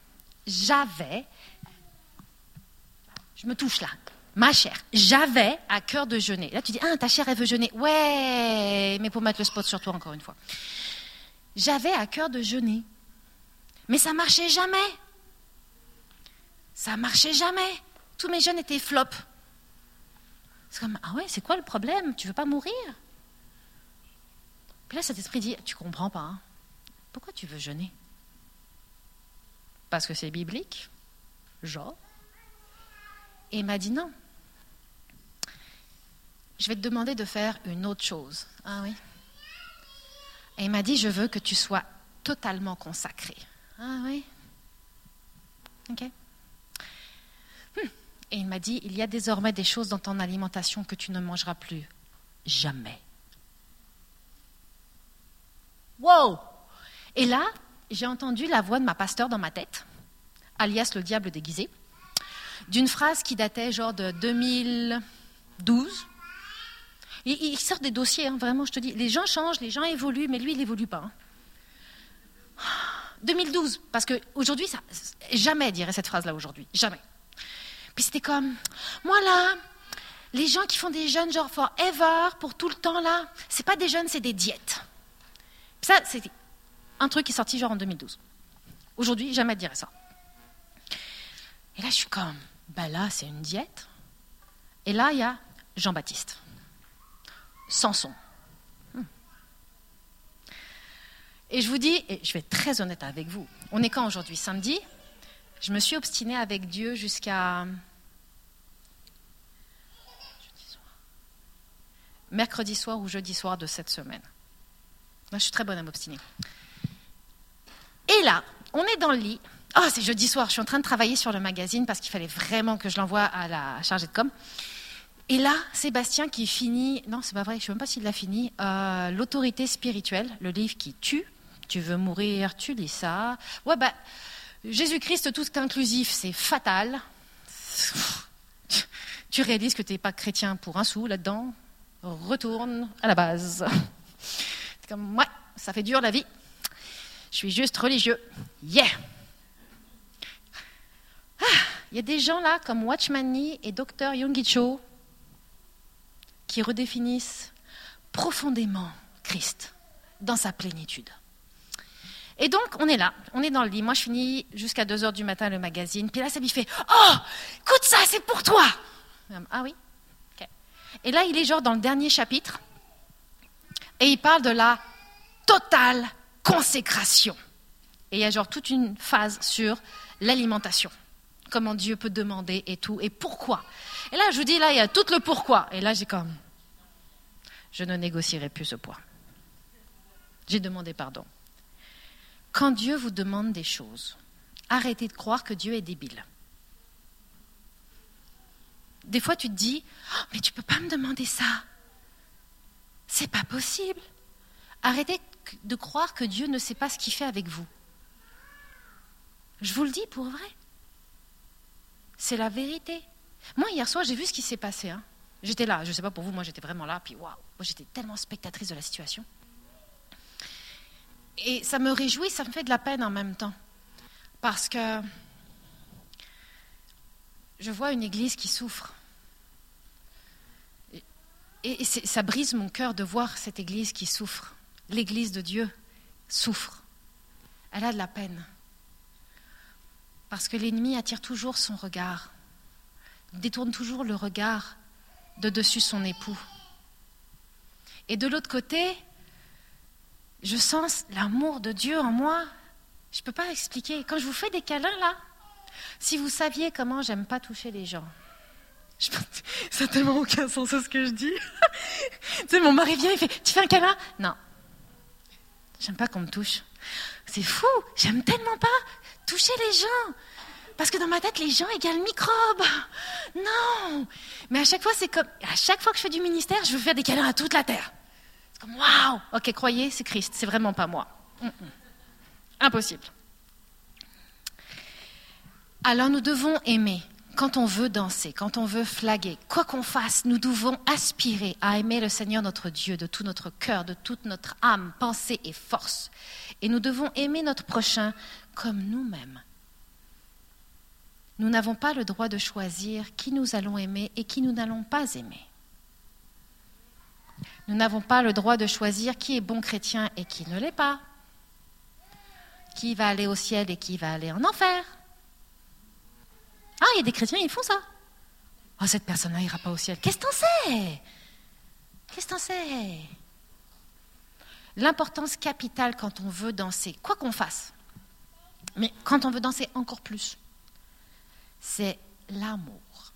je me touche là, ma chair, j'avais à cœur de jeûner. Là, tu dis, ta chair, elle veut jeûner. Ouais, mais pour mettre le spot sur toi, encore une fois. J'avais à cœur de jeûner. Mais ça marchait jamais. Tous mes jeûnes étaient flop. C'est comme, c'est quoi le problème? Tu veux pas mourir? Puis là, cet esprit dit, tu comprends pas. Hein? Pourquoi tu veux jeûner? Parce que c'est biblique? Genre? Et il m'a dit non. Je vais te demander de faire une autre chose. Ah oui? Et il m'a dit, je veux que tu sois totalement consacré. Ah oui? Ok. Et il m'a dit, il y a désormais des choses dans ton alimentation que tu ne mangeras plus. Jamais. Wow! Et là, j'ai entendu la voix de ma pasteur dans ma tête, alias le diable déguisé, d'une phrase qui datait genre de 2012. Il sort des dossiers, hein, vraiment, je te dis. Les gens changent, les gens évoluent, mais lui, il n'évolue pas. Hein. 2012, parce qu'aujourd'hui, jamais dirait cette phrase-là aujourd'hui, jamais. Puis c'était comme, moi là, les gens qui font des jeûnes genre forever, pour tout le temps là, c'est pas des jeûnes, c'est des diètes. Puis ça, c'était un truc qui est sorti genre en 2012. Aujourd'hui, jamais dirait ça. Et là, je suis comme, là, c'est une diète. Et là, il y a Jean-Baptiste. Samson. Et je vous dis, et je vais être très honnête avec vous, on est quand aujourd'hui? Samedi. Je me suis obstinée avec Dieu jusqu'à mercredi soir ou jeudi soir de cette semaine. Là, je suis très bonne à m'obstiner. Et là, on est dans le lit. C'est jeudi soir, je suis en train de travailler sur le magazine parce qu'il fallait vraiment que je l'envoie à la chargée de com'. Et là, Sébastien qui finit, non, c'est pas vrai, je ne sais même pas s'il l'a fini, L'autorité spirituelle, le livre qui tue. Tu veux mourir, tu lis ça. Ouais, Jésus-Christ, tout inclusif, c'est fatal. Tu réalises que tu n'es pas chrétien pour un sou là-dedans. Retourne à la base. C'est comme, ça fait dur la vie. Je suis juste religieux. Yeah! Il y a des gens là, comme Watchman Nee et Dr. Yonggi Cho, qui redéfinissent profondément Christ dans sa plénitude. Et donc, on est là, on est dans le lit. Moi, je finis jusqu'à 2h du matin le magazine. Puis là, ça lui fait « Oh, écoute ça, c'est pour toi !» Ah oui? Okay. Et là, il est genre dans le dernier chapitre. Et il parle de la totale consécration. Et il y a genre toute une phase sur l'alimentation. Comment Dieu peut demander et tout, et pourquoi. Et là, je vous dis, là, il y a tout le pourquoi. Et là, j'ai comme... je ne négocierai plus ce point. J'ai demandé pardon. Quand Dieu vous demande des choses, arrêtez de croire que Dieu est débile. Des fois, tu te dis, oh, mais tu ne peux pas me demander ça. C'est pas possible. Arrêtez de croire que Dieu ne sait pas ce qu'il fait avec vous. Je vous le dis pour vrai. C'est la vérité. Moi, hier soir, j'ai vu ce qui s'est passé. J'étais là, je ne sais pas pour vous, moi j'étais vraiment là, puis waouh, moi j'étais tellement spectatrice de la situation. Et ça me réjouit, ça me fait de la peine en même temps. Parce que je vois une église qui souffre. Et ça brise mon cœur de voir cette église qui souffre. L'église de Dieu souffre. Elle a de la peine. Parce que l'ennemi attire toujours son regard, détourne toujours le regard de dessus son époux. Et de l'autre côté, je sens l'amour de Dieu en moi. Je ne peux pas expliquer. Quand je vous fais des câlins, là, si vous saviez comment j'aime pas toucher les gens. Ça n'a tellement aucun sens ce que je dis. Tu sais, mon mari vient, il fait « Tu fais un câlin ?» Non. J'aime pas qu'on me touche. C'est fou, j'aime tellement pas toucher les gens. Parce que dans ma tête, les gens égale microbes. Non. Mais à chaque fois, c'est comme... À chaque fois que je fais du ministère, je veux faire des câlins à toute la terre. C'est comme, waouh. Ok, croyez, c'est Christ, c'est vraiment pas moi. Impossible. Alors nous devons aimer. Quand on veut danser, quand on veut flaguer, quoi qu'on fasse, nous devons aspirer à aimer le Seigneur notre Dieu de tout notre cœur, de toute notre âme, pensée et force. Et nous devons aimer notre prochain comme nous-mêmes. Nous n'avons pas le droit de choisir qui nous allons aimer et qui nous n'allons pas aimer. Nous n'avons pas le droit de choisir qui est bon chrétien et qui ne l'est pas. Qui va aller au ciel et qui va aller en enfer. Ah, il y a des chrétiens, ils font ça. Oh, cette personne-là n'ira pas au ciel. Qu'est-ce que t'en sais? Qu'est-ce que t'en sais? L'importance capitale quand on veut danser, quoi qu'on fasse, mais quand on veut danser encore plus, c'est l'amour.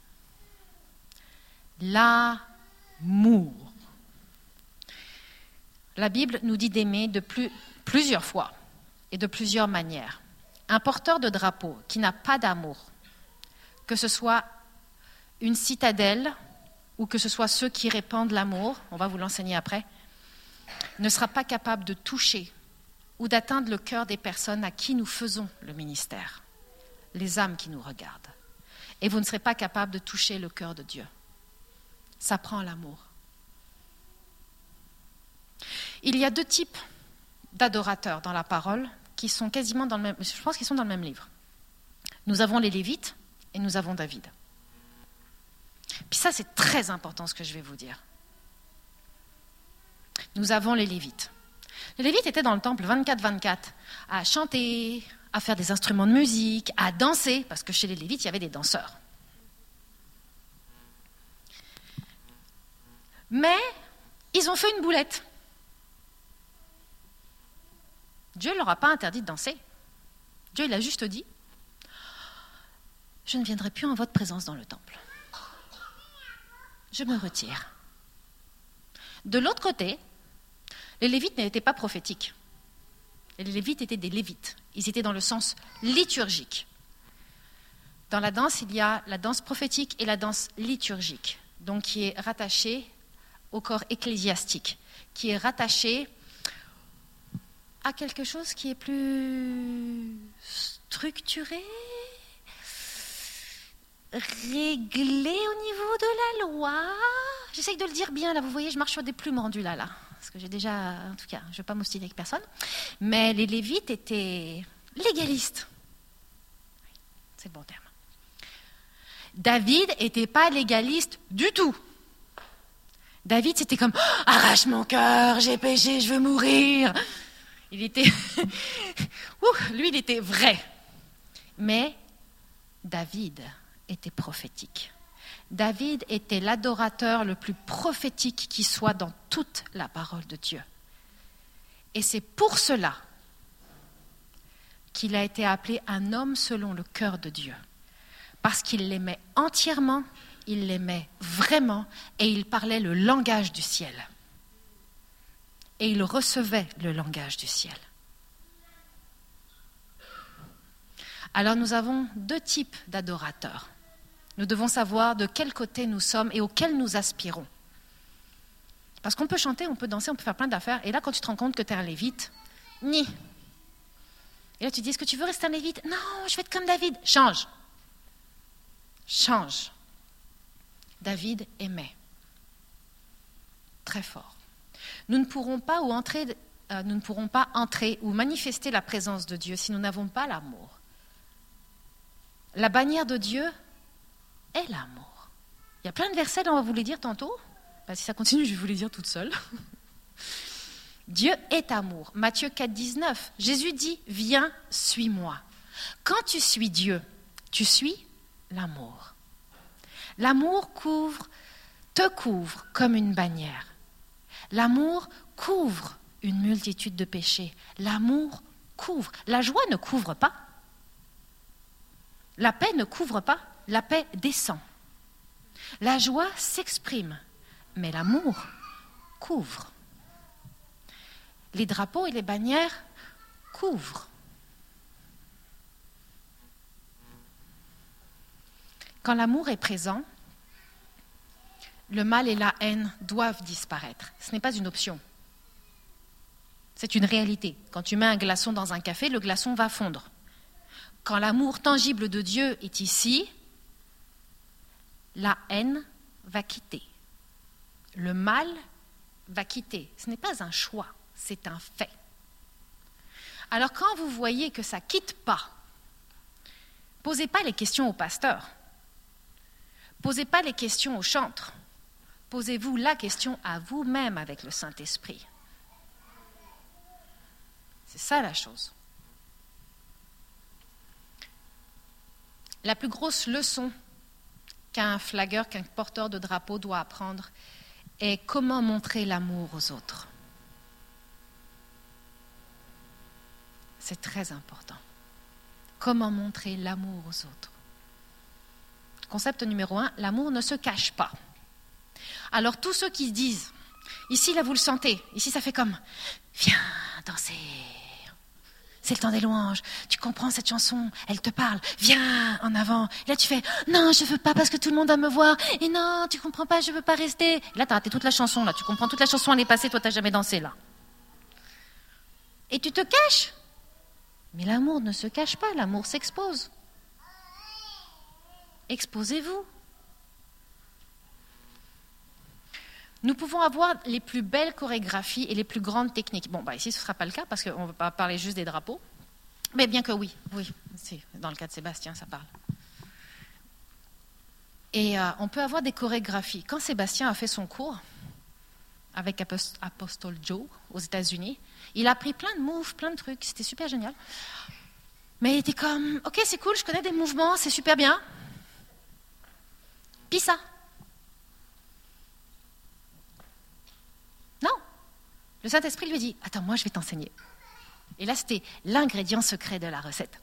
L'amour. La Bible nous dit d'aimer de plusieurs fois et de plusieurs manières. Un porteur de drapeau qui n'a pas d'amour, que ce soit une citadelle ou que ce soit ceux qui répandent l'amour, on va vous l'enseigner après, ne sera pas capable de toucher ou d'atteindre le cœur des personnes à qui nous faisons le ministère, les âmes qui nous regardent. Et vous ne serez pas capable de toucher le cœur de Dieu. Ça prend l'amour. Il y a deux types d'adorateurs dans la parole qui sont quasiment dans le même, je pense qu'ils sont dans le même livre. Nous avons les Lévites et nous avons David. Puis ça, c'est très important ce que je vais vous dire. Nous avons les Lévites. Les Lévites étaient dans le temple 24-24, à chanter, à faire des instruments de musique, à danser, parce que chez les Lévites, il y avait des danseurs. Mais ils ont fait une boulette. Dieu ne leur a pas interdit de danser. Dieu, il a juste dit, je ne viendrai plus en votre présence dans le temple. Je me retire. De l'autre côté, les Lévites n'étaient pas prophétiques. Les Lévites étaient des Lévites. Ils étaient dans le sens liturgique. Dans la danse, il y a la danse prophétique et la danse liturgique, donc qui est rattachée au corps ecclésiastique, qui est rattachée à quelque chose qui est plus structuré, réglé au niveau de la loi. J'essaye de le dire bien, là, vous voyez, je marche sur des plumes rendues là. Parce que j'ai déjà, en tout cas, je ne vais pas m'ostiner avec personne. Mais les Lévites étaient légalistes. C'est le bon terme. David n'était pas légaliste du tout. David, c'était comme « Arrache mon cœur, j'ai péché, je veux mourir ». Il était... lui, il était vrai. Mais David était prophétique. David était l'adorateur le plus prophétique qui soit dans toute la parole de Dieu. Et c'est pour cela qu'il a été appelé un homme selon le cœur de Dieu. Parce qu'il l'aimait entièrement, il l'aimait vraiment et il parlait le langage du ciel. et il recevait le langage du ciel. Alors nous avons deux types d'adorateurs. Nous devons savoir de quel côté nous sommes et auquel nous aspirons. Parce qu'on peut chanter, on peut danser, on peut faire plein d'affaires, et là quand tu te rends compte que tu es un lévite, ni. Et là tu te dis, est-ce que tu veux rester un lévite? Non, je vais être comme David. Change. Change. David aimait. Très fort. Nous ne pourrons pas entrer ou manifester la présence de Dieu si nous n'avons pas l'amour. La bannière de Dieu est l'amour. Il y a plein de versets, on va vous les dire tantôt. Si ça continue, je vais vous les dire toute seule. Dieu est amour. Matthieu 4, 19. Jésus dit, viens, suis-moi. Quand tu suis Dieu, tu suis l'amour. L'amour te couvre comme une bannière. L'amour couvre une multitude de péchés. L'amour couvre. La joie ne couvre pas. La paix ne couvre pas. La paix descend. La joie s'exprime, mais l'amour couvre. Les drapeaux et les bannières couvrent. Quand l'amour est présent, le mal et la haine doivent disparaître. Ce n'est pas une option. C'est une réalité. Quand tu mets un glaçon dans un café, le glaçon va fondre. Quand l'amour tangible de Dieu est ici, la haine va quitter. Le mal va quitter. Ce n'est pas un choix, c'est un fait. Alors quand vous voyez que ça ne quitte pas, posez pas les questions au pasteur. Posez pas les questions aux chantres. Posez-vous la question à vous-même avec le Saint-Esprit. C'est ça la chose. La plus grosse leçon qu'un flagueur, qu'un porteur de drapeau doit apprendre est comment montrer l'amour aux autres. C'est très important. Comment montrer l'amour aux autres. Concept numéro 1, l'amour ne se cache pas. Alors tous ceux qui disent, ici là vous le sentez, ici ça fait comme, viens danser, c'est le temps des louanges, tu comprends cette chanson, elle te parle, viens en avant. Et là tu fais, non je veux pas parce que tout le monde va me voir, et non tu comprends pas, je veux pas rester. Et là t'as raté toute la chanson, là tu comprends toute la chanson, elle est passée, toi t'as jamais dansé là. Et tu te caches. Mais l'amour ne se cache pas, l'amour s'expose. Exposez-vous. Nous pouvons avoir les plus belles chorégraphies et les plus grandes techniques. Bon, ici, ce ne sera pas le cas parce qu'on ne va pas parler juste des drapeaux. Mais bien que oui, c'est dans le cas de Sébastien, ça parle. Et on peut avoir des chorégraphies. Quand Sébastien a fait son cours avec Apostle Joe aux États-Unis, il a appris plein de moves, plein de trucs. C'était super génial. Mais il était comme, ok, c'est cool, je connais des mouvements, c'est super bien. Puis ça. Non. Le Saint-Esprit lui dit, attends, moi je vais t'enseigner. Et là, c'était l'ingrédient secret de la recette.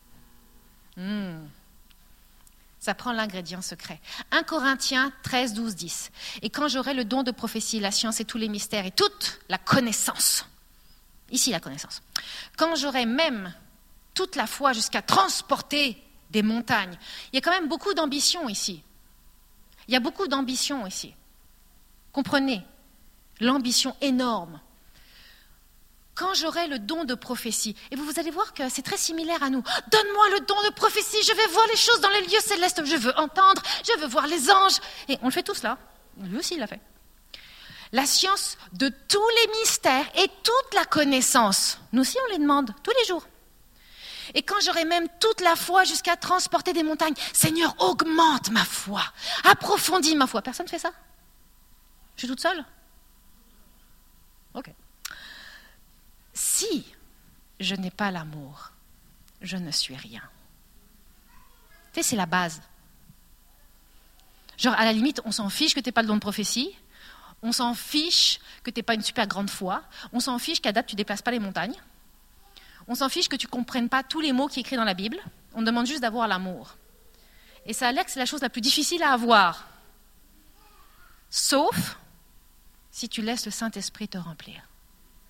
Ça prend l'ingrédient secret. 1 Corinthiens 13, 12, 10. Et quand j'aurai le don de prophétie, la science et tous les mystères et toute la connaissance, ici la connaissance, quand j'aurai même toute la foi jusqu'à transporter des montagnes, il y a quand même beaucoup d'ambition ici. Il y a beaucoup d'ambition ici. Comprenez, l'ambition énorme. Quand j'aurai le don de prophétie, et vous allez voir que c'est très similaire à nous. Donne-moi le don de prophétie, je vais voir les choses dans les lieux célestes, je veux entendre, je veux voir les anges. Et on le fait tous là. Lui aussi, il l'a fait. La science de tous les mystères et toute la connaissance. Nous aussi, on les demande tous les jours. Et quand j'aurai même toute la foi jusqu'à transporter des montagnes, Seigneur, augmente ma foi, approfondis ma foi. Personne ne fait ça? Je suis toute seule? Ok. Si je n'ai pas l'amour, je ne suis rien. Tu sais, c'est la base. Genre, à la limite, on s'en fiche que tu n'aies pas le don de prophétie, on s'en fiche que tu n'aies pas une super grande foi, on s'en fiche qu'à date, tu ne déplaces pas les montagnes, on s'en fiche que tu ne comprennes pas tous les mots qui sont écrits dans la Bible, on demande juste d'avoir l'amour. Et ça a l'air que c'est la chose la plus difficile à avoir. Sauf si tu laisses le Saint-Esprit te remplir.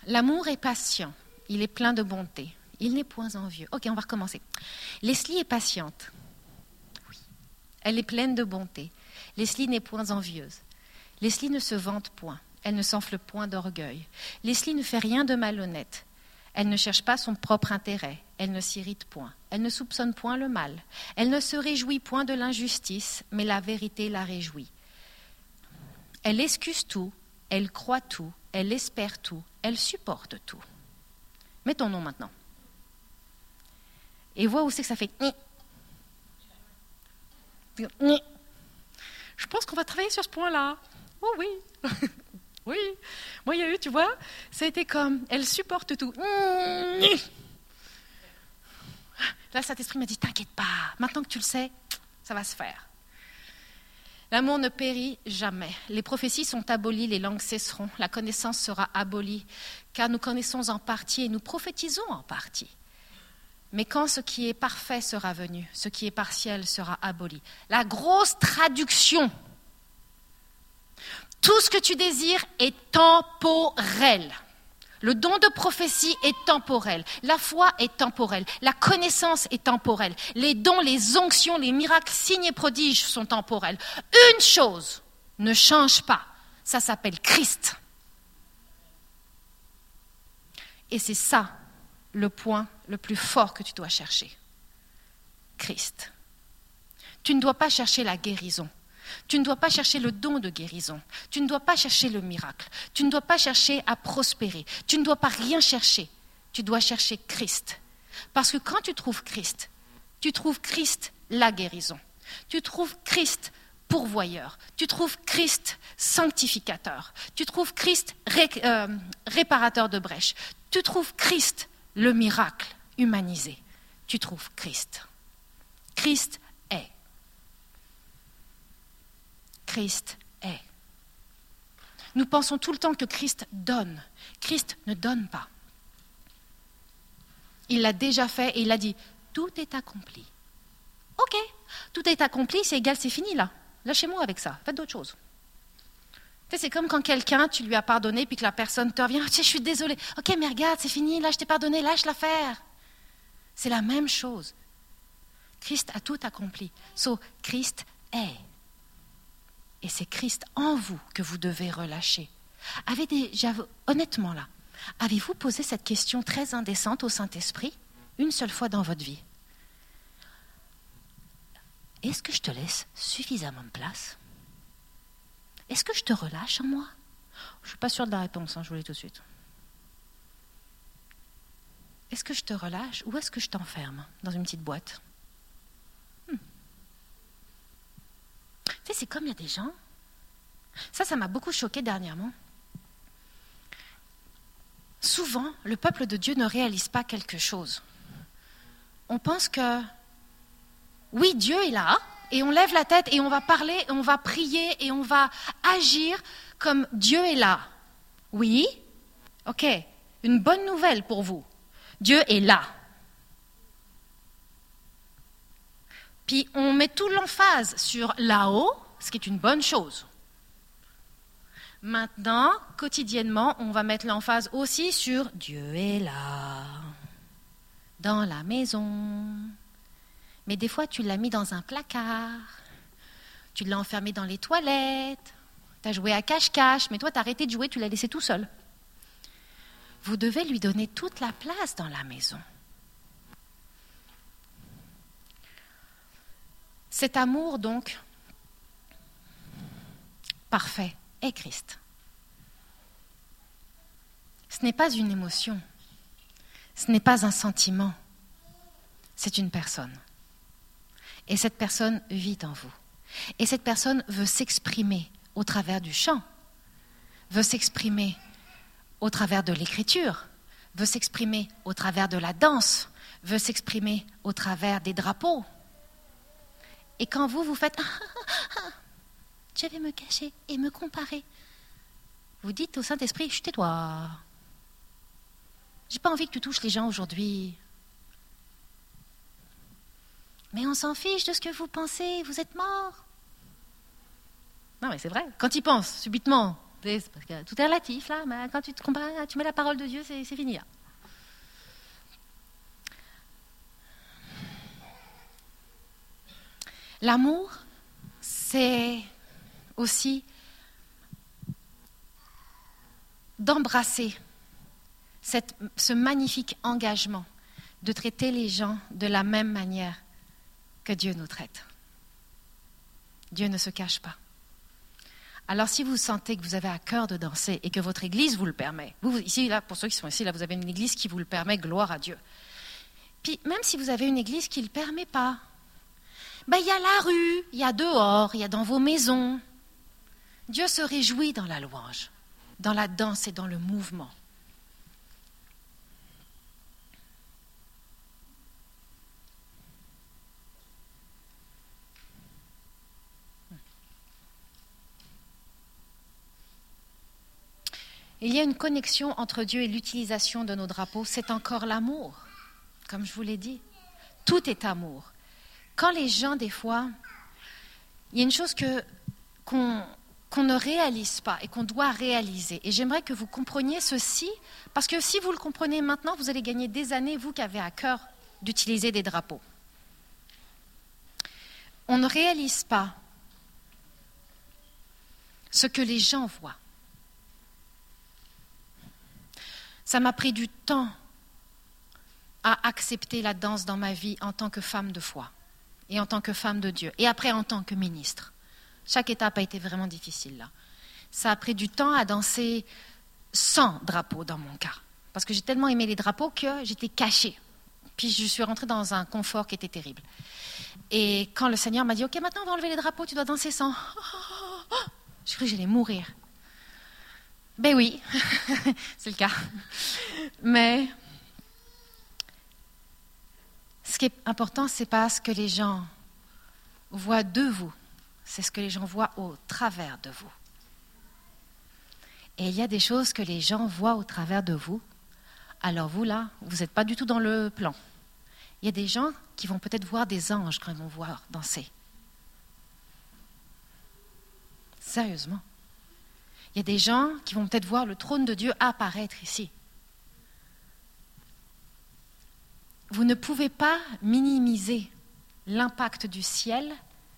L'amour est patient, il est plein de bonté, il n'est point envieux. Ok, on va recommencer. Leslie est patiente. Oui. Elle est pleine de bonté. Leslie n'est point envieuse. Leslie ne se vante point. Elle ne s'enfle point d'orgueil. Leslie ne fait rien de malhonnête. Elle ne cherche pas son propre intérêt. Elle ne s'irrite point. Elle ne soupçonne point le mal. Elle ne se réjouit point de l'injustice, mais la vérité la réjouit. Elle excuse tout, elle croit tout, elle espère tout, elle supporte tout. Mets ton nom maintenant. Et vois où c'est que ça fait. Je pense qu'on va travailler sur ce point-là. Oh oui. Oui. Moi, il y a eu, tu vois, ça a été comme, elle supporte tout. Là, Saint-Esprit m'a dit, t'inquiète pas, maintenant que tu le sais, ça va se faire. L'amour ne périt jamais. Les prophéties sont abolies, les langues cesseront, la connaissance sera abolie, car nous connaissons en partie et nous prophétisons en partie. Mais quand ce qui est parfait sera venu, ce qui est partiel sera aboli. La grosse traduction. Tout ce que tu désires est temporel. Le don de prophétie est temporel. La foi est temporelle. La connaissance est temporelle. Les dons, les onctions, les miracles, signes et prodiges sont temporels. Une chose ne change pas. Ça s'appelle Christ. Et c'est ça le point le plus fort que tu dois chercher. Christ. Tu ne dois pas chercher la guérison. Tu ne dois pas chercher le don de guérison. Tu ne dois pas chercher le miracle. Tu ne dois pas chercher à prospérer. Tu ne dois pas rien chercher. Tu dois chercher Christ. Parce que quand tu trouves Christ la guérison. Tu trouves Christ pourvoyeur. Tu trouves Christ sanctificateur. Tu trouves Christ réparateur de brèches. Tu trouves Christ le miracle humanisé. Tu trouves Christ. Christ est. Christ est. Nous pensons tout le temps que Christ donne. Christ ne donne pas. Il l'a déjà fait et il a dit, tout est accompli. Ok, tout est accompli, c'est égal, c'est fini là. Lâchez-moi avec ça, faites d'autres choses. Tu sais, c'est comme quand quelqu'un, tu lui as pardonné, puis que la personne te revient, je suis désolée. Ok, mais regarde, c'est fini, là je t'ai pardonné, lâche l'affaire. C'est la même chose. Christ a tout accompli. So, Christ est. Et c'est Christ en vous que vous devez relâcher. Honnêtement là, avez-vous posé cette question très indécente au Saint-Esprit une seule fois dans votre vie? Est-ce que je te laisse suffisamment de place? Est-ce que je te relâche en moi? Je ne suis pas sûre de la réponse, je vous le dis tout de suite. Est-ce que je te relâche ou est-ce que je t'enferme dans une petite boîte? Tu sais, c'est comme il y a des gens, ça m'a beaucoup choquée dernièrement. Souvent, le peuple de Dieu ne réalise pas quelque chose. On pense que, oui, Dieu est là, et on lève la tête, et on va parler, et on va prier, et on va agir comme Dieu est là. Oui, ok, une bonne nouvelle pour vous. Dieu est là. Puis on met tout l'emphase sur là-haut, ce qui est une bonne chose. Maintenant, quotidiennement, on va mettre l'emphase aussi sur Dieu est là, dans la maison. Mais des fois, tu l'as mis dans un placard, tu l'as enfermé dans les toilettes, tu as joué à cache-cache, mais toi, tu as arrêté de jouer, tu l'as laissé tout seul. Vous devez lui donner toute la place dans la maison. Cet amour, donc, parfait, est Christ. Ce n'est pas une émotion, ce n'est pas un sentiment, c'est une personne. Et cette personne vit en vous. Et cette personne veut s'exprimer au travers du chant, veut s'exprimer au travers de l'écriture, veut s'exprimer au travers de la danse, veut s'exprimer au travers des drapeaux. Et quand vous faites « je vais me cacher et me comparer », vous dites au Saint-Esprit « tais-toi, j'ai pas envie que tu touches les gens aujourd'hui. » Mais on s'en fiche de ce que vous pensez, vous êtes mort. Non mais c'est vrai, quand il pense, subitement, C'est parce que tout est relatif, là, mais quand tu te compares, tu mets la parole de Dieu, c'est fini, là. L'amour, c'est aussi d'embrasser ce magnifique engagement de traiter les gens de la même manière que Dieu nous traite. Dieu ne se cache pas. Alors si vous sentez que vous avez à cœur de danser et que votre église vous le permet, vous ici, là, pour ceux qui sont ici, là, vous avez une église qui vous le permet, gloire à Dieu. Puis même si vous avez une église qui ne le permet pas, ben, il y a la rue, il y a dehors, il y a dans vos maisons. Dieu se réjouit dans la louange, dans la danse et dans le mouvement. Il y a une connexion entre Dieu et l'utilisation de nos drapeaux, c'est encore l'amour, comme je vous l'ai dit. Tout est amour. Quand les gens, des fois, il y a une chose qu'on ne réalise pas et qu'on doit réaliser. Et j'aimerais que vous compreniez ceci, parce que si vous le comprenez maintenant, vous allez gagner des années, vous qui avez à cœur d'utiliser des drapeaux. On ne réalise pas ce que les gens voient. Ça m'a pris du temps à accepter la danse dans ma vie en tant que femme de foi et en tant que femme de Dieu et après en tant que ministre. Chaque étape a été vraiment difficile là. Ça a pris du temps à danser sans drapeau dans mon cas parce que j'ai tellement aimé les drapeaux que j'étais cachée. Puis je suis rentrée dans un confort qui était terrible. Et quand le Seigneur m'a dit « Ok, maintenant on va enlever les drapeaux, tu dois danser sans. » Je crois que j'allais mourir. Ben oui, c'est le cas. Mais ce qui est important, ce n'est pas ce que les gens voient de vous, c'est ce que les gens voient au travers de vous. Et il y a des choses que les gens voient au travers de vous, alors vous là, vous n'êtes pas du tout dans le plan. Il y a des gens qui vont peut-être voir des anges quand ils vont voir danser. Sérieusement. Il y a des gens qui vont peut-être voir le trône de Dieu apparaître ici. Vous ne pouvez pas minimiser l'impact du ciel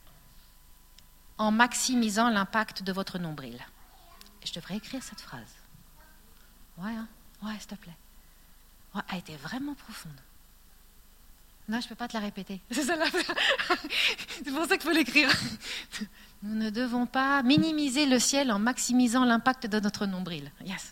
en maximisant l'impact de votre nombril. Je devrais écrire cette phrase. Ouais, hein? Ouais, s'il te plaît. Ouais, elle était vraiment profonde. Non, je ne peux pas te la répéter. C'est ça l'affaire. C'est pour ça qu'il faut l'écrire. Nous ne devons pas minimiser le ciel en maximisant l'impact de notre nombril. Yes.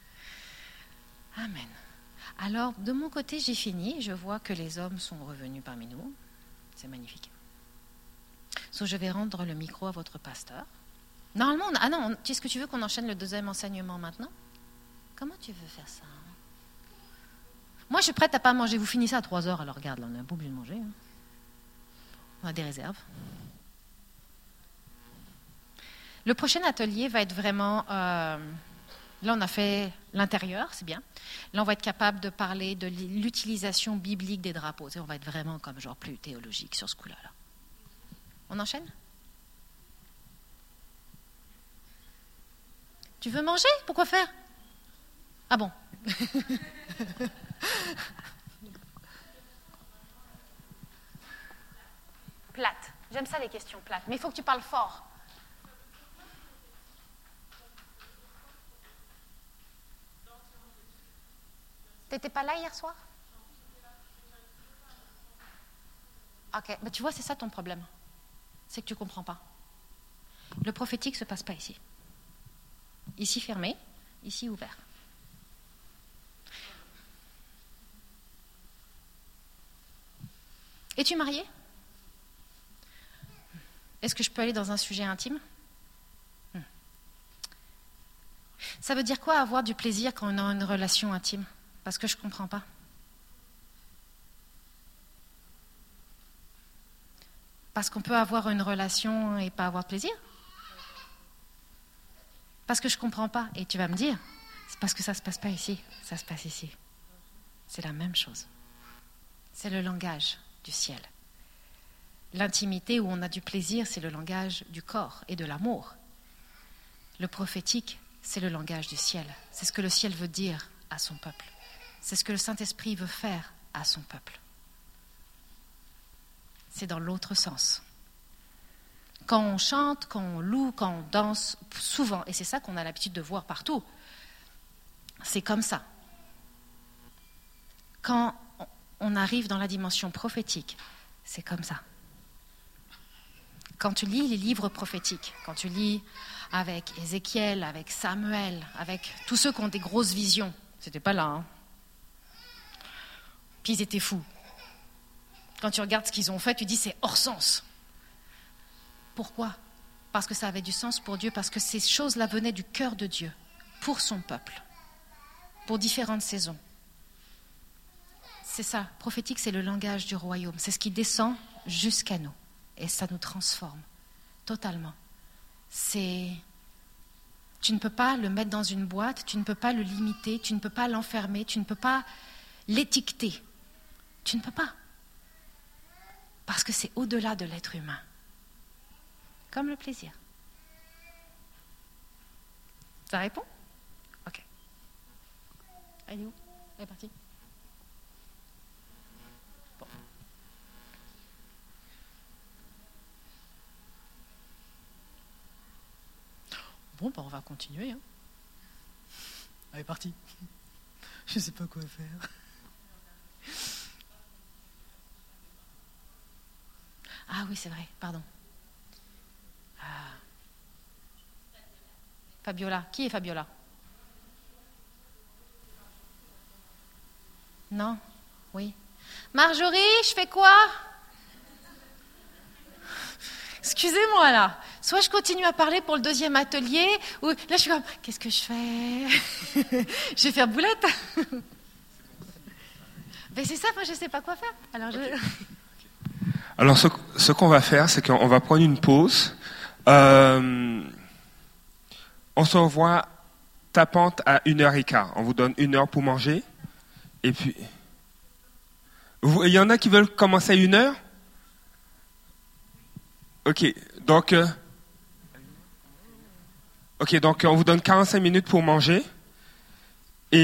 Amen. Alors, de mon côté, j'ai fini. Je vois que les hommes sont revenus parmi nous. C'est magnifique. So, je vais rendre le micro à votre pasteur. Normalement, ah non, est-ce que tu veux qu'on enchaîne le deuxième enseignement maintenant? Comment tu veux faire ça? Moi, je suis prête à pas manger. Vous finissez à 3 heures, alors regarde, là, on a pas oublié de manger. Hein. On a des réserves. Le prochain atelier va être vraiment... là, on a fait l'intérieur, c'est bien. Là, on va être capable de parler de l'utilisation biblique des drapeaux. Tu sais, on va être vraiment comme genre plus théologique sur ce coup-là. Là. On enchaîne? Tu veux manger? Pourquoi faire? Ah bon? Plate. J'aime ça les questions plates. Mais il faut que tu parles fort. T'étais pas là hier soir? Ok. Ben, tu vois, c'est ça ton problème. C'est que tu comprends pas. Le prophétique se passe pas ici. Ici fermé, ici ouvert. Es-tu marié? Est-ce que je peux aller dans un sujet intime? Ça veut dire quoi avoir du plaisir quand on a une relation intime? Parce que je ne comprends pas. Parce qu'on peut avoir une relation et pas avoir de plaisir? Parce que je ne comprends pas. Et tu vas me dire, c'est parce que ça ne se passe pas ici, ça se passe ici. C'est la même chose. C'est le langage du ciel. L'intimité où on a du plaisir, c'est le langage du corps et de l'amour. Le prophétique, c'est le langage du ciel. C'est ce que le ciel veut dire à son peuple. C'est ce que le Saint-Esprit veut faire à son peuple. C'est dans l'autre sens. Quand on chante, quand on loue, quand on danse, souvent, et c'est ça qu'on a l'habitude de voir partout, c'est comme ça. Quand on arrive dans la dimension prophétique, c'est comme ça. Quand tu lis les livres prophétiques, quand tu lis avec Ézéchiel, avec Samuel, avec tous ceux qui ont des grosses visions, c'était pas là, hein. Puis ils étaient fous. Quand tu regardes ce qu'ils ont fait, tu dis c'est hors sens. Pourquoi ? Parce que ça avait du sens pour Dieu, parce que ces choses-là venaient du cœur de Dieu, pour son peuple, pour différentes saisons. C'est ça, prophétique, c'est le langage du royaume, c'est ce qui descend jusqu'à nous, et ça nous transforme totalement. Tu ne peux pas le mettre dans une boîte, tu ne peux pas le limiter, tu ne peux pas l'enfermer, tu ne peux pas l'étiqueter. Tu ne peux pas. Parce que c'est au-delà de l'être humain. Comme le plaisir. Ça répond ? Ok. Elle est où ? Elle est partie ? Bon. Bon, on va continuer. Hein. Elle est partie. Je ne sais pas quoi faire. Ah oui, c'est vrai, pardon. Fabiola. Qui est Fabiola ? Non ? Oui. Marjorie, je fais quoi ? Excusez-moi là. Soit je continue à parler pour le deuxième atelier, ou là je suis comme, qu'est-ce que je fais ? Je vais faire boulette. Mais c'est ça, moi je ne sais pas quoi faire. Alors ce qu'on va faire, c'est qu'on va prendre une pause. On se revoit tapante à 1h15. On vous donne 1 heure pour manger. Et puis... Il y en a qui veulent commencer à 1h ? Ok, donc on vous donne 45 minutes pour manger. Et...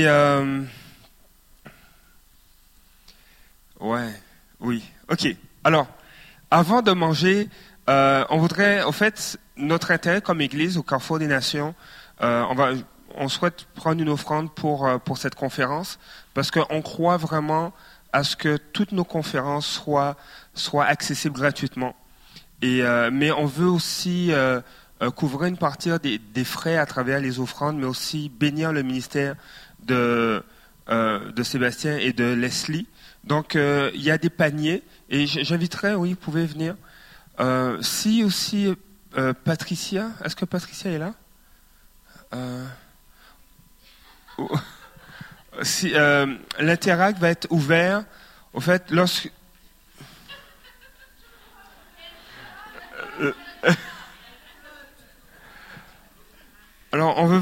oui, ok. Alors, avant de manger, on voudrait, en fait, notre intérêt comme Église au Carrefour des Nations, on souhaite prendre une offrande pour cette conférence, parce qu'on croit vraiment à ce que toutes nos conférences soient accessibles gratuitement. Mais on veut aussi couvrir une partie des frais à travers les offrandes, mais aussi bénir le ministère de Sébastien et de Leslie. Donc, il y a des paniers, et j'inviterais, oui, vous pouvez venir. Si aussi Patricia, est-ce que Patricia est là ? Si l'Interact va être ouvert, au fait, lorsque... Alors, on veut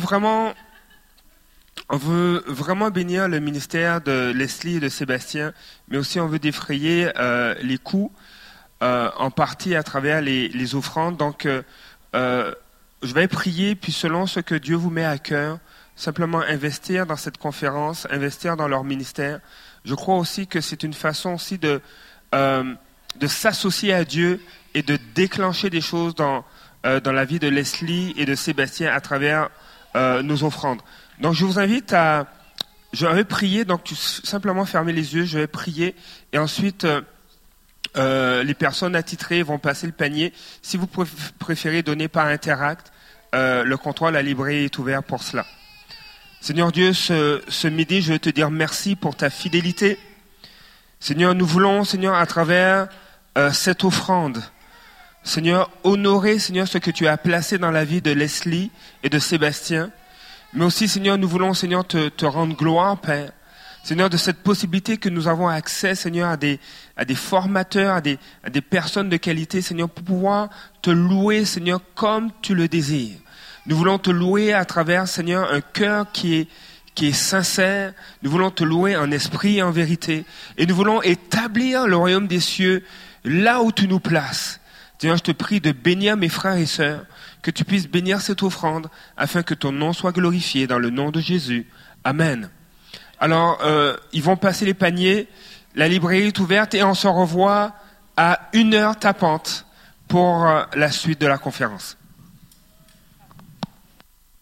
vraiment bénir le ministère de Leslie et de Sébastien, mais aussi on veut défrayer les coûts, en partie à travers les offrandes. Donc, je vais prier, puis selon ce que Dieu vous met à cœur, simplement investir dans cette conférence, investir dans leur ministère. Je crois aussi que c'est une façon aussi de s'associer à Dieu et de déclencher des choses dans la vie de Leslie et de Sébastien à travers nos offrandes. Donc, je vous invite je vais prier, donc simplement fermer les yeux, je vais prier, et ensuite, les personnes attitrées vont passer le panier. Si vous préférez donner par Interact, le comptoir, la librairie est ouvert pour cela. Seigneur Dieu, ce midi, je veux te dire merci pour ta fidélité. Seigneur, nous voulons, Seigneur, à travers cette offrande, Seigneur, honorer, Seigneur, ce que tu as placé dans la vie de Leslie et de Sébastien. Mais aussi, Seigneur, nous voulons, Seigneur, te rendre gloire, Père. Seigneur, de cette possibilité que nous avons accès, Seigneur, à des formateurs, à des personnes de qualité, Seigneur, pour pouvoir te louer, Seigneur, comme tu le désires. Nous voulons te louer à travers, Seigneur, un cœur qui est sincère. Nous voulons te louer en esprit et en vérité. Et nous voulons établir le royaume des cieux là où tu nous places. Seigneur, je te prie de bénir mes frères et sœurs, que tu puisses bénir cette offrande, afin que ton nom soit glorifié dans le nom de Jésus. Amen. Alors, ils vont passer les paniers, la librairie est ouverte et on se revoit à 1h tapante pour la suite de la conférence.